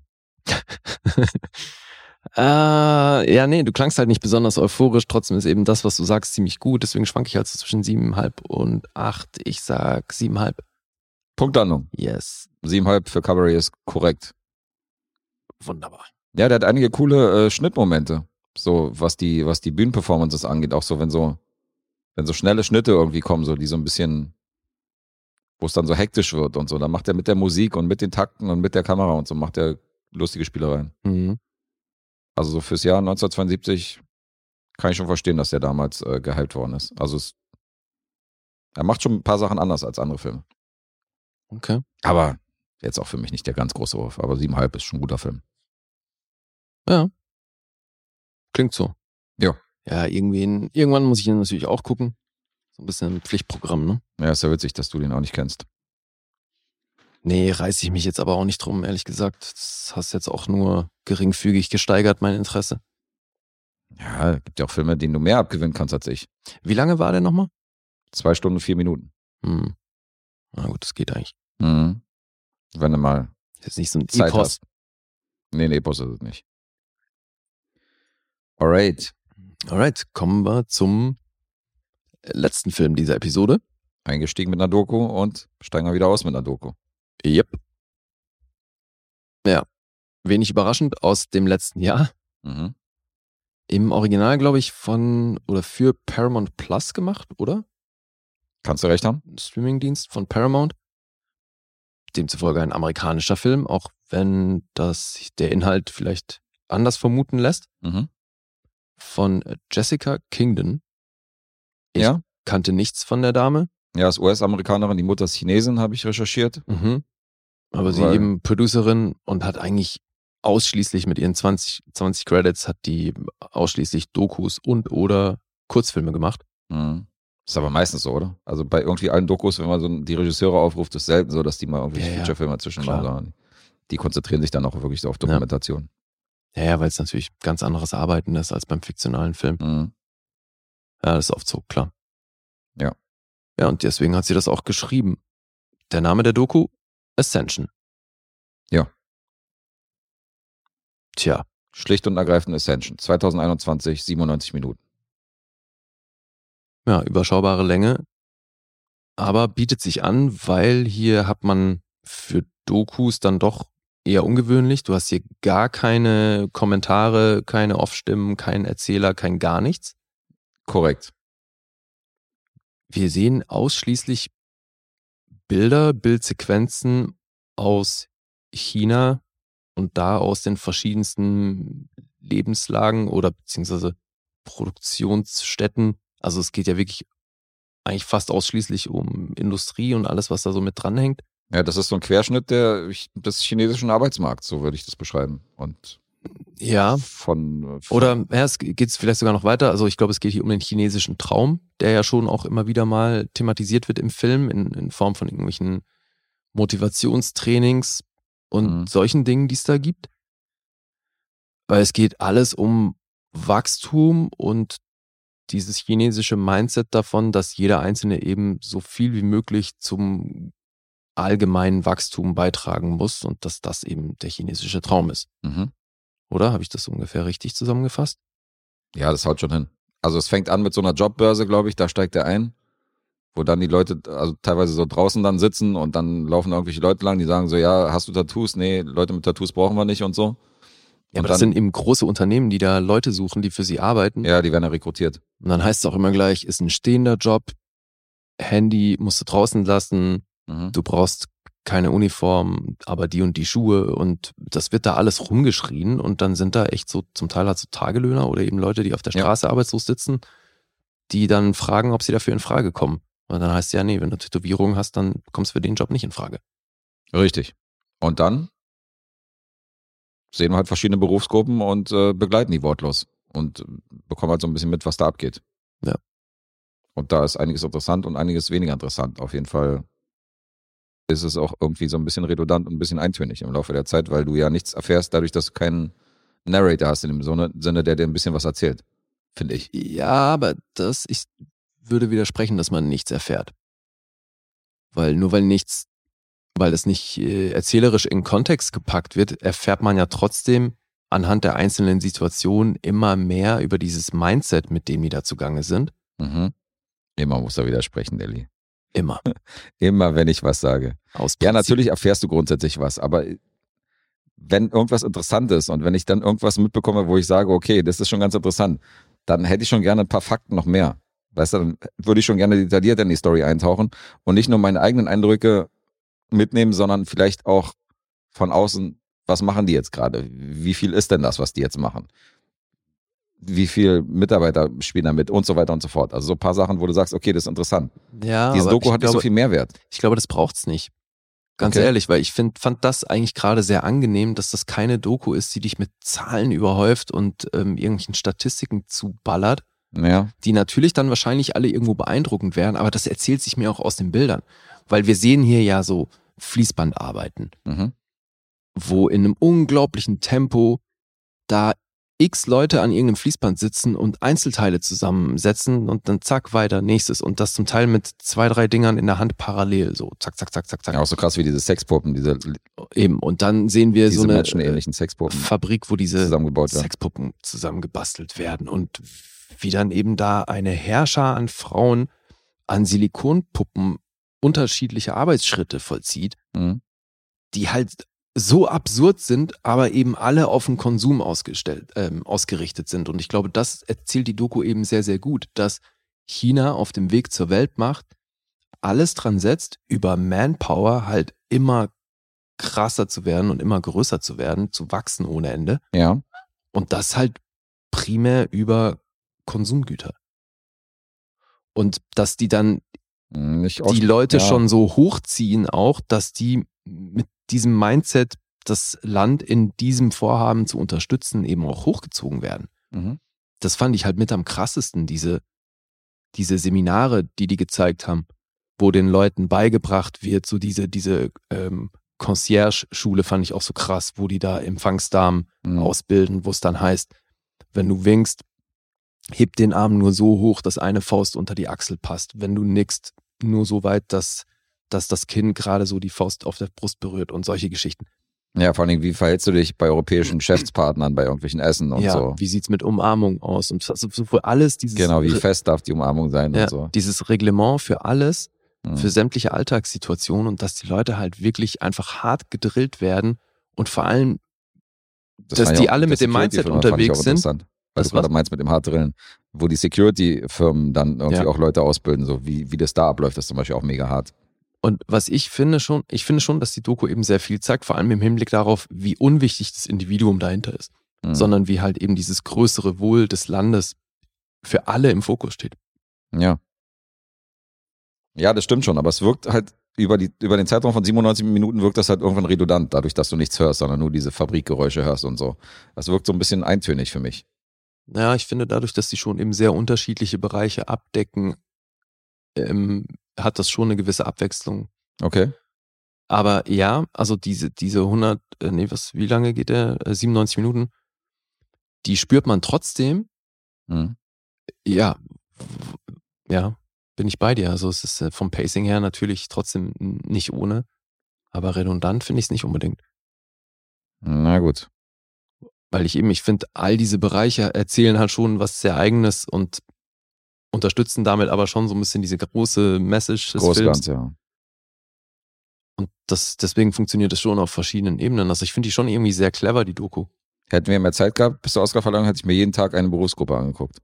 Ja, nee, du klangst halt nicht besonders euphorisch, trotzdem ist eben das, was du sagst, ziemlich gut, deswegen schwanke ich halt so zwischen 7,5 und 8. Ich sag 7,5. Punktlandung. Yes. 7,5 für Cabaret ist korrekt. Wunderbar. Ja, der hat einige coole Schnittmomente, so was die Bühnenperformances angeht, auch so wenn so schnelle Schnitte irgendwie kommen, so die so ein bisschen, wo es dann so hektisch wird und so, dann macht er mit der Musik und mit den Takten und mit der Kamera und so macht er lustige Spielereien. Mhm. Also so fürs Jahr 1972 kann ich schon verstehen, dass der damals gehypt worden ist. Also er macht schon ein paar Sachen anders als andere Filme. Okay. Aber jetzt auch für mich nicht der ganz große Wurf, aber 7,5 ist schon ein guter Film. Ja. Klingt so. Ja. Ja, irgendwann muss ich ihn natürlich auch gucken. So ein bisschen ein Pflichtprogramm, ne? Ja, ist ja witzig, dass du den auch nicht kennst. Nee, reiße ich mich jetzt aber auch nicht drum, ehrlich gesagt. Das hast jetzt auch nur geringfügig gesteigert, mein Interesse. Ja, gibt ja auch Filme, denen du mehr abgewinnen kannst als ich. Wie lange war der nochmal? 2 Stunden, 4 Minuten. Na gut, das geht eigentlich. Wenn du mal Jetzt nicht so ein Zeit Epos. hast. Nee, Epos ist es nicht. Alright. Alright, kommen wir zum letzten Film dieser Episode. Eingestiegen mit einer Doku und steigen wir wieder aus mit einer Doku. Yep. Ja, wenig überraschend aus dem letzten Jahr. Mhm. Im Original, glaube ich, für Paramount Plus gemacht, oder? Kannst du recht haben? Streamingdienst von Paramount. Demzufolge ein amerikanischer Film, auch wenn das der Inhalt vielleicht anders vermuten lässt. Mhm. Von Jessica Kingdon. Ich kannte nichts von der Dame. Ja, ist US-Amerikanerin, die Mutter ist Chinesin, habe ich recherchiert. Mhm. Aber sie eben Producerin und hat eigentlich ausschließlich mit ihren 20 Credits hat die ausschließlich Dokus und oder Kurzfilme gemacht. Mhm. Ist aber meistens so, oder? Also bei irgendwie allen Dokus, wenn man so die Regisseure aufruft, ist selten so, dass die mal irgendwelche Featurefilme dazwischen machen, sondern die konzentrieren sich dann auch wirklich so auf Dokumentation. Ja, weil es natürlich ganz anderes Arbeiten ist als beim fiktionalen Film. Mhm. Ja, das ist oft so, klar. Ja. Ja, und deswegen hat sie das auch geschrieben. Der Name der Doku? Ascension. Ja. Tja. Schlicht und ergreifend Ascension. 2021, 97 Minuten. Ja, überschaubare Länge. Aber bietet sich an, weil hier hat man für Dokus dann doch eher ungewöhnlich. Du hast hier gar keine Kommentare, keine Off-Stimmen, keinen Erzähler, kein gar nichts. Korrekt. Wir sehen ausschließlich Bilder, Bildsequenzen aus China und da aus den verschiedensten Lebenslagen oder beziehungsweise Produktionsstätten. Also es geht ja wirklich eigentlich fast ausschließlich um Industrie und alles, was da so mit dranhängt. Ja, das ist so ein Querschnitt des chinesischen Arbeitsmarkts, so würde ich das beschreiben. Und ja. Oder es geht vielleicht sogar noch weiter. Also ich glaube, es geht hier um den chinesischen Traum, der ja schon auch immer wieder mal thematisiert wird im Film in Form von irgendwelchen Motivationstrainings und solchen Dingen, die es da gibt. Weil es geht alles um Wachstum und dieses chinesische Mindset davon, dass jeder Einzelne eben so viel wie möglich zum allgemeinen Wachstum beitragen muss und dass das eben der chinesische Traum ist. Mhm. Oder? Habe ich das ungefähr richtig zusammengefasst? Ja, das haut schon hin. Also es fängt an mit so einer Jobbörse, glaube ich, da steigt er ein, wo dann die Leute also teilweise so draußen dann sitzen und dann laufen irgendwelche Leute lang, die sagen so, ja, hast du Tattoos? Nee, Leute mit Tattoos brauchen wir nicht und so. Ja, aber das sind eben große Unternehmen, die da Leute suchen, die für sie arbeiten. Ja, die werden ja rekrutiert. Und dann heißt es auch immer gleich, ist ein stehender Job, Handy musst du draußen lassen, du brauchst keine Uniform, aber die und die Schuhe und das wird da alles rumgeschrien und dann sind da echt so zum Teil halt so Tagelöhner oder eben Leute, die auf der Straße arbeitslos sitzen, die dann fragen, ob sie dafür in Frage kommen. Und dann heißt es ja, nee, wenn du Tätowierungen hast, dann kommst du für den Job nicht in Frage. Richtig. Und dann sehen wir halt verschiedene Berufsgruppen und begleiten die wortlos und bekommen halt so ein bisschen mit, was da abgeht. Ja. Und da ist einiges interessant und einiges weniger interessant. Auf jeden Fall ist es auch irgendwie so ein bisschen redundant und ein bisschen eintönig im Laufe der Zeit, weil du ja nichts erfährst, dadurch, dass du keinen Narrator hast in dem Sinne, der dir ein bisschen was erzählt, finde ich. Ja, aber ich würde widersprechen, dass man nichts erfährt. Weil es nicht erzählerisch in Kontext gepackt wird, erfährt man ja trotzdem anhand der einzelnen Situationen immer mehr über dieses Mindset, mit dem die da zugange sind. Mhm. Immer muss er widersprechen, Elli. Immer. Immer, wenn ich was sage. Ja, natürlich erfährst du grundsätzlich was, aber wenn irgendwas interessant ist und wenn ich dann irgendwas mitbekomme, wo ich sage, okay, das ist schon ganz interessant, dann hätte ich schon gerne ein paar Fakten noch mehr. Weißt du, dann würde ich schon gerne detailliert in die Story eintauchen und nicht nur meine eigenen Eindrücke mitnehmen, sondern vielleicht auch von außen, was machen die jetzt gerade? Wie viel ist denn das, was die jetzt machen? Wie viele Mitarbeiter spielen da mit und so weiter und so fort. Also so ein paar Sachen, wo du sagst, okay, das ist interessant. Ja, diese Doku hat nicht so viel Mehrwert. Ich glaube, das braucht's nicht. Ganz ehrlich, weil ich fand das eigentlich gerade sehr angenehm, dass das keine Doku ist, die dich mit Zahlen überhäuft und irgendwelchen Statistiken zuballert, die natürlich dann wahrscheinlich alle irgendwo beeindruckend wären, aber das erzählt sich mir auch aus den Bildern. Weil wir sehen hier ja so Fließband arbeiten, wo in einem unglaublichen Tempo da x Leute an irgendeinem Fließband sitzen und Einzelteile zusammensetzen und dann zack, weiter, nächstes. Und das zum Teil mit 2, 3 Dingern in der Hand parallel, so zack, zack, zack, zack, zack. Ja, auch so krass wie diese Sexpuppen, diese eben. Und dann sehen wir so eine menschenähnlichen Sexpuppen Fabrik, wo diese zusammengebaut werden. Sexpuppen zusammengebastelt werden und wie dann eben da eine Heerschar an Frauen an Silikonpuppen unterschiedliche Arbeitsschritte vollzieht, die halt so absurd sind, aber eben alle auf den Konsum ausgerichtet sind. Und ich glaube, das erzählt die Doku eben sehr, sehr gut, dass China auf dem Weg zur Weltmacht alles dran setzt, über Manpower halt immer krasser zu werden und immer größer zu werden, zu wachsen ohne Ende. Ja. Und das halt primär über Konsumgüter. Und dass die dann die Leute schon so hochziehen auch, dass die mit diesem Mindset, das Land in diesem Vorhaben zu unterstützen, eben auch hochgezogen werden. Das fand ich halt mit am krassesten, diese Seminare, die gezeigt haben, wo den Leuten beigebracht wird, so diese Concierge-Schule fand ich auch so krass, wo die da Empfangsdamen ausbilden, wo es dann heißt, wenn du winkst, heb den Arm nur so hoch, dass eine Faust unter die Achsel passt. Wenn du nickst, nur so weit, dass das Kinn gerade so die Faust auf der Brust berührt und solche Geschichten. Ja, vor allem, wie verhältst du dich bei europäischen Geschäftspartnern, bei irgendwelchen Essen und so? Wie sieht's mit Umarmung aus? Und also für alles dieses... Genau, wie fest darf die Umarmung sein und so. Dieses Reglement für alles, für sämtliche Alltagssituationen und dass die Leute halt wirklich einfach hart gedrillt werden und vor allem, dass die alle mit dem Mindset unterwegs sind. Weil du gerade meinst mit dem Hartdrillen, wo die Security-Firmen dann irgendwie auch Leute ausbilden, so wie das da abläuft, das ist zum Beispiel auch mega hart. Und was ich finde schon, dass die Doku eben sehr viel zeigt, vor allem im Hinblick darauf, wie unwichtig das Individuum dahinter ist, sondern wie halt eben dieses größere Wohl des Landes für alle im Fokus steht. Ja. Ja, das stimmt schon, aber es wirkt halt über den Zeitraum von 97 Minuten wirkt das halt irgendwann redundant, dadurch, dass du nichts hörst, sondern nur diese Fabrikgeräusche hörst und so. Das wirkt so ein bisschen eintönig für mich. Naja, ich finde dadurch, dass die schon eben sehr unterschiedliche Bereiche abdecken, hat das schon eine gewisse Abwechslung. Okay. Aber ja, also diese 100, wie lange geht der? 97 Minuten, die spürt man trotzdem. Ja, bin ich bei dir. Also es ist vom Pacing her natürlich trotzdem nicht ohne, aber redundant finde ich es nicht unbedingt. Na gut. Weil ich finde, all diese Bereiche erzählen halt schon was sehr Eigenes und unterstützen damit aber schon so ein bisschen diese große Message des Films. Ja. Und deswegen funktioniert das schon auf verschiedenen Ebenen. Also ich finde die schon irgendwie sehr clever, die Doku. Hätten wir mehr Zeit gehabt bis zur Oscarverleihung, hätte ich mir jeden Tag eine Berufsgruppe angeguckt.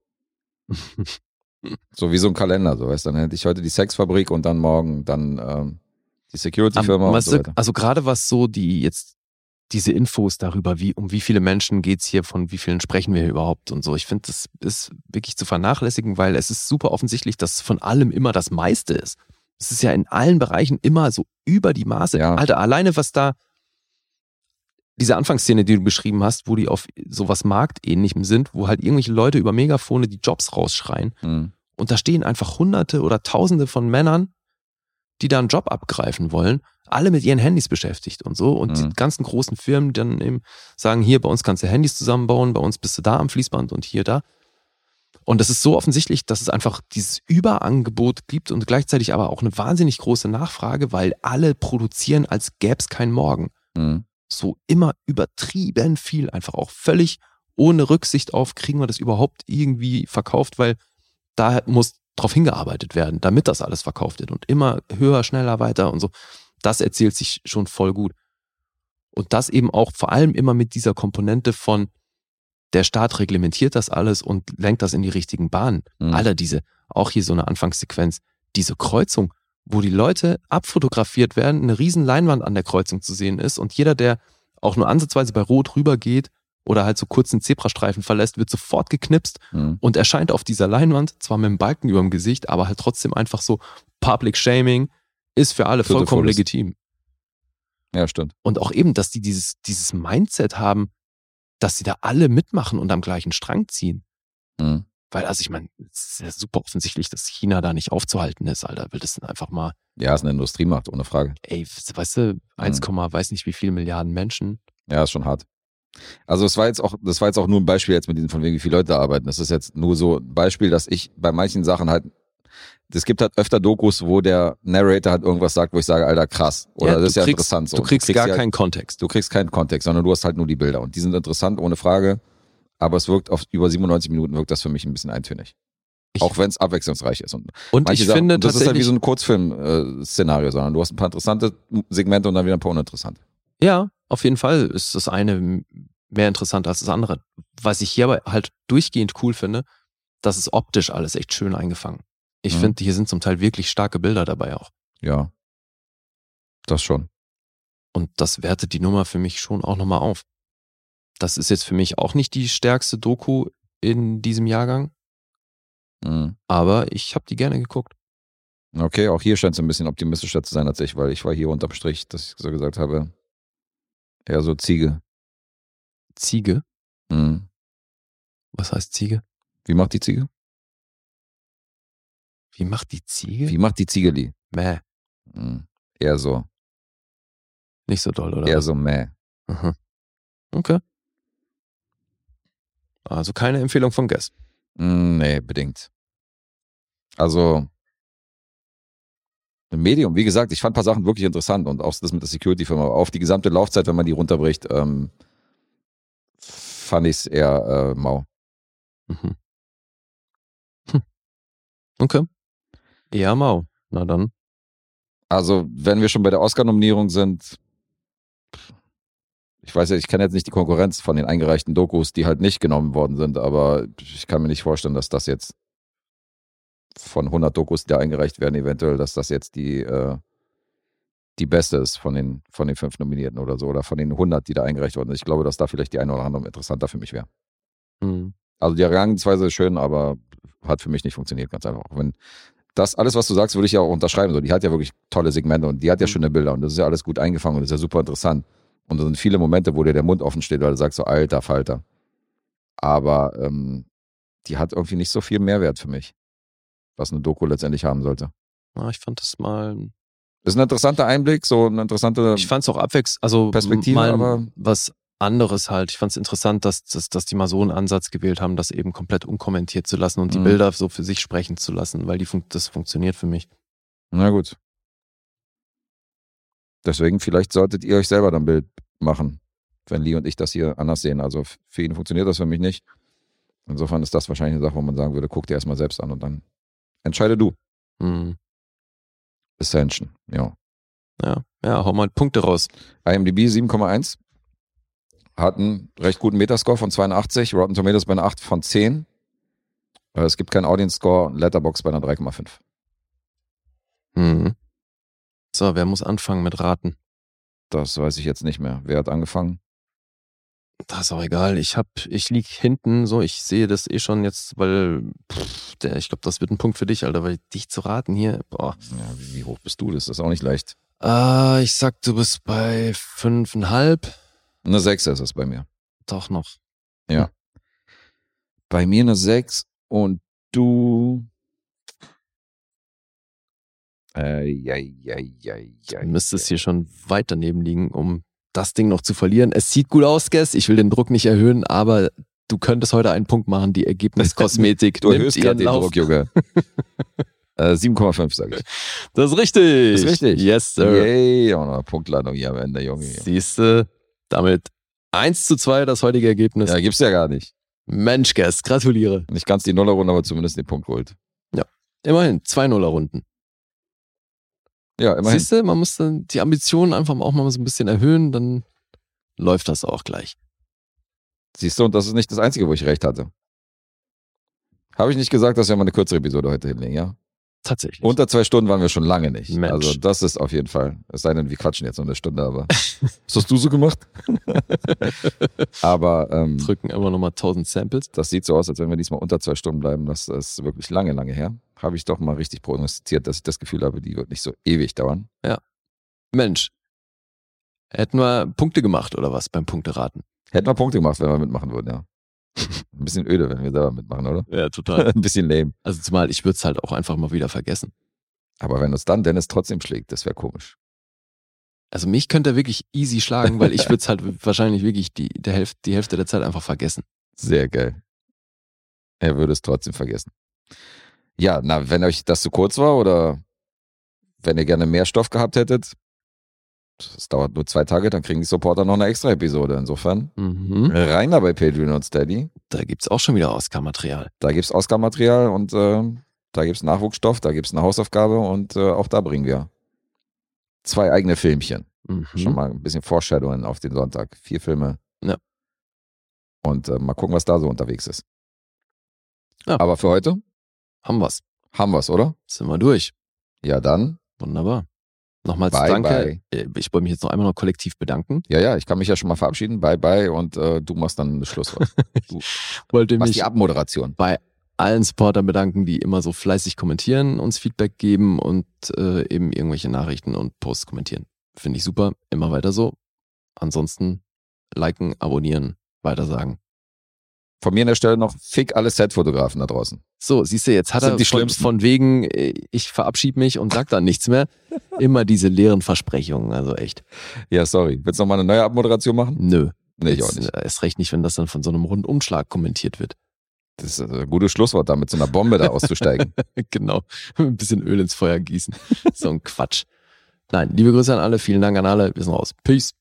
So wie so ein Kalender, so weißt du. Dann hätte ich heute die Sexfabrik und dann morgen dann die Security-Firma und so weiter. Also gerade was so diese Infos darüber, um wie viele Menschen geht's hier, von wie vielen sprechen wir hier überhaupt und so. Ich finde, das ist wirklich zu vernachlässigen, weil es ist super offensichtlich, dass von allem immer das meiste ist. Es ist ja in allen Bereichen immer so über die Maße. Ja. Alter, alleine was da, diese Anfangsszene, die du beschrieben hast, wo die auf sowas Marktähnlichem sind, wo halt irgendwelche Leute über Megafone die Jobs rausschreien und da stehen einfach Hunderte oder Tausende von Männern, die da einen Job abgreifen wollen, alle mit ihren Handys beschäftigt und so. Und die ganzen großen Firmen dann eben sagen, hier, bei uns kannst du Handys zusammenbauen, bei uns bist du da am Fließband und hier, da. Und das ist so offensichtlich, dass es einfach dieses Überangebot gibt und gleichzeitig aber auch eine wahnsinnig große Nachfrage, weil alle produzieren, als gäbe es keinen Morgen. So immer übertrieben viel, einfach auch völlig ohne Rücksicht auf, kriegen wir das überhaupt irgendwie verkauft, weil da muss drauf hingearbeitet werden, damit das alles verkauft wird und immer höher, schneller, weiter und so. Das erzählt sich schon voll gut. Und das eben auch vor allem immer mit dieser Komponente von der Staat reglementiert das alles und lenkt das in die richtigen Bahnen. Alter, auch hier so eine Anfangssequenz, diese Kreuzung, wo die Leute abfotografiert werden, eine riesen Leinwand an der Kreuzung zu sehen ist und jeder, der auch nur ansatzweise bei Rot rübergeht oder halt so kurz einen Zebrastreifen verlässt, wird sofort geknipst und erscheint auf dieser Leinwand, zwar mit einem Balken über dem Gesicht, aber halt trotzdem einfach so Public Shaming ist für alle vollkommen legitim. Ja, stimmt. Und auch eben, dass die dieses Mindset haben, dass sie da alle mitmachen und am gleichen Strang ziehen. Weil, also ich meine, es ist ja super offensichtlich, dass China da nicht aufzuhalten ist, Alter. Will das denn einfach mal, Ja, ist eine Industriemacht, ohne Frage. ey, weißt du, 1, weiß nicht wie viele Milliarden Menschen. Ja, ist schon hart. Also das war jetzt auch nur ein Beispiel jetzt mit diesen von wegen, wie viele Leute da arbeiten. Das ist jetzt nur so ein Beispiel, dass ich bei manchen Sachen halt, es gibt halt öfter Dokus, wo der Narrator halt irgendwas sagt, wo ich sage, Alter, krass. Oder das ist ja interessant so. Du kriegst gar keinen Kontext. Du kriegst keinen Kontext, sondern du hast halt nur die Bilder. Und die sind interessant, ohne Frage. Aber es wirkt auf über 97 Minuten wirkt das für mich ein bisschen eintönig. Auch wenn es abwechslungsreich ist. Und ich finde das ist halt wie tatsächlich, so ein Kurzfilm-Szenario, sondern du hast ein paar interessante Segmente und dann wieder ein paar uninteressante. ja, auf jeden Fall ist das eine mehr interessant als das andere. Was ich hier aber halt durchgehend cool finde, das ist optisch alles echt schön eingefangen. Ich finde, hier sind zum Teil wirklich starke Bilder dabei auch. Ja, das schon. Und das wertet die Nummer für mich schon auch nochmal auf. Das ist jetzt für mich auch nicht die stärkste Doku in diesem Jahrgang, aber ich habe die gerne geguckt. Okay, auch hier scheint es ein bisschen optimistischer zu sein als ich, weil ich war hier unterm Strich, dass ich so gesagt habe, eher so Ziege. Ziege? Mhm. Was heißt Ziege? Wie macht die Ziege? Wie macht die Ziege? Wie macht die Ziegeli? Mäh. Eher so. Nicht so doll, oder? Eher so mäh. Aha. Okay. Also keine Empfehlung von Guess. Nee, bedingt. Also ein Medium, wie gesagt, ich fand ein paar Sachen wirklich interessant und auch das mit der Security-Firma. Auf die gesamte Laufzeit, wenn man die runterbricht, fand ich es eher mau. Mhm. Okay. Eher mau. Na dann. Also, wenn wir schon bei der Oscar-Nominierung sind, ich weiß ja, ich kenne jetzt nicht die Konkurrenz von den eingereichten Dokus, die halt nicht genommen worden sind, aber ich kann mir nicht vorstellen, dass das jetzt von 100 Dokus, die da eingereicht werden, eventuell, dass das jetzt die beste ist von den 5 Nominierten oder so, oder von den 100, die da eingereicht wurden. Ich glaube, dass da vielleicht die eine oder andere interessanter für mich wäre. Also die Herangehensweise ist schön, aber hat für mich nicht funktioniert, ganz einfach. Auch wenn das alles, was du sagst, würde ich ja auch unterschreiben. So, die hat ja wirklich tolle Segmente und die hat ja schöne Bilder und das ist ja alles gut eingefangen und das ist ja super interessant. Und da sind viele Momente, wo dir der Mund offen steht, weil du sagst so, alter Falter. Aber die hat irgendwie nicht so viel Mehrwert für mich, was eine Doku letztendlich haben sollte. Ja, ich fand das mal... Das ist ein interessanter Einblick, so eine interessante Ich fand es auch also Perspektive, mal aber was anderes halt. Ich fand es interessant, dass die mal so einen Ansatz gewählt haben, das eben komplett unkommentiert zu lassen und die Bilder so für sich sprechen zu lassen, weil das funktioniert für mich. Na gut. Deswegen, vielleicht solltet ihr euch selber dann ein Bild machen, wenn Lee und ich das hier anders sehen. Also für ihn funktioniert das, für mich nicht. Insofern ist das wahrscheinlich eine Sache, wo man sagen würde, guck dir erstmal selbst an und dann entscheide du. Ascension, ja. Ja, hau mal Punkte raus. IMDb 7,1. Hat einen recht guten Metascore von 82, Rotten Tomatoes bei einer 8 von 10. Es gibt keinen Audience Score, Letterboxd bei einer 3,5. So, wer muss anfangen mit Raten? Das weiß ich jetzt nicht mehr. Wer hat angefangen? Das ist auch egal. Ich lieg hinten, so, ich sehe das eh schon jetzt, weil, ich glaube, das wird ein Punkt für dich, Alter, weil dich zu raten hier, boah. Ja, wie hoch bist du? Das ist auch nicht leicht. Ich sag, du bist bei 5,5. Eine 6 ist es bei mir. Doch noch. Ja. Bei mir eine 6 und du... Du müsstest hier schon weit daneben liegen, um das Ding noch zu verlieren. Es sieht gut aus, Guess. Ich will den Druck nicht erhöhen, aber du könntest heute einen Punkt machen. Die Ergebniskosmetik. Du erhöhst gerade den Druck, Junge. 7,5 sage ich. Das ist richtig. Das ist richtig. Yes, sir. Yay, auch noch Punktlandung hier am Ende, Junge. Siehste, damit 1:2 das heutige Ergebnis. Ja, gibt's ja gar nicht. Mensch, Guess, gratuliere. Nicht ganz die Nullerrunde, aber zumindest den Punkt geholt. Ja, immerhin 2 Nullerrunden. Ja, immerhin. Siehst du, man muss dann die Ambitionen einfach auch mal so ein bisschen erhöhen, dann läuft das auch gleich. Siehst du, und das ist nicht das Einzige, wo ich recht hatte. Habe ich nicht gesagt, dass wir mal eine kürzere Episode heute hinlegen, ja? Tatsächlich. Unter 2 Stunden waren wir schon lange nicht. Mensch. Also das ist auf jeden Fall. Es sei denn, wir quatschen jetzt noch eine Stunde, aber was hast du so gemacht? Aber drücken immer nochmal 1000 Samples. Das sieht so aus, als wenn wir diesmal unter 2 Stunden bleiben. Das ist wirklich lange, lange her. Habe ich doch mal richtig prognostiziert, dass ich das Gefühl habe, die wird nicht so ewig dauern. Ja. Mensch. Hätten wir Punkte gemacht oder was beim Punkteraten? Hätten wir Punkte gemacht, wenn wir mitmachen würden, ja. Ein bisschen öde, wenn wir selber mitmachen, oder? Ja, total. Ein bisschen lame. Also zumal ich würde es halt auch einfach mal wieder vergessen. Aber wenn uns dann Dennis trotzdem schlägt, das wäre komisch. Also mich könnte er wirklich easy schlagen, weil ich würde es halt wahrscheinlich wirklich die Hälfte der Zeit einfach vergessen. Sehr geil. Er würde es trotzdem vergessen. Ja, na, wenn euch das zu kurz war oder wenn ihr gerne mehr Stoff gehabt hättet, das dauert nur 2 Tage, dann kriegen die Supporter noch eine extra Episode. Insofern rein da bei Patreon und Steady. Da gibt's auch schon wieder Oscar-Material. Da gibt's Oscar-Material und da gibt's Nachwuchsstoff, da gibt's eine Hausaufgabe und auch da bringen wir 2 eigene Filmchen. Schon mal ein bisschen Foreshadowing auf den Sonntag. 4 Filme. Ja. Und mal gucken, was da so unterwegs ist. Ja. Aber für heute Haben wir's. haben wir's, oder? Sind wir durch. Ja, dann. Wunderbar. Nochmals Bye, danke. Ich wollte mich jetzt noch einmal kollektiv bedanken. Ja, ich kann mich ja schon mal verabschieden. Bye, bye. Und du machst dann das Schlusswort. Du Wollte machst mich die Abmoderation. bei allen Supportern bedanken, die immer so fleißig kommentieren, uns Feedback geben und eben irgendwelche Nachrichten und Posts kommentieren. Finde ich super. Immer weiter so. Ansonsten liken, abonnieren, weitersagen. Von mir an der Stelle noch Fick alle Set-Fotografen da draußen. So, siehst du, jetzt hat Sind er die schlimmsten. von wegen, ich verabschiede mich und sag dann nichts mehr. Immer diese leeren Versprechungen, also echt. Ja, sorry. Willst du noch mal eine neue Abmoderation machen? Nö. Nee, ich Jetzt auch nicht. Erst recht nicht, wenn das dann von so einem Rundumschlag kommentiert wird. Das ist ein gutes Schlusswort, da mit so einer Bombe da auszusteigen. Genau. Ein bisschen Öl ins Feuer gießen. So ein Quatsch. Nein, liebe Grüße an alle, vielen Dank an alle. Wir sind raus. Peace.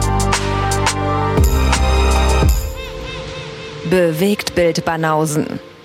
Bewegtbild Banausen.